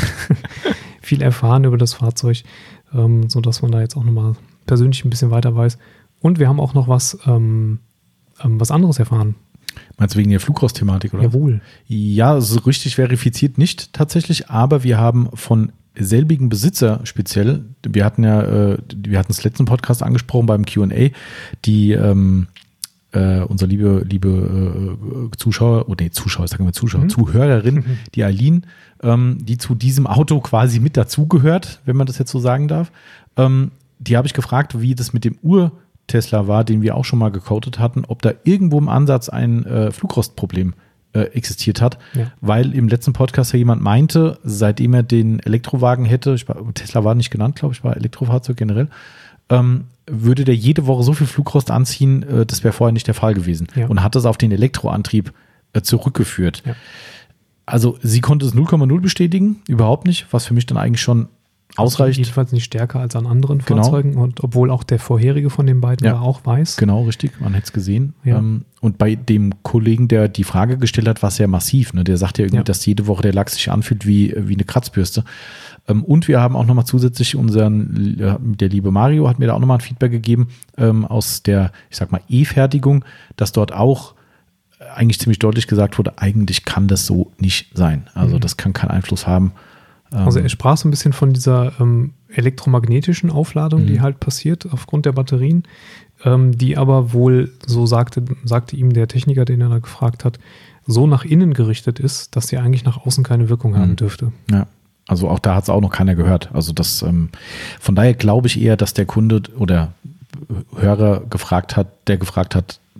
Viel erfahren über das Fahrzeug, ähm, sodass man da jetzt auch nochmal persönlich ein bisschen weiter weiß. Und wir haben auch noch was, ähm, ähm, was anderes erfahren. Meinst du wegen der Flugrost-Thematik, oder? Jawohl. Ja, so richtig verifiziert nicht tatsächlich, aber wir haben von selbigen Besitzer speziell, wir hatten ja, äh, wir hatten es letzten Podcast angesprochen beim Q und A, die ähm, äh, unsere liebe, liebe äh, Zuschauer, oder nee, Zuschauer, sagen wir Zuschauer, Mhm. Zuhörerin, Mhm. die Aline, ähm, die zu diesem Auto quasi mit dazugehört, wenn man das jetzt so sagen darf. Ähm, die habe ich gefragt, wie das mit dem Ur-Tesla war, den wir auch schon mal gecoatet hatten, ob da irgendwo im Ansatz ein äh, Flugrostproblem äh, existiert hat, Ja. weil im letzten Podcast ja jemand meinte, seitdem er den Elektrowagen hätte, ich war, Tesla war nicht genannt, glaube ich, war Elektrofahrzeug generell, ähm, würde der jede Woche so viel Flugrost anziehen, äh, das wäre vorher nicht der Fall gewesen. Ja. Und hat das auf den Elektroantrieb äh, zurückgeführt. Ja. Also sie konnte es null Komma null bestätigen, überhaupt nicht, was für mich dann eigentlich schon ausreicht. Jedenfalls nicht stärker als an anderen Genau. Fahrzeugen, und obwohl auch der vorherige von den beiden Ja. war auch weiß. Genau, richtig, man hätte es gesehen. Ja. Ähm, und bei dem Kollegen, der die Frage gestellt hat, war es sehr massiv. Ne? Der sagt ja irgendwie, Ja. dass jede Woche der Lack sich anfühlt wie, wie eine Kratzbürste. Ähm, und wir haben auch nochmal zusätzlich unseren, äh, der liebe Mario hat mir da auch nochmal ein Feedback gegeben ähm, aus der, ich sag mal, E-Fertigung, dass dort auch eigentlich ziemlich deutlich gesagt wurde, eigentlich kann das so nicht sein. Also Mhm. das kann keinen Einfluss haben. Ähm, Also er sprach so ein bisschen von dieser ähm, elektromagnetischen Aufladung, Mhm. die halt passiert aufgrund der Batterien, ähm, die aber wohl, so sagte, sagte ihm der Techniker, den er da gefragt hat, so nach innen gerichtet ist, dass sie eigentlich nach außen keine Wirkung haben Mhm. dürfte. Ja, also auch da hat es auch noch keiner gehört. Also das, ähm, von daher glaube ich eher, dass der Kunde oder Hörer gefragt hat, der gefragt hat,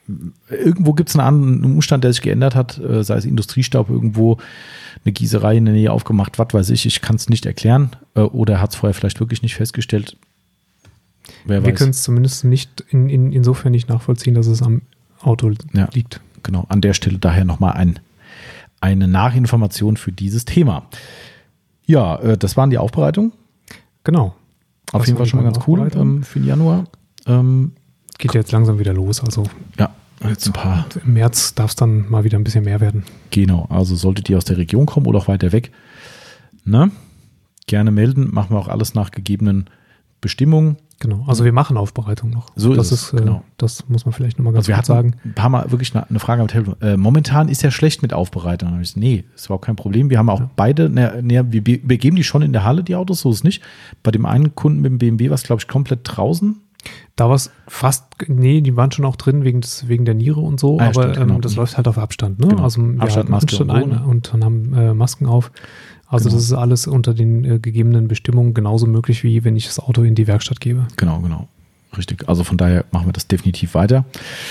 irgendwo gibt es einen anderen Umstand, der sich geändert hat, äh, sei es Industriestaub, irgendwo eine Gießerei in der Nähe aufgemacht, was weiß ich, ich kann es nicht erklären. Äh, oder er hat es vorher vielleicht wirklich nicht festgestellt. Wer Wir können es zumindest nicht in, in, insofern nicht nachvollziehen, dass es am Auto ja, liegt. Genau, an der Stelle daher nochmal ein, eine Nachinformation für dieses Thema. Ja, äh, das waren die Aufbereitungen. Genau. Auf das jeden Fall schon mal ganz cool ähm, für den Januar. Ähm, Geht jetzt langsam wieder los. Also ja, jetzt ein paar. Im März darf es dann mal wieder ein bisschen mehr werden. Genau, also solltet ihr aus der Region kommen oder auch weiter weg, ne? Gerne melden, machen wir auch alles nach gegebenen Bestimmungen. Genau, also wir machen Aufbereitung noch. So das ist es, ist, äh, genau. Das muss man vielleicht nochmal ganz also kurz sagen. Ein paar Mal wirklich eine, eine Frage am Telefon. Äh, momentan ist ja schlecht mit Aufbereitung. Dann habe ich gesagt, nee, ist überhaupt kein Problem. Wir haben auch ja. beide, ne, ne, wir, wir geben die schon in der Halle, die Autos, so ist es nicht. Bei dem einen Kunden mit dem B M W war es, glaube ich, komplett draußen. Da war es fast, nee, die waren schon auch drin wegen, des, wegen der Niere und so, ah, aber stimmt, genau. ähm, das läuft halt auf Abstand. Ne? Genau. Also wir Abstand, Maske Anstand und, ein, ne? und dann haben äh, Masken auf. Also genau. Das ist alles unter den äh, gegebenen Bestimmungen genauso möglich, wie wenn ich das Auto in die Werkstatt gebe. Genau, genau. Richtig. Also von daher machen wir das definitiv weiter.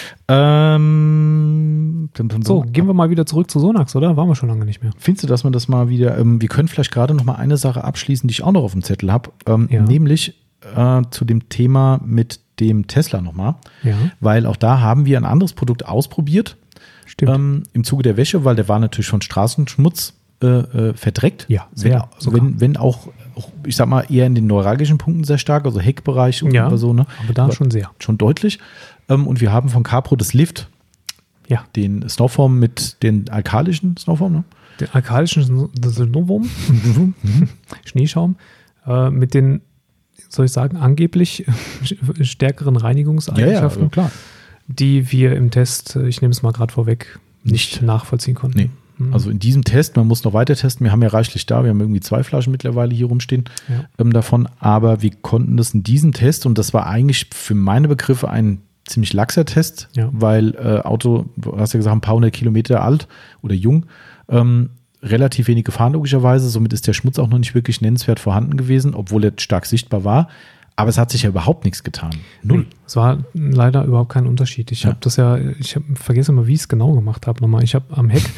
Ähm, so, gehen wir mal wieder zurück zu Sonax, oder? Waren wir schon lange nicht mehr. Findest du, dass man das mal wieder, ähm, wir können vielleicht gerade noch mal eine Sache abschließen, die ich auch noch auf dem Zettel habe, ähm, ja. nämlich äh, zu dem Thema mit dem Tesla nochmal, ja. weil auch da haben wir ein anderes Produkt ausprobiert. Stimmt. Ähm, im Zuge der Wäsche, weil der war natürlich von Straßenschmutz äh, äh, verdreckt. Ja, sehr wenn, wenn, wenn auch, ich sag mal, eher in den neuralgischen Punkten sehr stark, also Heckbereich ja, oder so. Ne? Aber da aber schon sehr. Schon deutlich. Ähm, und wir haben von Capro das Lift, ja. den Snowform mit den alkalischen Snowform, ne? Den alkalischen Snowform, Schneeschaum, äh, mit den, soll ich sagen, angeblich stärkeren Reinigungseigenschaften, ja, ja, klar. die wir im Test, ich nehme es mal gerade vorweg, nicht, nicht nachvollziehen konnten. Nee. Mhm. Also in diesem Test, man muss noch weiter testen, wir haben ja reichlich da, wir haben irgendwie zwei Flaschen mittlerweile hier rumstehen ja. ähm, davon, aber wir konnten das in diesem Test, und das war eigentlich für meine Begriffe ein ziemlich laxer Test, ja. weil äh, Auto, du hast ja gesagt, ein paar hundert Kilometer alt oder jung, ähm, relativ wenig gefahren logischerweise, somit ist der Schmutz auch noch nicht wirklich nennenswert vorhanden gewesen, obwohl er stark sichtbar war. Aber es hat sich ja überhaupt nichts getan. Null. Es war leider überhaupt kein Unterschied. Ich ja. habe das ja, ich hab, vergesse mal, wie ich es genau gemacht habe. Nochmal, ich habe am Heck,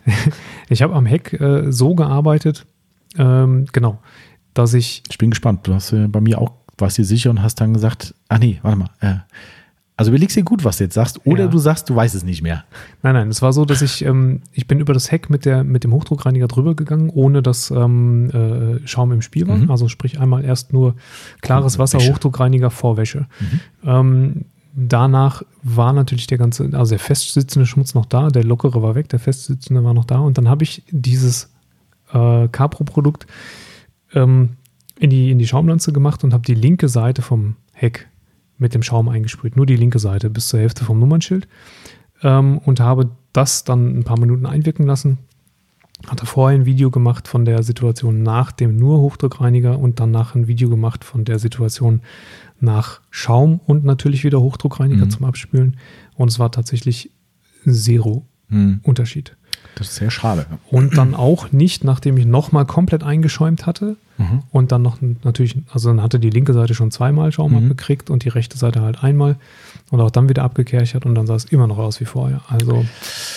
ich habe am Heck äh, so gearbeitet, ähm, genau, dass ich. Ich bin gespannt. Du hast ja bei mir auch, warst dir sicher und hast dann gesagt, ach nee, warte mal. Äh, also überlegst dir gut, was du jetzt sagst, oder ja. du sagst, du weißt es nicht mehr. Nein, nein, es war so, dass ich, ähm, ich bin über das Heck mit, der, mit dem Hochdruckreiniger drüber gegangen, ohne dass ähm, äh, Schaum im Spiel war. Mhm. Also sprich einmal erst nur klares Wasser, Wäsche. Hochdruckreiniger vor Wäsche. Mhm. Ähm, danach war natürlich der ganze, also der festsitzende Schmutz noch da, der lockere war weg, der festsitzende war noch da. Und dann habe ich dieses äh, Capro-Produkt ähm, in die, in die Schaumlanze gemacht und habe die linke Seite vom Heck mit dem Schaum eingesprüht, nur die linke Seite bis zur Hälfte vom Nummernschild ähm, und habe das dann ein paar Minuten einwirken lassen. Hatte vorher ein Video gemacht von der Situation nach dem nur Hochdruckreiniger und danach ein Video gemacht von der Situation nach Schaum und natürlich wieder Hochdruckreiniger mhm. zum Abspülen. Und es war tatsächlich zero mhm. Unterschied. Das ist sehr schade. Und dann auch nicht, nachdem ich nochmal komplett eingeschäumt hatte mhm. und dann noch natürlich, also dann hatte die linke Seite schon zweimal Schaum mhm. abgekriegt und die rechte Seite halt einmal und auch dann wieder abgekerchert und dann sah es immer noch aus wie vorher. Also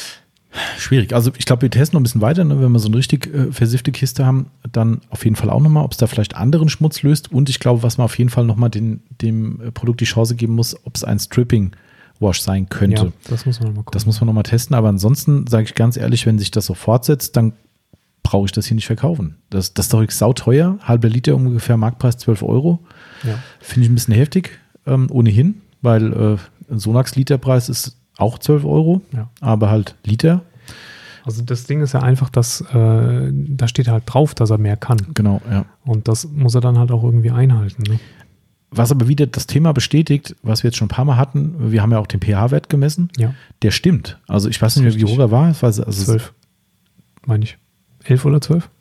schwierig. Also ich glaube, wir testen noch ein bisschen weiter, ne? Wenn wir so eine richtig äh, versiffte Kiste haben, dann auf jeden Fall auch nochmal, ob es da vielleicht anderen Schmutz löst. Und ich glaube, was man auf jeden Fall nochmal dem äh, Produkt die Chance geben muss, ob es ein Stripping Wash sein könnte. Ja, das muss man nochmal gucken. Das muss man nochmal testen, aber ansonsten sage ich ganz ehrlich, wenn sich das so fortsetzt, dann brauche ich das hier nicht verkaufen. Das, das ist doch sauteuer, halber Liter ungefähr, Marktpreis zwölf Euro. Ja. Finde ich ein bisschen heftig, ähm, ohnehin, weil äh, ein Sonax-Literpreis ist auch zwölf Euro, ja. aber halt Liter. Also das Ding ist ja einfach, dass äh, da steht halt drauf, dass er mehr kann. Genau, ja. Und das muss er dann halt auch irgendwie einhalten, ne? Was aber wieder das Thema bestätigt, was wir jetzt schon ein paar Mal hatten, wir haben ja auch den pH-Wert gemessen, ja. der stimmt. Also ich weiß nicht mehr, wie hoch er war. Es war also zwölf, meine ich. elf oder zwölf?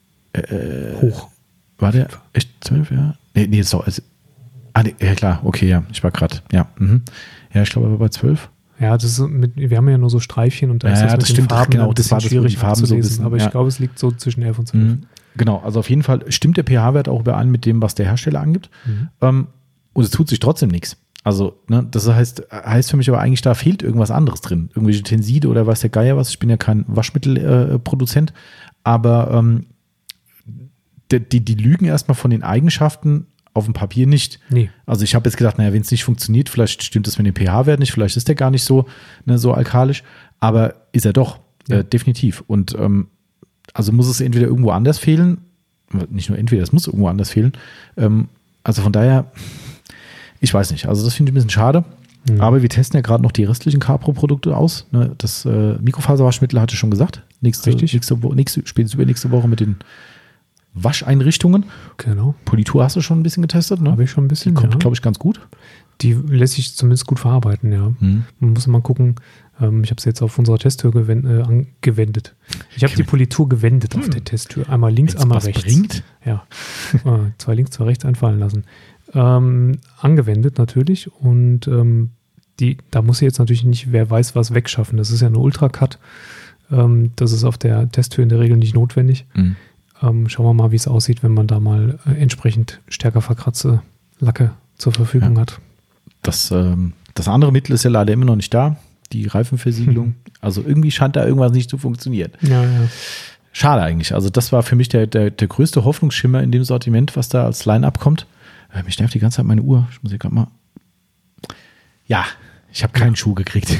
Äh, hoch. War der echt zwölf, ja? Nee, nee, ist doch, also, ah, nee, ja klar, okay, ja, ich war gerade, ja. Mhm. Ja, ich glaube, er war bei zwölf. Ja, das ist mit, wir haben ja nur so Streifchen und da ja, ist das ja, mit das den stimmt, Farben genau, ein bisschen das war schwierig das, die Farben so abzulesen, bisschen, aber ja. ich glaube, es liegt so zwischen elf und zwölf. Mhm. Genau, also auf jeden Fall stimmt der pH-Wert auch überein mit dem, was der Hersteller angibt. Mhm. Ähm, und es tut sich trotzdem nichts. Also, ne, das heißt, heißt für mich aber eigentlich, da fehlt irgendwas anderes drin. Irgendwelche Tenside oder weiß der Geier was. Ich bin ja kein Waschmittelproduzent, äh, aber ähm, die, die, die lügen erstmal von den Eigenschaften auf dem Papier nicht. Nee. Also ich habe jetzt gedacht, naja, wenn es nicht funktioniert, vielleicht stimmt es mit dem pH-Wert nicht, vielleicht ist der gar nicht so, ne, so alkalisch, aber ist er doch, ja. äh, definitiv. Und ähm, also muss es entweder irgendwo anders fehlen, nicht nur entweder, es muss irgendwo anders fehlen. Ähm, also von daher, ich weiß nicht, also das finde ich ein bisschen schade. Mhm. Aber wir testen ja gerade noch die restlichen Capro-Produkte aus. Ne? Das äh, Mikrofaserwaschmittel hatte ich schon gesagt. Nächste, nächste, nächste, spätestens übernächste Woche mit den Wascheinrichtungen. Genau. Politur hast du schon ein bisschen getestet, ne? Habe ich schon ein bisschen. Die kommt, ja. glaube ich, ganz gut. Die lässt sich zumindest gut verarbeiten, ja. Mhm. Man muss mal gucken. Ähm, ich habe sie jetzt auf unserer Testtür gewend, äh, angewendet. Ich habe die Politur gewendet mhm. auf der Testtür. Einmal links, Wenn's einmal was rechts. Bringt? Ja. äh, zwei links, zwei rechts einfallen lassen. Ähm, angewendet natürlich. Und ähm, die, da muss sie jetzt natürlich nicht, wer weiß was, wegschaffen. Das ist ja eine Ultracut. Ähm, das ist auf der Testtür in der Regel nicht notwendig. Mhm. Ähm, schauen wir mal, wie es aussieht, wenn man da mal äh, entsprechend stärker verkratzte Lacke zur Verfügung ja. hat. Das, ähm, das andere Mittel ist ja leider immer noch nicht da, die Reifenversiegelung. Hm. Also irgendwie scheint da irgendwas nicht zu funktionieren. Ja, ja. Schade eigentlich. Also das war für mich der, der, der größte Hoffnungsschimmer in dem Sortiment, was da als Line-Up kommt. Äh, mich nervt die ganze Zeit meine Uhr. Ich muss hier gerade mal... Ja, ich habe keinen ja. Schuh gekriegt.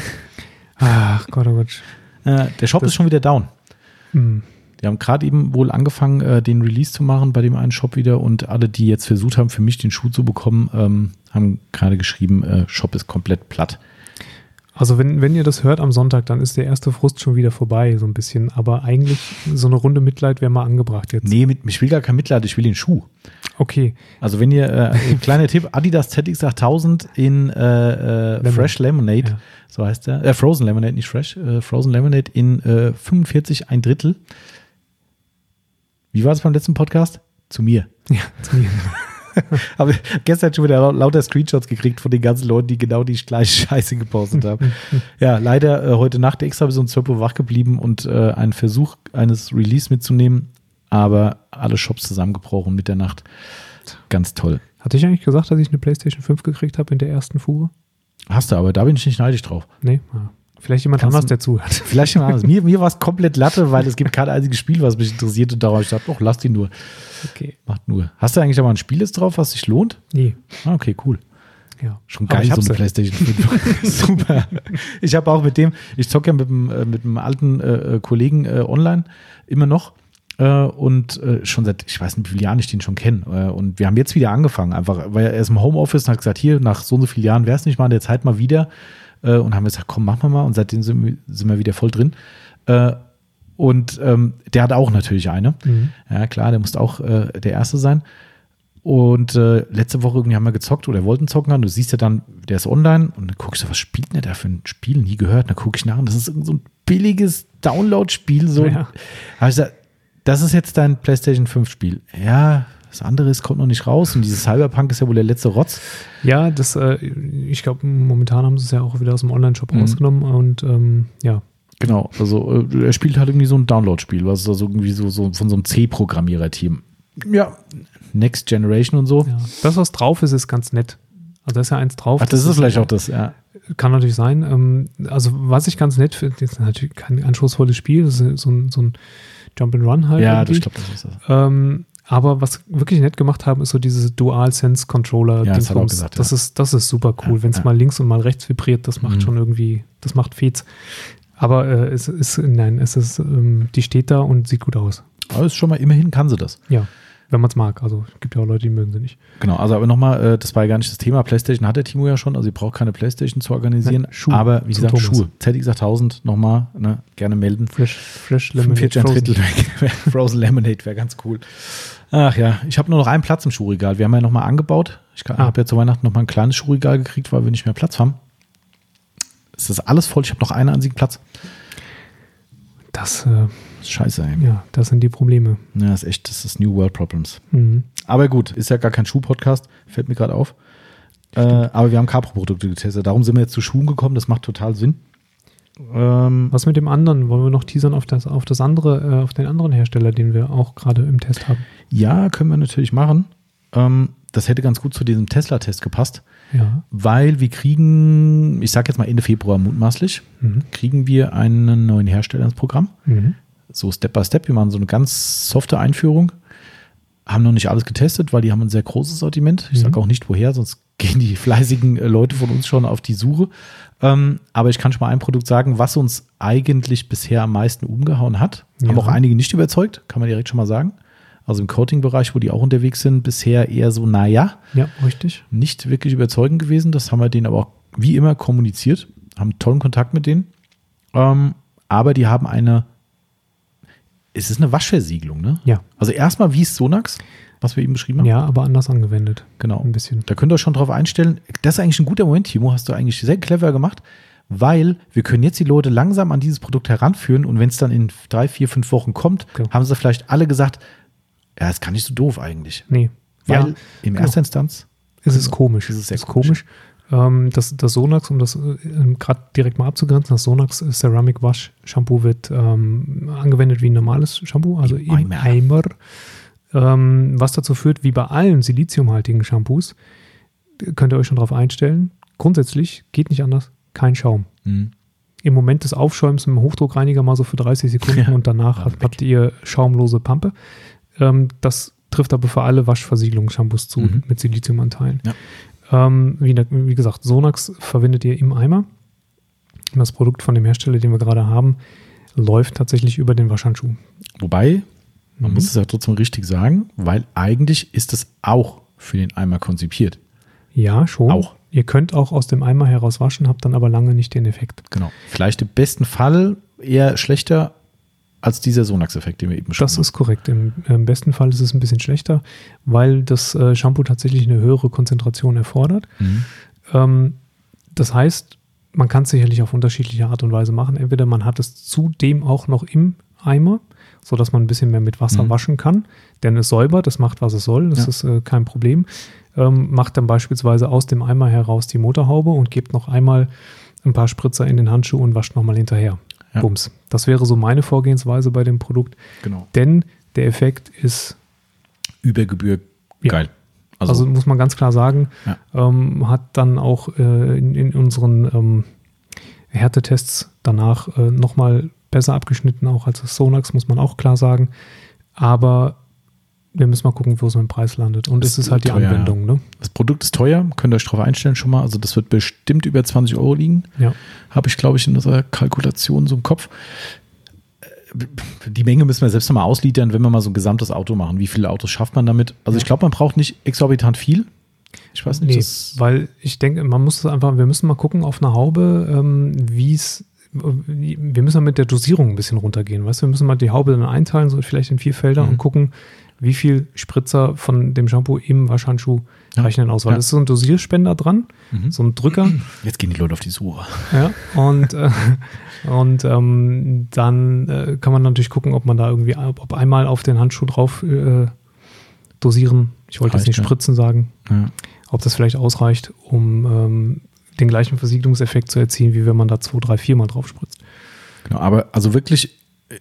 Ach Gott, oh Gott. Äh, der Shop das ist schon wieder down. Hm. Die haben gerade eben wohl angefangen, äh, den Release zu machen bei dem einen Shop wieder und alle, die jetzt versucht haben, für mich den Schuh zu bekommen, ähm, haben gerade geschrieben, äh, Shop ist komplett platt. Also wenn, wenn ihr das hört am Sonntag, dann ist der erste Frust schon wieder vorbei, so ein bisschen. Aber eigentlich so eine Runde Mitleid wäre mal angebracht jetzt. Nee, mit, ich will gar kein Mitleid, ich will den Schuh. Okay. Also wenn ihr, äh, kleiner Tipp, Adidas Z X achttausend in äh, äh, Fresh Lemonade, ja. so heißt der, äh, Frozen Lemonade, nicht Fresh, äh, Frozen Lemonade in äh, fünfundvierzig, ein Drittel. Wie war es beim letzten Podcast? Zu mir. Ja, zu mir. Habe gestern schon wieder lauter Screenshots gekriegt von den ganzen Leuten, die genau die gleiche Scheiße gepostet haben. Ja, leider äh, heute Nacht extra bis um zwölf Uhr wach geblieben und äh, einen Versuch eines Release mitzunehmen, aber alle Shops zusammengebrochen mit der Nacht. Ganz toll. Hatte ich eigentlich gesagt, dass ich eine PlayStation fünf gekriegt habe in der ersten Fuhre? Hast du, aber da bin ich nicht neidisch drauf. Nee, ja. Vielleicht jemand Kannst anders, der zuhört. Vielleicht jemand anders. Mir, mir war es komplett Latte, weil es gibt kein einziges Spiel, was mich interessiert und darauf habe ich gedacht, doch, lass die nur. Okay. Macht nur. Hast du eigentlich aber ein Spiel jetzt drauf, was sich lohnt? Nee. Ah, okay, cool. Ja. Schon geil, so eine PlayStation fünf. Super. Ich habe auch mit dem, ich zocke ja mit dem, äh, mit dem alten äh, Kollegen äh, online immer noch äh, und äh, schon seit, ich weiß nicht, wie viele Jahren ich den schon kenne. Äh, und wir haben jetzt wieder angefangen, einfach, weil er ist im Homeoffice und hat gesagt, hier, nach so und so vielen Jahren wäre es nicht mal an der Zeit mal wieder. Und haben gesagt, komm, machen wir mal. Und seitdem sind wir, sind wir wieder voll drin. Äh, und ähm, der hat auch natürlich eine. Mhm. Ja, klar, der musste auch äh, der Erste sein. Und äh, letzte Woche irgendwie haben wir gezockt oder wollten zocken. Und du siehst ja dann, der ist online. Und dann guckst du, was spielt denn der da für ein Spiel? Nie gehört. Und dann gucke ich nach. Und das ist irgend so ein billiges Download-Spiel. So. Ja. Habe ich gesagt, das ist jetzt dein PlayStation fünf Spiel. Ja, das andere ist, kommt noch nicht raus. Und dieses Cyberpunk ist ja wohl der letzte Rotz. Ja, das, äh, ich glaube, momentan haben sie es ja auch wieder aus dem Online-Shop mhm. rausgenommen. Und ähm, ja. Genau, also äh, er spielt halt irgendwie so ein Download-Spiel, was ist also irgendwie so, so von so einem C-Programmierer-Team. Ja, Next Generation und so. Ja. Das, was drauf ist, ist ganz nett. Also da ist ja eins drauf. Ach, das, das ist vielleicht auch das, ja. Kann natürlich sein. Ähm, also was ich ganz nett finde, ist natürlich kein anspruchsvolles Spiel, das ist so ein, so ein Jump-and-Run halt. Ja, irgendwie. das stimmt, das ist das. Ähm, Aber was wirklich nett gemacht haben, ist so dieses Dual-Sense-Controller. Ja, das hat er auch gesagt, das, ja. ist, das ist super cool. Ja, Wenn es ja. mal links und mal rechts vibriert, das macht mhm. schon irgendwie, das macht Fets. Aber äh, es ist, nein, es ist, ähm, die steht da und sieht gut aus. Aber ist schon mal, immerhin kann sie das. Ja, wenn man es mag. Also es gibt ja auch Leute, die mögen sie nicht. Genau, also aber nochmal, äh, das war ja gar nicht das Thema. PlayStation hat der Timo ja schon, also ihr braucht keine PlayStation zu organisieren. Nein, Schuhe. Aber wie gesagt, Thomas. Schuhe. Z X achttausend nochmal, ne, gerne melden. Fresh, Fresh Lemonade. fünfundvierzig ein Drittel weg. Frozen Lemonade wäre ganz cool. Ach ja, ich habe nur noch einen Platz im Schuhregal. Wir haben ja nochmal angebaut. Ich ah. habe ja zu Weihnachten nochmal ein kleines Schuhregal gekriegt, weil wir nicht mehr Platz haben. Es ist alles voll. Ich habe noch einen einzigen Platz. Das, äh, das ist scheiße, ey. Ja, das sind die Probleme. Ja, das ist echt, das ist New World Problems. Mhm. Aber gut, ist ja gar kein Schuh-Podcast. Fällt mir gerade auf. Äh, aber wir haben Capro-Produkte getestet. Darum sind wir jetzt zu Schuhen gekommen. Das macht total Sinn. Ähm, Was mit dem anderen? Wollen wir noch teasern auf das, auf das andere, äh, auf den anderen Hersteller, den wir auch gerade im Test haben? Ja, können wir natürlich machen. Ähm, das hätte ganz gut zu diesem Tesla-Test gepasst, ja. weil wir kriegen, ich sage jetzt mal Ende Februar mutmaßlich, mhm. kriegen wir einen neuen Hersteller ins Programm. Mhm. So Step by Step, wir machen so eine ganz softe Einführung, haben noch nicht alles getestet, weil die haben ein sehr großes Sortiment. Ich mhm. sage auch nicht woher, sonst gehen die fleißigen Leute von uns schon auf die Suche. Ähm, aber ich kann schon mal ein Produkt sagen, was uns eigentlich bisher am meisten umgehauen hat. Ja. Haben auch einige nicht überzeugt, kann man direkt schon mal sagen. Also im Coating-Bereich, wo die auch unterwegs sind, bisher eher so, naja. Ja, richtig. Nicht wirklich überzeugend gewesen. Das haben wir denen aber auch wie immer kommuniziert. Haben tollen Kontakt mit denen. Ähm, aber die haben eine, es ist eine Waschversiegelung, ne? Ja. Also erstmal wie es Sonax, was wir eben beschrieben haben. Ja, aber anders angewendet. Genau. Ein bisschen. Da könnt ihr euch schon drauf einstellen. Das ist eigentlich ein guter Moment, Timo. Hast du eigentlich sehr clever gemacht. Weil wir können jetzt die Leute langsam an dieses Produkt heranführen und wenn es dann in drei, vier, fünf Wochen kommt, okay. haben sie vielleicht alle gesagt, ja, ist gar nicht so doof eigentlich. Nee. Weil ja, in genau. erster Instanz ist es komisch. Ist es sehr ist komisch. komisch. Ähm, das, das Sonax, um das äh, gerade direkt mal abzugrenzen, das Sonax Ceramic Wash Shampoo wird ähm, angewendet wie ein normales Shampoo, also im, im Eimer. Eimer ähm, was dazu führt, wie bei allen siliziumhaltigen Shampoos, könnt ihr euch schon drauf einstellen, grundsätzlich geht nicht anders, kein Schaum. Mhm. Im Moment des Aufschäumens mit dem Hochdruckreiniger mal so für dreißig Sekunden ja, und danach habt, habt ihr schaumlose Pampe. Ähm, das trifft aber für alle Waschversiegelungsshampoos zu mhm. mit Siliziumanteilen. Ja. Ähm, wie, wie gesagt, Sonax verwendet ihr im Eimer. Das Produkt von dem Hersteller, den wir gerade haben, läuft tatsächlich über den Waschhandschuh. Wobei, man mhm. muss es ja trotzdem richtig sagen, weil eigentlich ist es auch für den Eimer konzipiert. Ja, schon. Auch. Ihr könnt auch aus dem Eimer heraus waschen, habt dann aber lange nicht den Effekt. Genau. Vielleicht im besten Fall eher schlechter als dieser Sonax-Effekt, den wir eben schon Das haben. Ist korrekt. Im, Im besten Fall ist es ein bisschen schlechter, weil das äh, Shampoo tatsächlich eine höhere Konzentration erfordert. Mhm. Ähm, das heißt, man kann es sicherlich auf unterschiedliche Art und Weise machen. Entweder man hat es zudem auch noch im Eimer, sodass man ein bisschen mehr mit Wasser mhm. waschen kann, denn es säubert, das macht, was es soll, das ja. ist äh, kein Problem. Ähm, macht dann beispielsweise aus dem Eimer heraus die Motorhaube und gebt noch einmal ein paar Spritzer in den Handschuh und wascht nochmal hinterher. Ja. Bums. Das wäre so meine Vorgehensweise bei dem Produkt. Genau. Denn der Effekt ist über Gebühr geil. Ja. Also, also muss man ganz klar sagen, ja. ähm, hat dann auch äh, in, in unseren ähm, Härtetests danach äh, nochmal besser abgeschnitten, auch als das Sonax, muss man auch klar sagen. Aber wir müssen mal gucken, wo es mit dem Preis landet. Und es ist halt die teuer, Anwendung. Ne? Das Produkt ist teuer, könnt ihr euch drauf einstellen schon mal. Also das wird bestimmt über zwanzig Euro liegen. Ja. Habe ich, glaube ich, in unserer Kalkulation so im Kopf. Die Menge müssen wir selbst nochmal ausliefern, wenn wir mal so ein gesamtes Auto machen. Wie viele Autos schafft man damit? Also ich glaube, man braucht nicht exorbitant viel. Ich weiß nicht. Nee, weil ich denke, man muss einfach, wir müssen mal gucken auf einer Haube, ähm, wie es wir müssen mit der Dosierung ein bisschen runtergehen. Weißt? Wir müssen mal die Haube dann einteilen, so vielleicht in vier Felder mhm. und gucken, wie viel Spritzer von dem Shampoo im Waschhandschuh ja. reichen denn aus. Weil ja. das ist so ein Dosierspender dran, mhm. so ein Drücker. Jetzt gehen die Leute auf die Suche. Ja, und, äh, und ähm, dann äh, kann man natürlich gucken, ob man da irgendwie, ob einmal auf den Handschuh drauf äh, dosieren, ich wollte jetzt nicht ja. spritzen sagen, ja. ob das vielleicht ausreicht, um ähm, den gleichen Versiegelungseffekt zu erzielen, wie wenn man da zwei, drei, vier Mal drauf spritzt. Genau, aber also wirklich,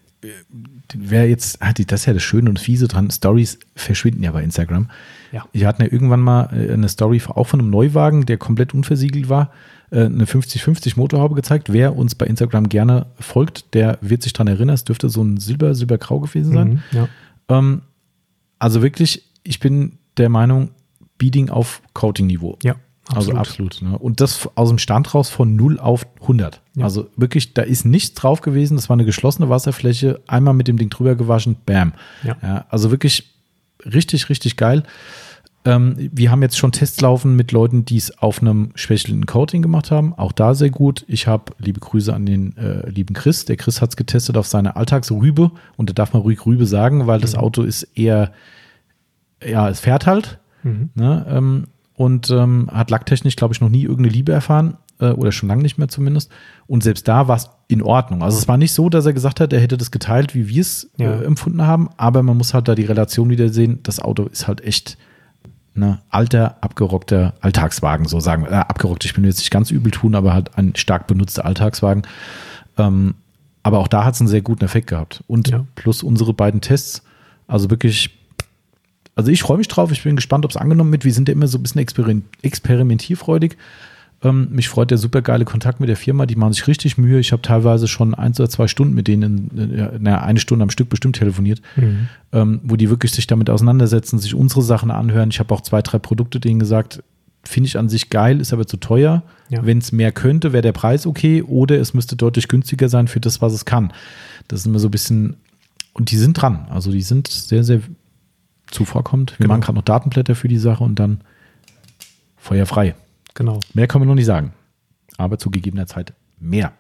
wer jetzt, das ist ja das Schöne und Fiese dran, Stories verschwinden ja bei Instagram. Ja. Wir hatten ja irgendwann mal eine Story auch von einem Neuwagen, der komplett unversiegelt war, eine fünfzig fünfzig Motorhaube gezeigt. Wer uns bei Instagram gerne folgt, der wird sich daran erinnern, es dürfte so ein Silber, silbergrau gewesen sein. Mhm, ja. ähm, also wirklich, ich bin der Meinung, Beading auf Coating-Niveau. Ja. Absolut. Also absolut. Ne? Und das aus dem Stand raus von null auf hundert. Ja. Also wirklich, da ist nichts drauf gewesen. Das war eine geschlossene Wasserfläche. Einmal mit dem Ding drüber gewaschen. Bam. Ja. Ja, also wirklich richtig, richtig geil. Ähm, wir haben jetzt schon Tests laufen mit Leuten, die es auf einem schwächelnden Coating gemacht haben. Auch da sehr gut. Ich habe liebe Grüße an den äh, lieben Chris. Der Chris hat es getestet auf seine Alltagsrübe. Und da darf man ruhig Rübe sagen, weil mhm. das Auto ist eher, ja, es fährt halt. Mhm. Ne? Ähm, und ähm, hat lacktechnisch, glaube ich, noch nie irgendeine Liebe erfahren äh, oder schon lange nicht mehr zumindest. Und selbst da war es in Ordnung. Also es war nicht so, dass er gesagt hat, er hätte das geteilt, wie wir es ja. äh, empfunden haben, aber man muss halt da die Relation wieder sehen. Das Auto ist halt echt ein alter, abgerockter Alltagswagen, so sagen wir. Äh, abgerockt, ich will jetzt nicht ganz übel tun, aber halt ein stark benutzter Alltagswagen. Ähm, aber auch da hat es einen sehr guten Effekt gehabt. Und ja. plus unsere beiden Tests, also wirklich Also ich freue mich drauf, ich bin gespannt, ob es angenommen wird. Wir sind ja immer so ein bisschen experim- experimentierfreudig. Ähm, mich freut der supergeile Kontakt mit der Firma, die machen sich richtig Mühe. Ich habe teilweise schon eins oder zwei Stunden mit denen, in, na, eine Stunde am Stück bestimmt telefoniert, mhm. ähm, wo die wirklich sich damit auseinandersetzen, sich unsere Sachen anhören. Ich habe auch zwei, drei Produkte denen gesagt, finde ich an sich geil, ist aber zu teuer. Ja. Wenn es mehr könnte, wäre der Preis okay oder es müsste deutlich günstiger sein für das, was es kann. Das ist immer so ein bisschen, und die sind dran. Also die sind sehr, sehr zuvorkommend. Wir genau. machen gerade noch Datenblätter für die Sache und dann feuerfrei. Genau. Mehr können wir noch nicht sagen. Aber zu gegebener Zeit mehr.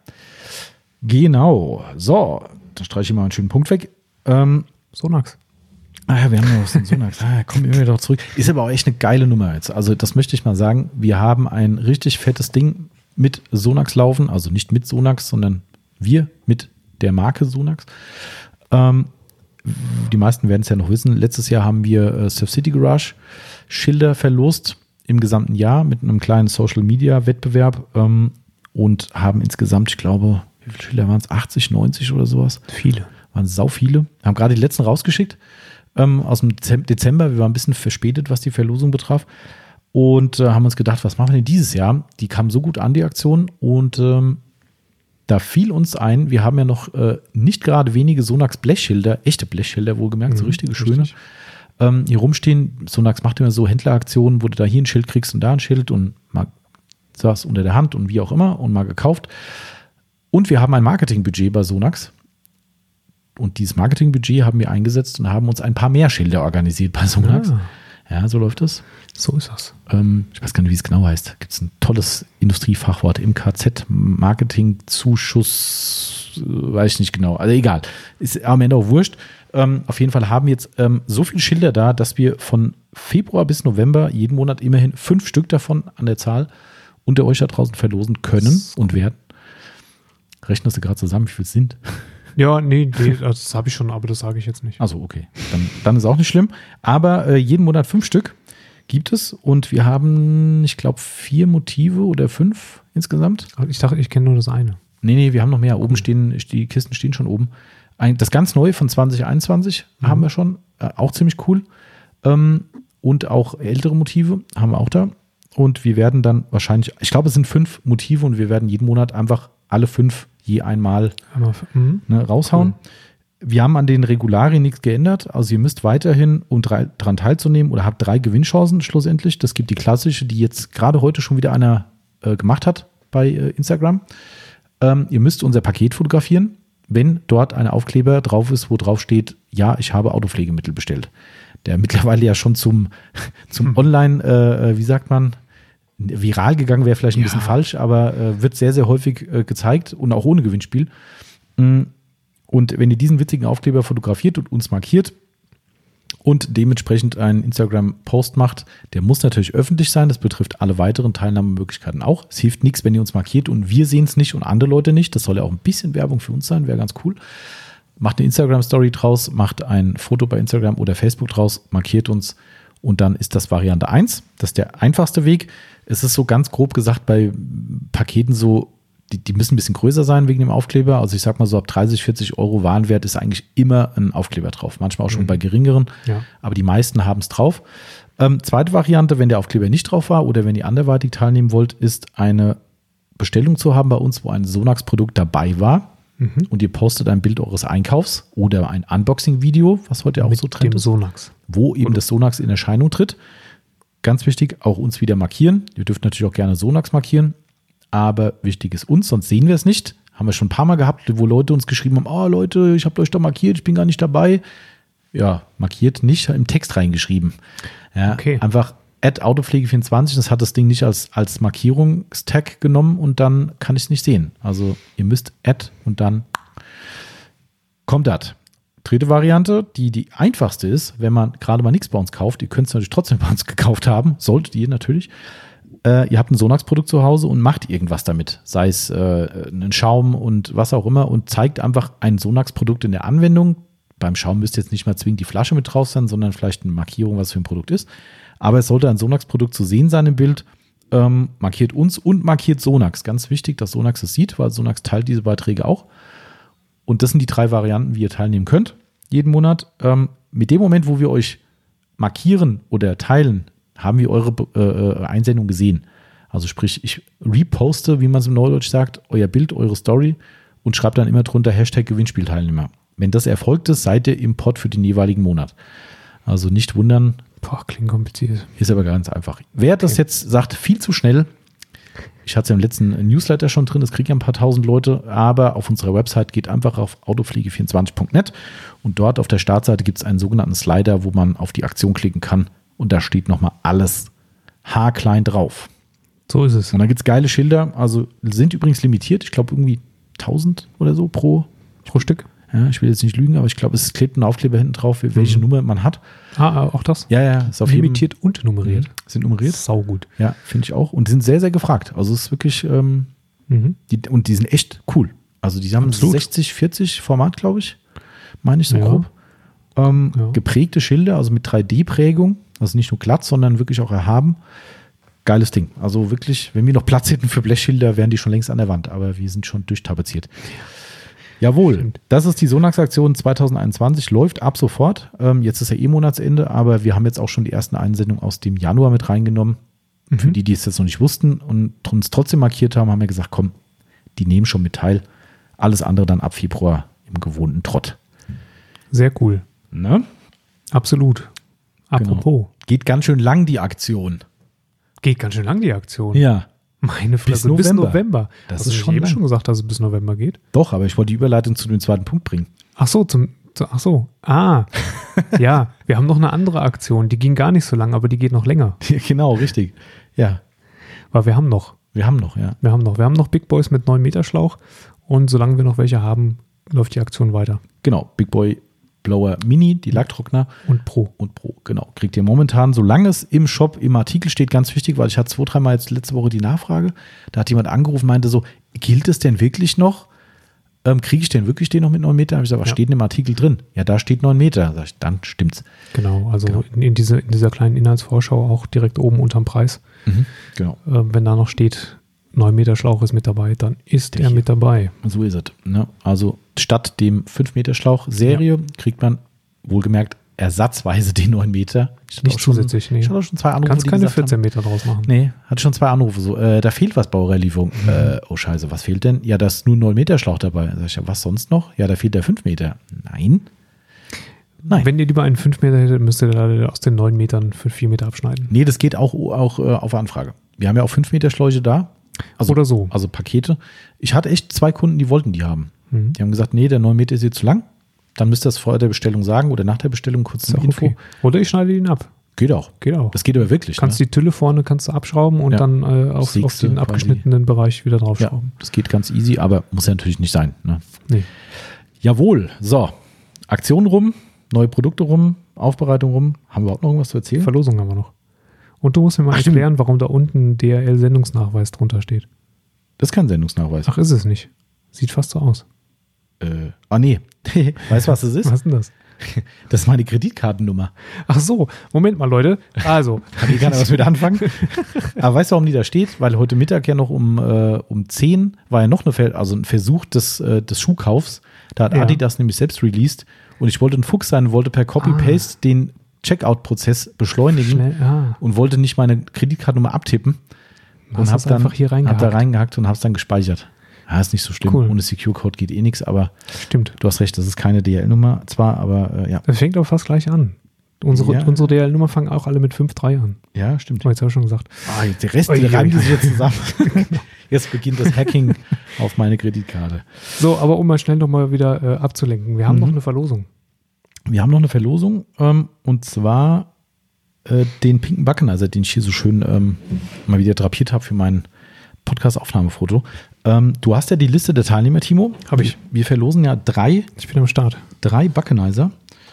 Genau. So, da streiche ich mal einen schönen Punkt weg. Ähm, Sonax. Ah ja, wir haben noch was in Sonax. Ah, kommen wir doch zurück. Ist aber auch echt eine geile Nummer jetzt. Also das möchte ich mal sagen. Wir haben ein richtig fettes Ding mit Sonax laufen. Also nicht mit Sonax, sondern wir mit der Marke Sonax. Ähm, die meisten werden es ja noch wissen. Letztes Jahr haben wir äh, Surf City Garage Schilder verlost im gesamten Jahr mit einem kleinen Social Media Wettbewerb ähm, und haben insgesamt, ich glaube, wie viele Schilder waren es? achtzig, neunzig oder sowas? Viele. Waren sau viele. Haben gerade die letzten rausgeschickt ähm, aus dem Dezember. Wir waren ein bisschen verspätet, was die Verlosung betraf. Und äh, haben uns gedacht, was machen wir denn dieses Jahr? Die kam so gut an, die Aktion. Und ähm, da fiel uns ein, wir haben ja noch äh, nicht gerade wenige Sonax Blechschilder, echte Blechschilder wohlgemerkt, mhm, so richtige schöne, ähm, hier rumstehen. Sonax macht immer so Händleraktionen, wo du da hier ein Schild kriegst und da ein Schild und mal saß unter der Hand und wie auch immer und mal gekauft. Und wir haben ein Marketingbudget bei Sonax. Und dieses Marketingbudget haben wir eingesetzt und haben uns ein paar mehr Schilder organisiert bei Sonax. Ja, ja, so läuft das. So ist das. Ähm, ich weiß gar nicht, wie es genau heißt. Gibt es ein tolles Industriefachwort, M K Z, Marketingzuschuss, äh, weiß ich nicht genau. Also egal, ist am Ende auch wurscht. Ähm, auf jeden Fall haben wir jetzt ähm, so viele Schilder da, dass wir von Februar bis November jeden Monat immerhin fünf Stück davon an der Zahl unter euch da draußen verlosen können so. Und werden. Rechnest du gerade zusammen, wie viel es sind? Ja, nee, nee das habe ich schon, aber das sage ich jetzt nicht. Also okay, dann, dann ist auch nicht schlimm. Aber äh, jeden Monat fünf Stück gibt es und wir haben, ich glaube, vier Motive oder fünf insgesamt. Ich dachte, ich kenne nur das eine. Nee, nee, wir haben noch mehr. Oben stehen, die Kisten stehen schon oben. Ein, das ganz neue von zwanzig einundzwanzig mhm. haben wir schon, äh, auch ziemlich cool. Ähm, und auch ältere Motive haben wir auch da. Und wir werden dann wahrscheinlich, ich glaube, es sind fünf Motive und wir werden jeden Monat einfach alle fünf je einmal mhm. ne, raushauen. Cool. Wir haben an den Regularien nichts geändert. Also ihr müsst weiterhin, um drei, daran teilzunehmen, oder habt drei Gewinnchancen schlussendlich. Das gibt die klassische, die jetzt gerade heute schon wieder einer äh, gemacht hat bei äh, Instagram. Ähm, ihr müsst unser Paket fotografieren, wenn dort ein Aufkleber drauf ist, wo drauf steht, ja, ich habe Autopflegemittel bestellt. Der mittlerweile ja schon zum, zum mhm. Online, äh, wie sagt man, viral gegangen wäre vielleicht ein ja. bisschen falsch, aber äh, wird sehr, sehr häufig äh, gezeigt und auch ohne Gewinnspiel. Mm. Und wenn ihr diesen witzigen Aufkleber fotografiert und uns markiert und dementsprechend einen Instagram-Post macht, der muss natürlich öffentlich sein. Das betrifft alle weiteren Teilnahmemöglichkeiten auch. Es hilft nichts, wenn ihr uns markiert und wir sehen es nicht und andere Leute nicht. Das soll ja auch ein bisschen Werbung für uns sein, wäre ganz cool. Macht eine Instagram-Story draus, macht ein Foto bei Instagram oder Facebook draus, markiert uns und dann ist das Variante eins. Das ist der einfachste Weg. Es ist so ganz grob gesagt bei Paketen so, die, die müssen ein bisschen größer sein wegen dem Aufkleber. Also ich sag mal so ab dreißig, vierzig Euro Warenwert ist eigentlich immer ein Aufkleber drauf. Manchmal auch schon mhm. bei geringeren, ja. aber die meisten haben es drauf. Ähm, zweite Variante, wenn der Aufkleber nicht drauf war oder wenn ihr anderweitig teilnehmen wollt, ist eine Bestellung zu haben bei uns, wo ein Sonax-Produkt dabei war mhm. und ihr postet ein Bild eures Einkaufs oder ein Unboxing-Video, was heute auch mit so trennt ist, Sonax. wo eben oder? das Sonax in Erscheinung tritt. Ganz wichtig, auch uns wieder markieren. Ihr dürft natürlich auch gerne Sonax markieren, aber wichtig ist uns, sonst sehen wir es nicht. Haben wir schon ein paar Mal gehabt, wo Leute uns geschrieben haben, oh Leute, ich habe euch doch markiert, ich bin gar nicht dabei. Ja, markiert nicht, im Text reingeschrieben. Ja, okay. Einfach at Autopflege vierundzwanzig, das hat das Ding nicht als, als Markierungstag genommen und dann kann ich es nicht sehen. Also ihr müsst add und dann kommt das. Dritte Variante, die die einfachste ist, wenn man gerade mal nichts bei uns kauft, ihr könnt es natürlich trotzdem bei uns gekauft haben, solltet ihr natürlich. Äh, ihr habt ein Sonax-Produkt zu Hause und macht irgendwas damit, sei es äh, einen Schaum und was auch immer und zeigt einfach ein Sonax-Produkt in der Anwendung. Beim Schaum müsst ihr jetzt nicht mal zwingend die Flasche mit drauf sein, sondern vielleicht eine Markierung, was für ein Produkt ist. Aber es sollte ein Sonax-Produkt zu sehen sein im Bild. Ähm, markiert uns und markiert Sonax. Ganz wichtig, dass Sonax es sieht, weil Sonax teilt diese Beiträge auch. Und das sind die drei Varianten, wie ihr teilnehmen könnt, jeden Monat. Ähm, mit dem Moment, wo wir euch Markieren oder Teilen haben wir eure äh, Einsendung gesehen. Also sprich, ich reposte, wie man es im Neudeutsch sagt, euer Bild, eure Story und schreibe dann immer drunter Hashtag Gewinnspielteilnehmer. Wenn das erfolgt ist, seid ihr im Pod für den jeweiligen Monat. Also nicht wundern. Boah, klingt kompliziert. Ist aber ganz einfach. Wer das Okay. jetzt sagt, viel zu schnell, ich hatte es ja im letzten Newsletter schon drin, das kriegen ja ein paar tausend Leute, aber auf unserer Website geht einfach auf autopflege vierundzwanzig punkt net und dort auf der Startseite gibt es einen sogenannten Slider, wo man auf die Aktion klicken kann und da steht nochmal alles haarklein drauf. So ist es. Und dann gibt es geile Schilder, also sind übrigens limitiert, ich glaube irgendwie tausend oder so pro, Pro Stück. ja, ich will jetzt nicht lügen, aber ich glaube, es klebt ein Aufkleber hinten drauf, welche Mhm. Nummer man hat. Ah, auch das? Ja, ja, ist auf jedem, Limitiert und nummeriert. sind nummeriert. Sau gut. Ja, finde ich auch. Und die sind sehr, sehr gefragt. Also es ist wirklich, ähm, Mhm. die, und die sind echt cool. Also die haben Absolut. sechzig vierzig Format, glaube ich. Meine ich so Ja. grob. Ähm, Ja. Geprägte Schilder, also mit drei D-Prägung. Also nicht nur glatt, sondern wirklich auch erhaben. Geiles Ding. Also wirklich, wenn wir noch Platz hätten für Blechschilder, wären die schon längst an der Wand. Aber wir sind schon durchtapeziert. Jawohl, Stimmt. das ist die Sonax-Aktion zwanzig einundzwanzig, läuft ab sofort. Ähm, jetzt ist ja eh Monatsende, aber wir haben jetzt auch schon die ersten Einsendungen aus dem Januar mit reingenommen. Für Mhm. die, die es jetzt noch nicht wussten und uns trotzdem markiert haben, haben wir gesagt, komm, die nehmen schon mit teil. Alles andere dann ab Februar im gewohnten Trott. Sehr cool. Ne? Absolut. Apropos, Geht ganz schön lang, die Aktion. geht ganz schön lang die Aktion. Ja, Meine Fresse, November. bis November. Das Hast ist du schon nicht eben lang. schon gesagt, dass es bis November geht? doch, aber ich wollte die Überleitung zu dem zweiten Punkt bringen. Ach so, zum, zu, ach so. Ah, ja, wir haben noch eine andere Aktion, die ging gar nicht so lang, aber die geht noch länger. Genau, richtig. Ja, Weil wir haben noch, wir haben noch, ja. wir haben noch, wir haben noch Big Boys mit neun Meter Schlauch und solange wir noch welche haben, läuft die Aktion weiter. Genau, Big Boy Blower Mini, die Lacktrockner Und Pro. und Pro, genau. Kriegt ihr momentan, solange es im Shop, im Artikel steht, ganz wichtig, weil ich hatte zwei, dreimal jetzt letzte Woche die Nachfrage, da hat jemand angerufen, meinte so, gilt es denn wirklich noch? Ähm, kriege ich denn wirklich den noch mit neun Meter? Habe ich gesagt, was Ja. steht denn im Artikel drin? Ja, da steht neun Meter. Sag ich, dann stimmt's. Genau, also Genau. In, in, diese, in dieser kleinen Inhaltsvorschau auch direkt oben unterm Preis. Genau. Äh, wenn da noch steht, neun Meter Schlauch ist mit dabei, dann ist Der er hier. mit dabei. So ist es. Ne? Also statt dem fünf Meter Schlauch Serie kriegt man wohlgemerkt ersatzweise den neun Meter. Ich hatte Nicht auch schon, zusätzlich, nee. Ich hatte auch schon zwei Anrufe, Kannst die keine gesagt haben, vierzehn Meter draus machen. Nee, hatte schon zwei Anrufe. So, äh, da fehlt was bei eurer Lieferung. Mhm. Äh, oh Scheiße, was fehlt denn? Ja, da ist nur ein neun Meter Schlauch dabei. Sag ich, ja, was sonst noch? Ja, da fehlt der fünf Meter. Nein. Nein. Wenn ihr lieber einen fünf Meter hättet, müsst ihr da aus den neun Metern für vier Meter abschneiden. Nee, das geht auch, auch äh, auf Anfrage. Wir haben ja auch fünf Meter Schläuche da. Also, Oder so. Also Pakete. Ich hatte echt zwei Kunden, die wollten die haben. Mhm. Die haben gesagt, nee, der neun Meter ist jetzt zu lang. Dann müsst ihr das vor der Bestellung sagen oder nach der Bestellung kurz Ist eine auch Info. okay. Oder ich schneide ihn ab. Geht auch. Geht auch. Das geht aber wirklich. Kannst ne? die Tülle vorne kannst du abschrauben und Ja. dann äh, auf, auf Sägst du den quasi. abgeschnittenen Bereich wieder Ja, draufschrauben. das geht ganz easy, aber muss ja natürlich nicht sein. Ne? Nee. Jawohl. So, Aktion rum, neue Produkte rum, Aufbereitung rum. Haben wir überhaupt noch irgendwas zu erzählen? Verlosung haben wir noch. Und du musst mir mal Ach, stimmt. erklären, warum da unten D H L-Sendungsnachweis drunter steht. Das ist kein Sendungsnachweis. Ach, ist es nicht. Sieht fast so aus. Äh, ah, nee. Weißt du, was das ist? Was ist denn das? Das ist meine Kreditkartennummer. Ach so, Moment mal, Leute. Also, Kann ich keiner was mit anfangen. Aber weißt du, warum die da steht? Weil heute Mittag ja noch um, äh, um zehn war ja noch eine Ver also ein Versuch des, äh, des Schuhkaufs. Da hat Ja. Adidas nämlich selbst released. Und ich wollte ein Fuchs sein und wollte per Copy-Paste den Checkout-Prozess beschleunigen schnell, ah, und wollte nicht meine Kreditkartennummer abtippen. hast und das habe dann einfach hier hab reingehakt. da reingehackt und habe es dann gespeichert. Ja, ist nicht so schlimm. Cool. Ohne Secure-Code geht eh nichts, aber Stimmt. du hast recht, das ist keine D H L-Nummer zwar, aber äh, ja. Das fängt aber fast gleich an. Unsere, Ja. unsere D H L-Nummer fangen auch alle mit fünf drei an. Ja, stimmt. Oh, jetzt habe ich schon gesagt. Ah, jetzt der Rest, Ui, die ui, reimen die ui. sich jetzt zusammen. Jetzt beginnt das Hacking auf meine Kreditkarte. So, aber um mal schnell nochmal wieder äh, abzulenken. Wir haben Mhm. noch eine Verlosung. Wir haben noch eine Verlosung ähm, und zwar äh, den pinken Backenizer, den ich hier so schön ähm, mal wieder drapiert habe für mein Podcast-Aufnahmefoto. Ähm, du hast ja die Liste der Teilnehmer, Timo. Hab ich. Wir, wir verlosen ja drei, Ich bin am Start. drei Backenizer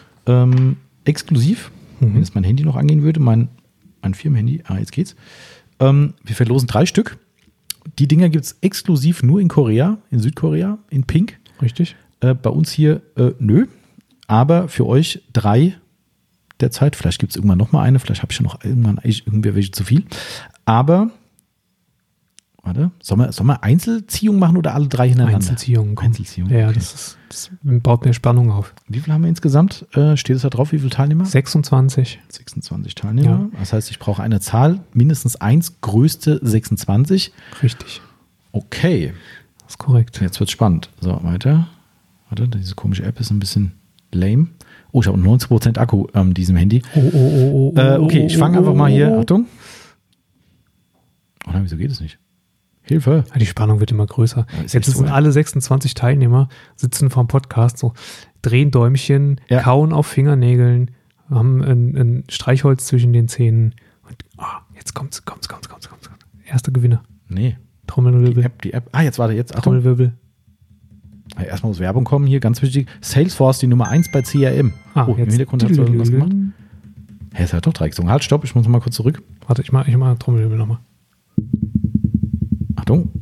ähm, exklusiv. Mhm. Wenn jetzt mein Handy noch angehen würde, mein, mein Firmenhandy, ah, jetzt geht's. Ähm, wir verlosen drei Stück. Die Dinger gibt es exklusiv nur in Korea, in Südkorea, in Pink. Richtig? Äh, bei uns hier, äh, nö. Aber für euch drei derzeit. Vielleicht gibt es irgendwann noch mal eine. Vielleicht habe ich ja noch irgendwann irgendwer welche zu viel. Aber, Warte, sollen wir, sollen wir Einzelziehung machen oder alle drei hintereinander? Einzelziehung. Komm. Einzelziehung. Ja, okay. das, ist, das baut mehr Spannung auf. Wie viel haben wir insgesamt? Äh, steht es da drauf? Wie viele Teilnehmer? sechsundzwanzig. sechsundzwanzig Teilnehmer. Ja. Das heißt, ich brauche eine Zahl, mindestens eins, größte sechsundzwanzig. Richtig. Okay. Das ist korrekt. Jetzt wird's spannend. So, weiter. Warte, diese komische App ist ein bisschen lame. Oh, ich habe neunzig Prozent Akku an ähm, diesem Handy. Oh, oh, oh, oh. Äh, okay, ich fange oh, einfach mal hier. oh, oh. Achtung. Oh nein, wieso geht es nicht? Hilfe. Ja, die Spannung wird immer größer. Ja, ist Jetzt echt sitzen so, alle sechsundzwanzig Teilnehmer, sitzen vorm Podcast, so drehen Däumchen, Ja. kauen auf Fingernägeln, haben ein, ein Streichholz zwischen den Zähnen. Und oh, jetzt kommt's, kommt's, kommt's, kommt's, kommt's. kommt's. Erster Gewinner. Nee. Die Trommelwirbel. App, die App. Ah, jetzt warte, jetzt. Achtung. Trommelwirbel. Ja, erstmal muss Werbung kommen hier, ganz wichtig. Salesforce, die Nummer eins bei C R M. Ah, oh, im jetzt. Hintergrund hat es was gemacht. Hä, es hat doch Dreieck gesungen. Halt, stopp, ich muss noch mal kurz zurück. Warte, ich mach, ich mach Trommelwirbel nochmal. Achtung.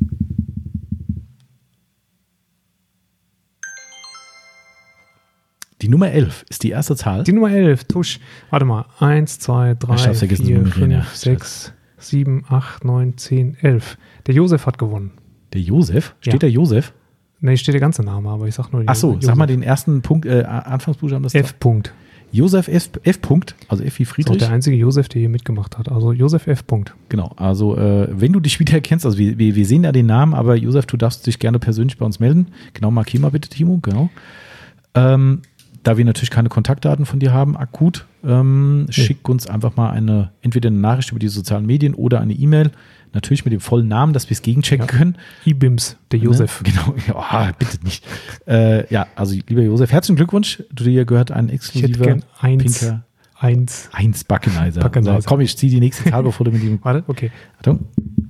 Die Nummer elf ist die erste Zahl. Die Nummer elf, Tusch. Warte mal. eins, zwei, drei, Ich schaff's vergessen zu vier, nummerieren, ja. fünf, sechs, sieben, acht, neun, zehn, elf. Der Josef hat gewonnen. Der Josef? Steht Ja. der Josef? Ne, steht der ganze Name, aber ich sag nur Ach so, Josef. sag mal den ersten Punkt, äh, Anfangsbuchstaben. Das F. Punkt. Josef F. F. Punkt, also F wie Das ist auch Friedrich. der einzige Josef, der hier mitgemacht hat. Also Josef F. Punkt. Genau, also äh, wenn du dich wieder erkennst, also wir, wir, wir sehen ja den Namen, aber Josef, du darfst dich gerne persönlich bei uns melden. Genau, markier mal bitte, Timo, genau. Ähm, da wir natürlich keine Kontaktdaten von dir haben, akut, ähm, Nee. schick uns einfach mal eine, entweder eine Nachricht über die sozialen Medien oder eine E-Mail, natürlich mit dem vollen Namen, dass wir es gegenchecken Ja. können. I-Bims, der Josef. Ne? Genau, ja, bitte nicht. Äh, ja, also lieber Josef, herzlichen Glückwunsch, du dir gehört ein Ich hätte exklusiver gern eins. pinker Eins. eins Backenizer. Backenizer. So, komm, ich ziehe die nächste Zahl, bevor du mit ihm. Warte, okay. Achtung.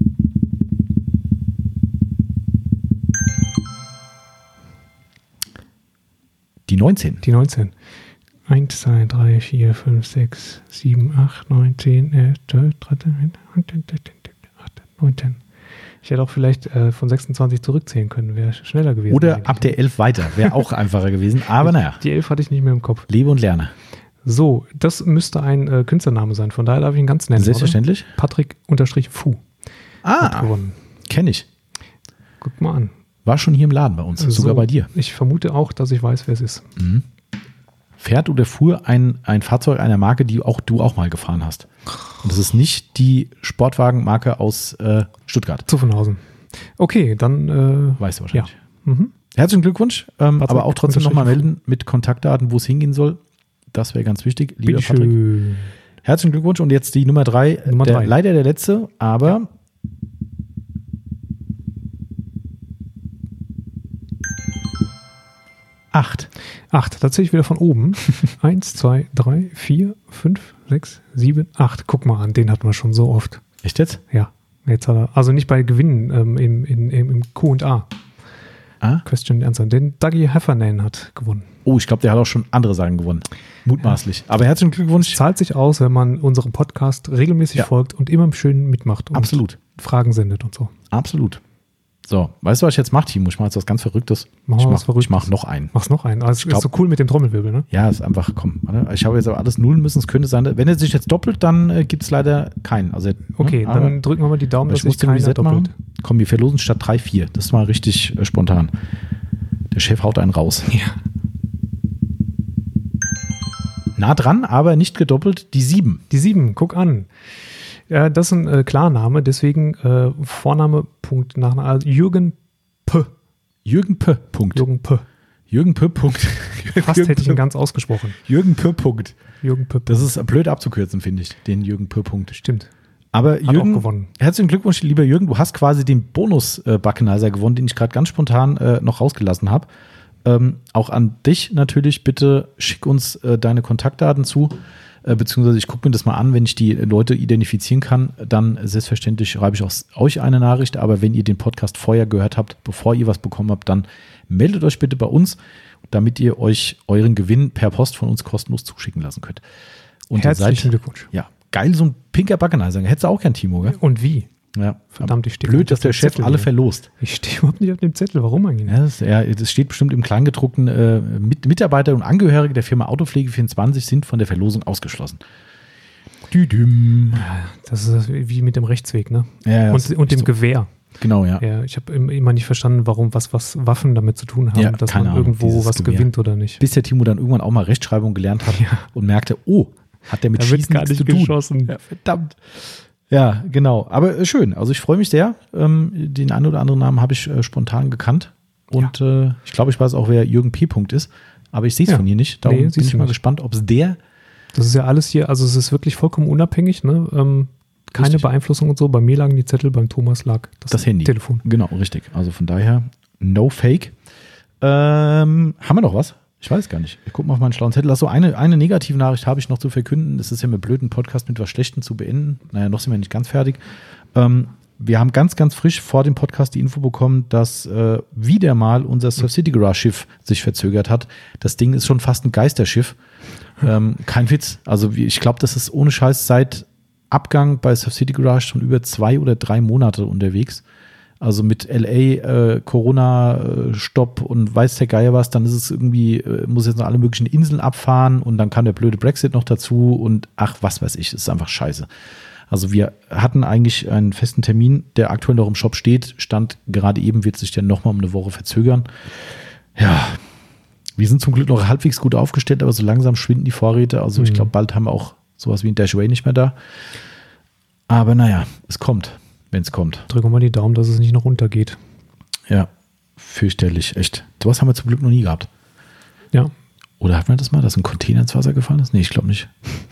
Die neunzehn. Die neunzehn. eins, zwei, drei, vier, fünf, sechs, sieben, acht, neun, zehn, elf, zwölf, dreizehn, neunzehn. Ich hätte auch vielleicht äh, von sechsundzwanzig zurückzählen können, wäre schneller gewesen. Oder eigentlich. ab der elf weiter. Wäre auch einfacher gewesen. Aber naja, Die elf hatte ich nicht mehr im Kopf. lebe und lerne. So, das müsste ein äh, Künstlername sein. Von daher darf ich ihn ganz nennen. Selbstverständlich. Oder? Patrick-Fu hat Ah, gewonnen. kenne ich. Guck mal an. War schon hier im Laden bei uns. Sogar So, bei dir. Ich vermute auch, dass ich weiß, wer es ist. Mhm. Fährt oder fuhr ein, ein Fahrzeug einer Marke, die auch du auch mal gefahren hast. Und das ist nicht die Sportwagenmarke aus äh, Stuttgart. Zuffenhausen. Okay, dann äh, Weißt du wahrscheinlich. ja. Mhm. Herzlichen Glückwunsch, ähm, Patrick, aber auch trotzdem nochmal unterstrich melden mit Kontaktdaten, wo es hingehen soll. Das wäre ganz wichtig. Lieber Patrick, Bitteschön. herzlichen Glückwunsch. Und jetzt die Nummer drei, Nummer der, drei. leider der letzte, aber acht. Acht. Da zähle ich wieder von oben. Eins, zwei, drei, vier, fünf, sechs, sieben, acht. Guck mal an, den hatten wir schon so oft. Echt jetzt? Ja. Jetzt hat er, also nicht bei Gewinnen ähm, im, in, im, im Q und A. Ah? Question and Answer. Den Dougie Heffernan hat gewonnen. Oh, ich glaube, der hat auch schon andere Sachen gewonnen. Mutmaßlich. Aber herzlichen Glückwunsch. Zahlt sich aus, wenn man unserem Podcast regelmäßig Ja. folgt und immer schön mitmacht und Absolut. Fragen sendet und so. Absolut. So, weißt du, was ich jetzt mache, Timo? Ich mache jetzt was ganz Verrücktes. Mach ich mal was mache Verrücktes. mach noch einen. Mach's noch einen. Also, glaub- ist so cool mit dem Trommelwirbel, ne? Ja, ist einfach, komm. Warte. Ich habe jetzt aber alles nullen müssen. Es könnte sein, wenn er sich jetzt doppelt, dann äh, gibt es leider keinen. Also, Okay, ne, aber- dann drücken wir mal die Daumen, aber dass ich muss sich den keiner Reset doppelt. machen. Komm, wir verlosen statt drei, vier. Das ist mal richtig äh, spontan. Der Chef haut einen raus. Ja. Nah dran, aber nicht gedoppelt. Die sieben. Die sieben, guck an. Ja, das ist ein äh, Klarname, deswegen äh, Vorname, Punkt, Nachname. Also Jürgen P. Jürgen P. Punkt. Jürgen P. Jürgen P. Punkt. Fast hätte ich ihn ganz ausgesprochen. Jürgen P. Punkt. Jürgen P. Das ist blöd abzukürzen, finde ich, den Jürgen P. Punkt. Stimmt. Aber Hat Jürgen, auch gewonnen. herzlichen Glückwunsch, lieber Jürgen. Du hast quasi den Bonus-Backenizer gewonnen, den ich gerade ganz spontan äh, noch rausgelassen habe. Ähm, auch an dich natürlich, bitte schick uns äh, deine Kontaktdaten zu, äh, beziehungsweise ich gucke mir das mal an, wenn ich die Leute identifizieren kann, dann selbstverständlich schreibe ich auch euch eine Nachricht, aber wenn ihr den Podcast vorher gehört habt, bevor ihr was bekommen habt, dann meldet euch bitte bei uns, damit ihr euch euren Gewinn per Post von uns kostenlos zuschicken lassen könnt. Und ihr Herzlichen seid, Glückwunsch. ja, geil, so ein pinker Backenizer. Hättest du auch gern, Timo, gell? Und wie? Ja, Verdammt, ich stehe blöd, gar dass nicht der auf dem Chef Zettel alle hier. verlost. Ich stehe überhaupt nicht auf dem Zettel. Warum eigentlich? Ja, das, ja, das steht bestimmt im Kleingedruckten. Äh, mit, Mitarbeiter und Angehörige der Firma Autopflege vierundzwanzig sind von der Verlosung ausgeschlossen. Düdüm. Das ist wie mit dem Rechtsweg, ne? Ja, ja, und ist und dem so. Gewehr. Genau, ja. ja ich habe immer nicht verstanden, warum was, was Waffen damit zu tun haben, ja, dass man Ahnung, irgendwo was Gewehr. gewinnt oder nicht. Bis der Timo dann irgendwann auch mal Rechtschreibung gelernt hat ja. und merkte, oh, hat der mit da Schießen gar nicht zu geschossen. tun. Ja, verdammt. Ja, genau. Aber äh, schön. Also ich freue mich sehr. Ähm, den einen oder anderen Namen habe ich äh, spontan gekannt. Und ja. äh, ich glaube, ich weiß auch, wer Jürgen P. ist. Aber ich sehe es ja. von hier nicht. Darum nee, bin ich mal nicht. gespannt, ob es der... Das ist ja alles hier, also es ist wirklich vollkommen unabhängig. Ne? Ähm, keine richtig. Beeinflussung und so. Bei mir lagen die Zettel, beim Thomas lag das, das Handy. Telefon. Genau, richtig. Also von daher, no fake. Ähm, haben wir noch was? Ich weiß gar nicht. Ich gucke mal auf meinen schlauen Zettel. Also eine, eine negative Nachricht habe ich noch zu verkünden. Es ist ja mir blöd, einen Podcast mit was Schlechtem zu beenden. Naja, noch sind wir nicht ganz fertig. Ähm, wir haben ganz, ganz frisch vor dem Podcast die Info bekommen, dass äh, wieder mal unser Surf City Garage Schiff sich verzögert hat. Das Ding ist schon fast ein Geisterschiff. ähm, kein Witz. Also ich glaube, das ist ohne Scheiß seit Abgang bei Surf City Garage schon über zwei oder drei Monate unterwegs. Also mit L A, äh, Corona-Stopp und weiß der Geier was, dann ist es irgendwie, äh, muss jetzt noch alle möglichen Inseln abfahren und dann kam der blöde Brexit noch dazu und ach, was weiß ich, es ist einfach scheiße. Also wir hatten eigentlich einen festen Termin, der aktuell noch im Shop steht, stand gerade eben, wird sich der nochmal um eine Woche verzögern. Ja, wir sind zum Glück noch halbwegs gut aufgestellt, aber so langsam schwinden die Vorräte. Also ich glaube, bald haben wir auch sowas wie ein Dashway nicht mehr da. Aber naja, es kommt. Wenn es kommt. Drücken wir mal die Daumen, dass es nicht noch runtergeht. Ja, fürchterlich, echt. Sowas haben wir zum Glück noch nie gehabt. Ja. Oder hatten wir das mal, dass ein Container ins Wasser gefallen ist? Nee, ich glaube nicht.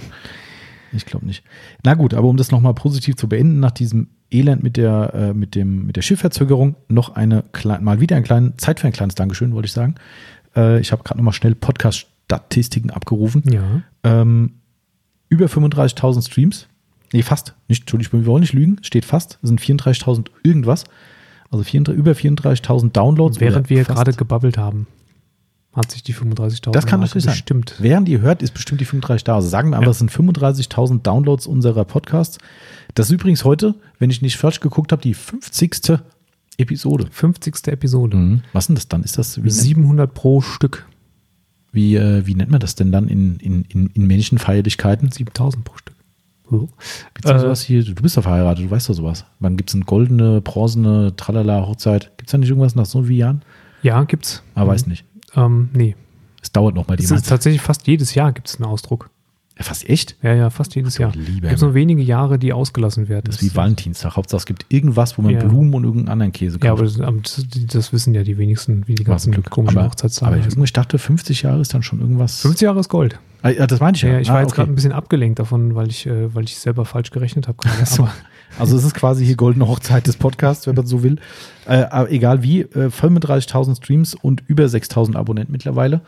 Ich glaube nicht. Na gut, aber um das nochmal positiv zu beenden, nach diesem Elend mit der, äh, mit dem, mit der Schiffverzögerung, noch eine kleine, mal wieder ein kleinen, Zeit für ein kleines Dankeschön, wollte ich sagen. Äh, ich habe gerade nochmal schnell Podcast-Statistiken abgerufen. Ja. Ähm, über fünfunddreißigtausend Streams. Nee, fast. Nicht, Entschuldigung, wir wollen nicht lügen. Steht fast. Das sind vierunddreißigtausend irgendwas. Also vierunddreißig, über vierunddreißigtausend Downloads. Während wir gerade gebabbelt haben, hat sich die fünfunddreißigtausend Das kann natürlich sein. Bestimmt. Während ihr hört, ist bestimmt die fünfunddreißig da. Also sagen wir einfach, ja. Es sind fünfunddreißigtausend Downloads unserer Podcasts. Das ist übrigens heute, wenn ich nicht falsch geguckt habe, die fünfzigste Episode. fünfzigste Episode. Mhm. Was ist denn das dann? Ist das wie siebenhundert pro Stück. Wie, äh, wie nennt man das denn dann in, in, in, in Menschenfeierlichkeiten? siebentausend pro Stück. Oh. Äh, sowas hier, du bist doch verheiratet, du weißt doch sowas. Wann gibt es eine goldene, bronzene, tralala, Hochzeit? Gibt es da nicht irgendwas nach so vielen Jahren? Ja, gibt's. Aber mhm. weiß nicht. Ähm, nee. Es dauert noch mal die Es ist tatsächlich fast jedes Jahr gibt es einen Ausdruck. Ja, fast echt? Ja, ja, fast jedes Jahr. Es gibt nur wenige Jahre, die ausgelassen werden. Das ist wie Valentinstag. Hauptsache es gibt irgendwas, wo man ja. Blumen und irgendeinen anderen Käse kauft. Ja, aber das, das wissen ja die wenigsten, wie die ganzen Glück. komischen aber, Hochzeitstage. Aber ich, ich dachte, fünfzig Jahre ist dann schon irgendwas. fünfzig Jahre ist Gold. Ah, das meinte ich ja. ja ich ah, war jetzt okay. gerade ein bisschen abgelenkt davon, weil ich, äh, weil ich selber falsch gerechnet habe gerade. So. Also es ist quasi hier goldene Hochzeit des Podcasts, wenn man so will. Äh, aber egal wie, äh, fünfunddreißigtausend Streams und über sechstausend Abonnenten mittlerweile.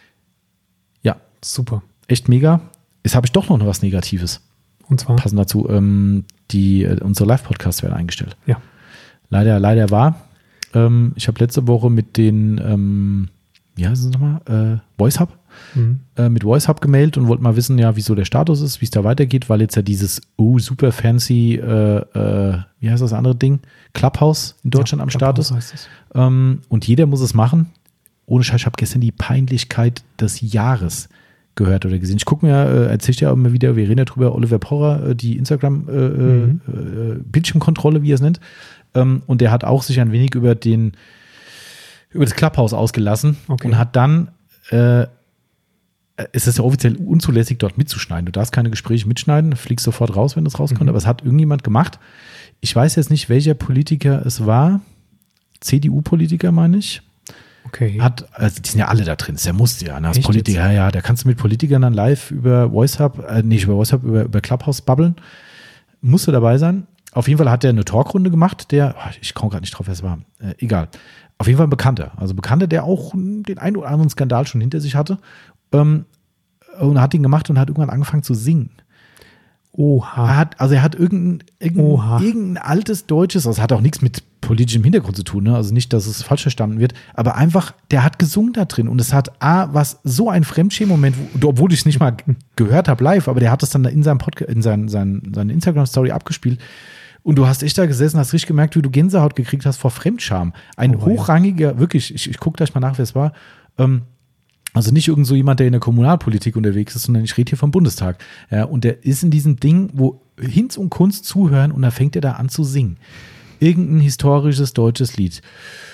Ja. Super. Echt mega. Jetzt habe ich doch noch was Negatives. Und zwar? Passend dazu, ähm, die, äh, unsere Live-Podcasts werden eingestellt. Ja. Leider, leider war. Ähm, ich habe letzte Woche mit den, ähm, wie heißt es nochmal, äh, Voice Hub, mhm. äh, mit Voice Hub gemeldet und wollte mal wissen, ja, wieso der Status ist, wie es da weitergeht, weil jetzt ja dieses, oh, super fancy, äh, äh, wie heißt das andere Ding, Clubhouse in Deutschland ja, am Start ist. Heißt es. Ähm, und jeder muss es machen. Ohne Scheiß, ich habe gestern die Peinlichkeit des Jahres gehört oder gesehen. Ich gucke mir, äh, erzähle ja immer wieder, wir reden ja drüber, Oliver Porrer, äh, die Instagram-Bildschirmkontrolle, äh, mhm. äh, wie er es nennt. Ähm, und der hat auch sich ein wenig über den über das Clubhouse ausgelassen okay. und hat dann, äh, es ist ja offiziell unzulässig, dort mitzuschneiden. Du darfst keine Gespräche mitschneiden, fliegst sofort raus, wenn das rauskommt, mhm. aber es hat irgendjemand gemacht. Ich weiß jetzt nicht, welcher Politiker es war. C D U-Politiker, meine ich. Okay. Hat, also die sind ja alle da drin, der muss ja, ne, als Politiker, ja, ja, da kannst du mit Politikern dann live über VoiceHub, äh, nicht über VoiceHub, über, über Clubhouse babbeln. Musste dabei sein. Auf jeden Fall hat er eine Talkrunde gemacht, der, oh, ich komme gerade nicht drauf, wer es war, äh, egal. Auf jeden Fall ein Bekannter, also Bekannter, der auch den einen oder anderen Skandal schon hinter sich hatte, ähm, und hat ihn gemacht und hat irgendwann angefangen zu singen. Oha. Er hat, also er hat irgendein, irgendein, irgendein altes deutsches, also hat auch nichts mit politischem Hintergrund zu tun, ne? Also nicht, dass es falsch verstanden wird, aber einfach, der hat gesungen da drin und es hat A, was so ein Fremdschämen-Moment, obwohl ich es nicht mal gehört habe live, aber der hat es dann in seinem Podcast, in seinen, seinen, seine Instagram-Story abgespielt und du hast echt da gesessen, hast richtig gemerkt, wie du Gänsehaut gekriegt hast vor Fremdscham. Ein oh, hochrangiger, ja. wirklich, ich, ich gucke gleich mal nach, wer es war, ähm, also nicht irgend so jemand, der in der Kommunalpolitik unterwegs ist, sondern ich rede hier vom Bundestag. Ja, und der ist in diesem Ding, wo Hinz und Kunst zuhören und da fängt er da an zu singen. irgendein historisches deutsches Lied.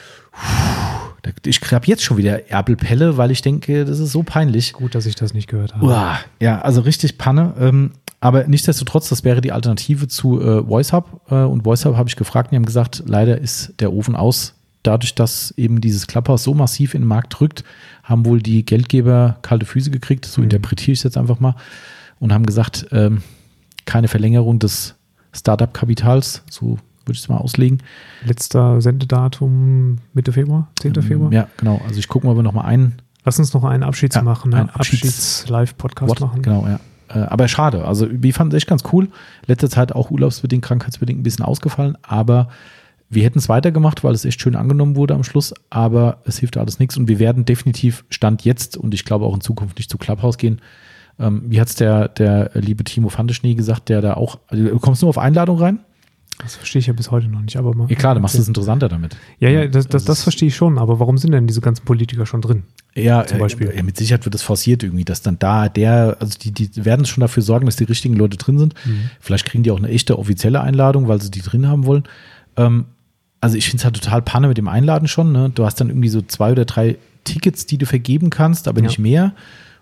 Puh, ich habe jetzt schon wieder Erbelpelle, weil ich denke, das ist so peinlich. Gut, dass ich das nicht gehört habe. Uah, ja, also richtig Panne. Ähm, aber nichtsdestotrotz, das wäre die Alternative zu äh, VoiceHub. Äh, und VoiceHub habe ich gefragt und die haben gesagt, leider ist der Ofen aus. Dadurch, dass eben dieses Clubhouse so massiv in den Markt drückt, haben wohl die Geldgeber kalte Füße gekriegt, so mhm. interpretiere ich es jetzt einfach mal, und haben gesagt, ähm, keine Verlängerung des Startup-Kapitals, so würde ich es mal auslegen. Letzter Sendedatum Mitte Februar, zehnten Februar? Ja, genau. Also ich gucke mal, ob wir noch mal einen. Lass uns noch einen Abschieds ja, machen, einen einen Abschieds-Live-Podcast Abschieds machen. Genau, ja. Äh, aber schade. Also wir fanden es echt ganz cool. Letzte Zeit auch urlaubsbedingt, krankheitsbedingt ein bisschen ausgefallen, aber wir hätten es weitergemacht, weil es echt schön angenommen wurde am Schluss, aber es hilft alles nichts und wir werden definitiv Stand jetzt und ich glaube auch in Zukunft nicht zu Clubhouse gehen. Ähm, wie hat es der, der liebe Timo Fandeschnee gesagt, der da auch, also du kommst nur auf Einladung rein? Das verstehe ich ja bis heute noch nicht, aber mal. Ja klar, du machst es interessanter damit. Ja, ja, das, das, das verstehe ich schon, aber warum sind denn diese ganzen Politiker schon drin? Ja, zum Beispiel. Ja, mit Sicherheit wird das forciert irgendwie, dass dann da der, also die, die werden schon dafür sorgen, dass die richtigen Leute drin sind. Mhm. Vielleicht kriegen die auch eine echte offizielle Einladung, weil sie die drin haben wollen. Ähm, also ich finde es halt total Panne mit dem Einladen schon. Ne? Du hast dann irgendwie so zwei oder drei Tickets, die du vergeben kannst, aber ja. nicht mehr.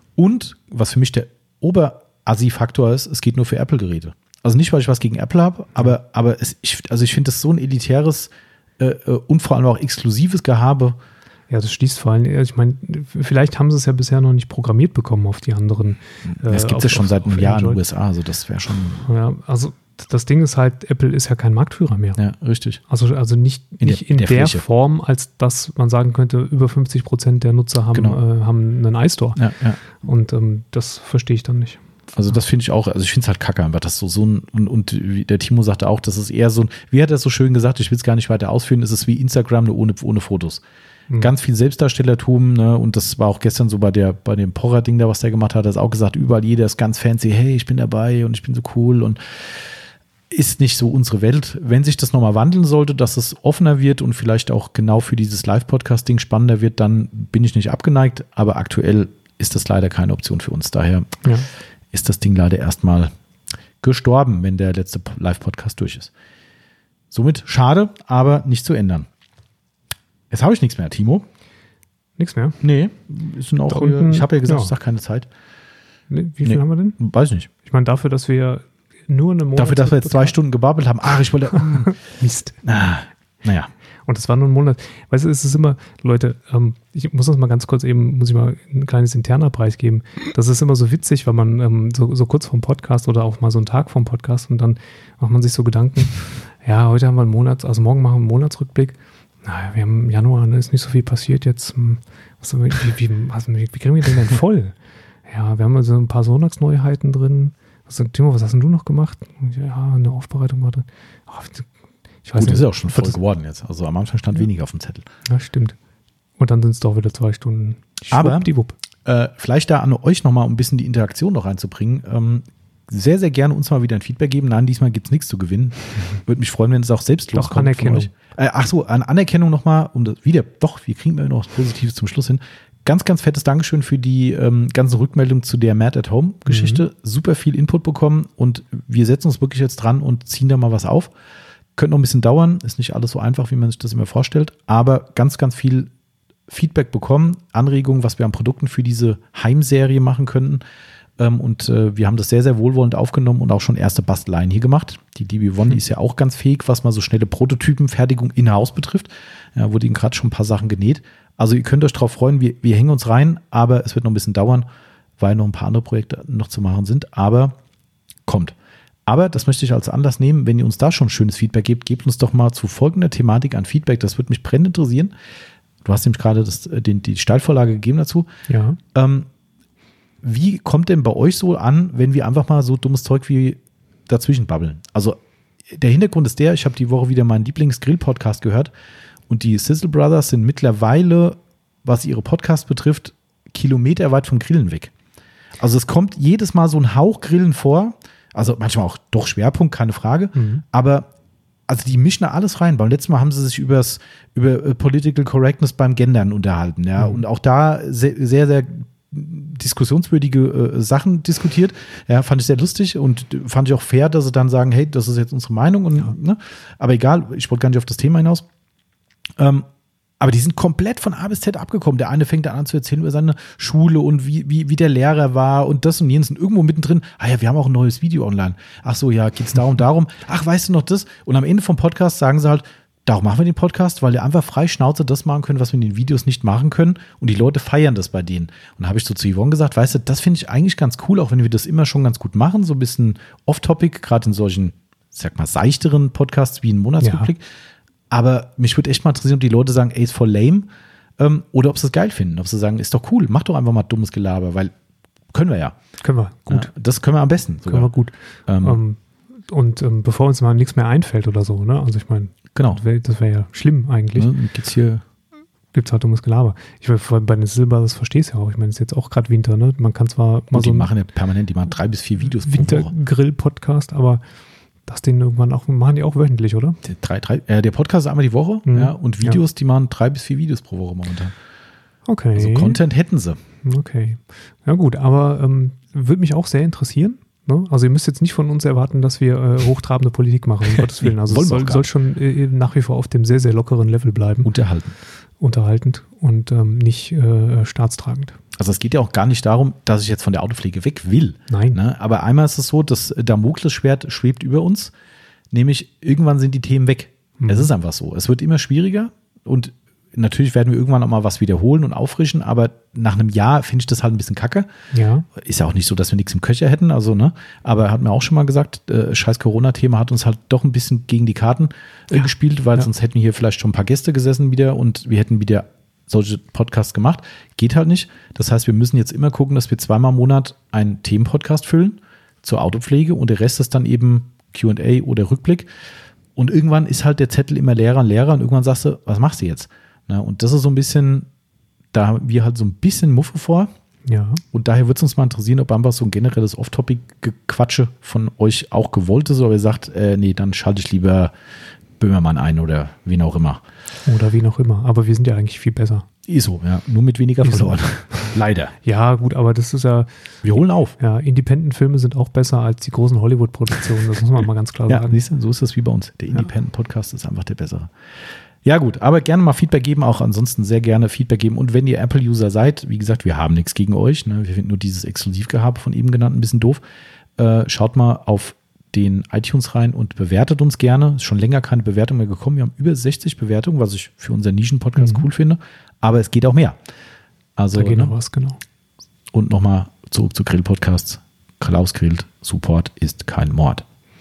Und was für mich der Oberassi-Faktor ist, es geht nur für Apple-Geräte. Also nicht, weil ich was gegen Apple habe, aber, aber es, ich, also ich finde das so ein elitäres äh, und vor allem auch exklusives Gehabe. Ja, das schließt vor allem, ich meine, vielleicht haben sie es ja bisher noch nicht programmiert bekommen auf die anderen. Äh, es gibt es ja schon seit einem Jahr in den U S A, also das wäre schon. Ja, also das Ding ist halt, Apple ist ja kein Marktführer mehr. Ja, richtig. Also, also nicht in nicht der, in der, der Form, als dass man sagen könnte, über fünfzig Prozent der Nutzer haben, genau. äh, haben einen iStore. Ja, ja. Und ähm, das verstehe ich dann nicht. Also das finde ich auch, also ich finde es halt kacke, aber das so, so ein, und, und der Timo sagte auch, das ist eher so ein, wie hat er es so schön gesagt, ich will es gar nicht weiter ausführen, es ist wie Instagram, nur ohne, ohne Fotos. Mhm. Ganz viel Selbstdarstellertum, ne, und das war auch gestern so bei der, bei dem Porra-Ding da, was der gemacht hat, er hat auch gesagt, überall jeder ist ganz fancy, hey, ich bin dabei und ich bin so cool und ist nicht so unsere Welt. Wenn sich das nochmal wandeln sollte, dass es offener wird und vielleicht auch genau für dieses Live-Podcast-Ding spannender wird, dann bin ich nicht abgeneigt, aber aktuell ist das leider keine Option für uns, daher ja. ist das Ding leider erstmal gestorben, wenn der letzte Live-Podcast durch ist. Somit schade, aber nicht zu ändern. Jetzt habe ich nichts mehr, Timo. Nichts mehr? Nee, ist auch, unten, ich habe ja gesagt, ja. ich sage keine Zeit. Nee, wie viel nee, haben wir denn? Weiß nicht. Ich meine, dafür, dass wir nur eine Monat... Dafür, dass wir jetzt zwei Stunden gebabbelt haben. Ach, ich wollte... Mist. Ah, naja. Und das war nur ein Monat. Weißt du, es ist immer, Leute, ähm, ich muss das mal ganz kurz eben, muss ich mal ein kleines interner Preis geben. Das ist immer so witzig, weil man ähm, so, so kurz vorm Podcast oder auch mal so einen Tag vorm Podcast und dann macht man sich so Gedanken, ja, heute haben wir einen Monat, also morgen machen wir einen Monatsrückblick. Naja, wir haben im Januar, da ist nicht so viel passiert jetzt. Was, wie, wie, was, wie kriegen wir den denn voll? Ja, wir haben also ein paar Sonntagsneuheiten drin. Was, Timo, was hast denn du noch gemacht? Ja, eine Aufbereitung war drin. Oh, ich weiß Gut, nicht, ist ja auch schon voll geworden jetzt. Also am Anfang stand ja. weniger auf dem Zettel. Ja, stimmt. Und dann sind es doch wieder zwei Stunden. Aber äh, vielleicht da an euch nochmal, um ein bisschen die Interaktion noch reinzubringen. Ähm, sehr, sehr gerne uns mal wieder ein Feedback geben. Nein, diesmal gibt es nichts zu gewinnen. Würde mich freuen, wenn es auch selbstlos doch, kommt. Anerkennung. Von euch. Äh, ach so, an Anerkennung nochmal. Um das wieder, doch, wir kriegen immer noch was Positives zum Schluss hin. Ganz, ganz fettes Dankeschön für die ähm, ganze Rückmeldung zu der Mad at Home Geschichte. Mhm. Super viel Input bekommen und wir setzen uns wirklich jetzt dran und ziehen da mal was auf. Könnte noch ein bisschen dauern, ist nicht alles so einfach, wie man sich das immer vorstellt, aber ganz, ganz viel Feedback bekommen, Anregungen, was wir an Produkten für diese Heimserie machen könnten. Ähm, und äh, wir haben das sehr, sehr wohlwollend aufgenommen und auch schon erste Basteleien hier gemacht. Die D B One, die ist ja auch ganz fähig, was mal so schnelle Prototypenfertigung in-house betrifft. Ja, wurde ihnen gerade schon ein paar Sachen genäht. Also ihr könnt euch drauf freuen, wir, wir hängen uns rein, aber es wird noch ein bisschen dauern, weil noch ein paar andere Projekte noch zu machen sind, aber kommt. Aber das möchte ich als Anlass nehmen, wenn ihr uns da schon schönes Feedback gebt, gebt uns doch mal zu folgender Thematik an Feedback, das würde mich brennend interessieren. Du hast nämlich gerade das, den, die Steilvorlage gegeben dazu. Ja. Ähm, wie kommt denn bei euch so an, wenn wir einfach mal so dummes Zeug wie dazwischen babbeln? Also der Hintergrund ist der, ich habe die Woche wieder meinen Lieblings-Grill-Podcast gehört und die Sizzle Brothers sind mittlerweile, was ihre Podcasts betrifft, kilometerweit vom Grillen weg. Also es kommt jedes Mal so ein Hauch Grillen vor, also manchmal auch doch Schwerpunkt, keine Frage, mhm. aber also die mischen da alles rein. Beim letzten Mal haben sie sich übers, über Political Correctness beim Gendern unterhalten, ja, mhm. und auch da sehr, sehr, sehr diskussionswürdige äh, Sachen diskutiert. Ja, fand ich sehr lustig und fand ich auch fair, dass sie dann sagen, hey, das ist jetzt unsere Meinung. Und, ja. ne? Aber egal, ich wollte gar nicht auf das Thema hinaus. Ähm, aber die sind komplett von A bis Z abgekommen. Der eine fängt dann an zu erzählen über seine Schule und wie, wie, wie der Lehrer war und das und jenes. Und irgendwo mittendrin, ah ja, wir haben auch ein neues Video online. Ach so, ja, geht's darum, darum. Ach, weißt du noch das? Und am Ende vom Podcast sagen sie halt, darum machen wir den Podcast, weil wir einfach frei Schnauze das machen können, was wir in den Videos nicht machen können. Und die Leute feiern das bei denen. Und da habe ich so zu Yvonne gesagt, weißt du, das finde ich eigentlich ganz cool, auch wenn wir das immer schon ganz gut machen, so ein bisschen off-topic, gerade in solchen, sag mal, seichteren Podcasts wie ein Monatsrückblick. Ja. Aber mich würde echt mal interessieren, ob die Leute sagen, ey, ist voll lame, ähm, oder ob sie es geil finden. Ob sie sagen, ist doch cool, mach doch einfach mal dummes Gelaber, weil können wir ja. Können wir, gut. Ja, das können wir am besten sogar. Können wir gut. Ähm, ähm, und ähm, bevor uns mal nichts mehr einfällt oder so, ne? Also ich meine, genau. das wäre wär ja schlimm eigentlich. Ja, gibt's hier Gibt's halt dummes Gelaber. Ich meine, bei den Silber, das verstehst du ja auch. Ich meine, es ist jetzt auch gerade Winter, ne? Man kann zwar mal und so die machen ja permanent, die machen drei bis vier Videos pro Woche. Wintergrill-Podcast, aber das den irgendwann auch, machen die auch wöchentlich, oder? Der, drei, drei, äh, der Podcast ist einmal die Woche, mhm. ja, und Videos, ja. die machen drei bis vier Videos pro Woche momentan. Okay. Also Content hätten sie. Okay. Ja gut, aber ähm, würde mich auch sehr interessieren. Ne? Also ihr müsst jetzt nicht von uns erwarten, dass wir äh, hochtrabende Politik machen, um Gottes Willen. Also es soll, soll schon äh, nach wie vor auf dem sehr, sehr lockeren Level bleiben. Unterhalten. Unterhaltend und ähm, nicht äh, staatstragend. Also es geht ja auch gar nicht darum, dass ich jetzt von der Autopflege weg will. Nein. Ne? Aber einmal ist es so, das Damoklesschwert schwebt über uns, nämlich irgendwann sind die Themen weg. Mhm. Es ist einfach so. Es wird immer schwieriger und natürlich werden wir irgendwann auch mal was wiederholen und auffrischen, aber nach einem Jahr finde ich das halt ein bisschen kacke. Ja. Ist ja auch nicht so, dass wir nichts im Köcher hätten, also, ne? Aber er hat mir auch schon mal gesagt, äh, scheiß Corona-Thema hat uns halt doch ein bisschen gegen die Karten äh, ja. gespielt, weil ja. sonst hätten hier vielleicht schon ein paar Gäste gesessen wieder und wir hätten wieder solche Podcasts gemacht. Geht halt nicht. Das heißt, wir müssen jetzt immer gucken, dass wir zweimal im Monat einen Themenpodcast füllen zur Autopflege und der Rest ist dann eben Q und A oder Rückblick. Und irgendwann ist halt der Zettel immer leerer und leerer und irgendwann sagst du, was machst du jetzt? Na, und das ist so ein bisschen, da haben wir halt so ein bisschen Muffe vor. Ja. Und daher würde es uns mal interessieren, ob einfach so ein generelles Off-Topic-Gequatsche von euch auch gewollt ist oder ihr sagt, äh, nee, dann schalte ich lieber Böhmermann ein oder wen auch immer. Oder wen auch immer. Aber wir sind ja eigentlich viel besser. Ist so, ja. Nur mit weniger Ist verloren. So. Leider. Ja, gut, aber das ist ja. Wir holen auf. Ja, Independent-Filme sind auch besser als die großen Hollywood-Produktionen. Das muss man mal ganz klar ja, sagen. Siehst du, so ist das wie bei uns. Der Independent-Podcast ist einfach der bessere. Ja gut, aber gerne mal Feedback geben, auch ansonsten sehr gerne Feedback geben. Und wenn ihr Apple-User seid, wie gesagt, wir haben nichts gegen euch. Ne? Wir finden nur dieses Exklusivgehabe von eben genannt ein bisschen doof. Äh, schaut mal auf den iTunes rein und bewertet uns gerne. Ist schon länger keine Bewertung mehr gekommen. Wir haben über sechzig Bewertungen, was ich für unseren Nischen-Podcast mhm. cool finde. Aber es geht auch mehr. Also, da geht ne? noch was, genau. Und nochmal zurück zu Grill-Podcasts. Klaus grillt, Support ist kein Mord.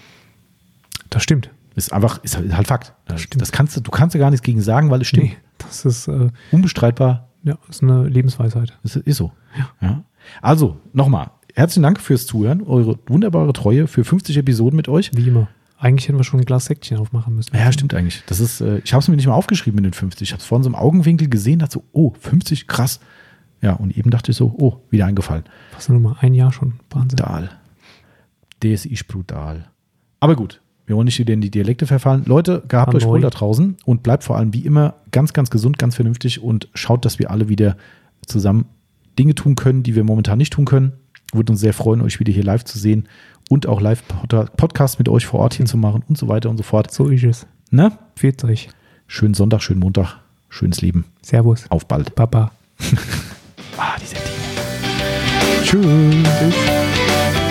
Das stimmt. Ist einfach, ist halt, ist halt Fakt. Das, das kannst du, du kannst ja gar nichts gegen sagen, weil es stimmt. Nee, das ist äh, unbestreitbar. Ja, das ist eine Lebensweisheit. Das ist so. Ja. Ja. Also, nochmal, herzlichen Dank fürs Zuhören, eure wunderbare Treue für fünfzig Episoden mit euch. Wie immer. Eigentlich hätten wir schon ein Glas Säckchen aufmachen müssen. Ja, stimmt eigentlich. Das ist, äh, ich habe es mir nicht mal aufgeschrieben mit den fünfzig. Ich habe es vorhin so im Augenwinkel gesehen, dachte so, oh, fünfzig, krass. Ja, und eben dachte ich so, oh, wieder eingefallen. Was nur mal ein Jahr schon. Wahnsinn. Brutal. Das ist brutal. Aber gut. Wir wollen nicht wieder in die Dialekte verfallen. Leute, gehabt euch wohl da draußen und bleibt vor allem wie immer ganz, ganz gesund, ganz vernünftig und schaut, dass wir alle wieder zusammen Dinge tun können, die wir momentan nicht tun können. Würde uns sehr freuen, euch wieder hier live zu sehen und auch Live-Podcasts mit euch vor Ort hier mhm. zu machen und so weiter und so fort. So ist es. Ne? Pfiat euch. Schönen Sonntag, schönen Montag, schönes Leben. Servus. Auf bald. Papa. ah, diese Dinge. Tschüss. Tschüss.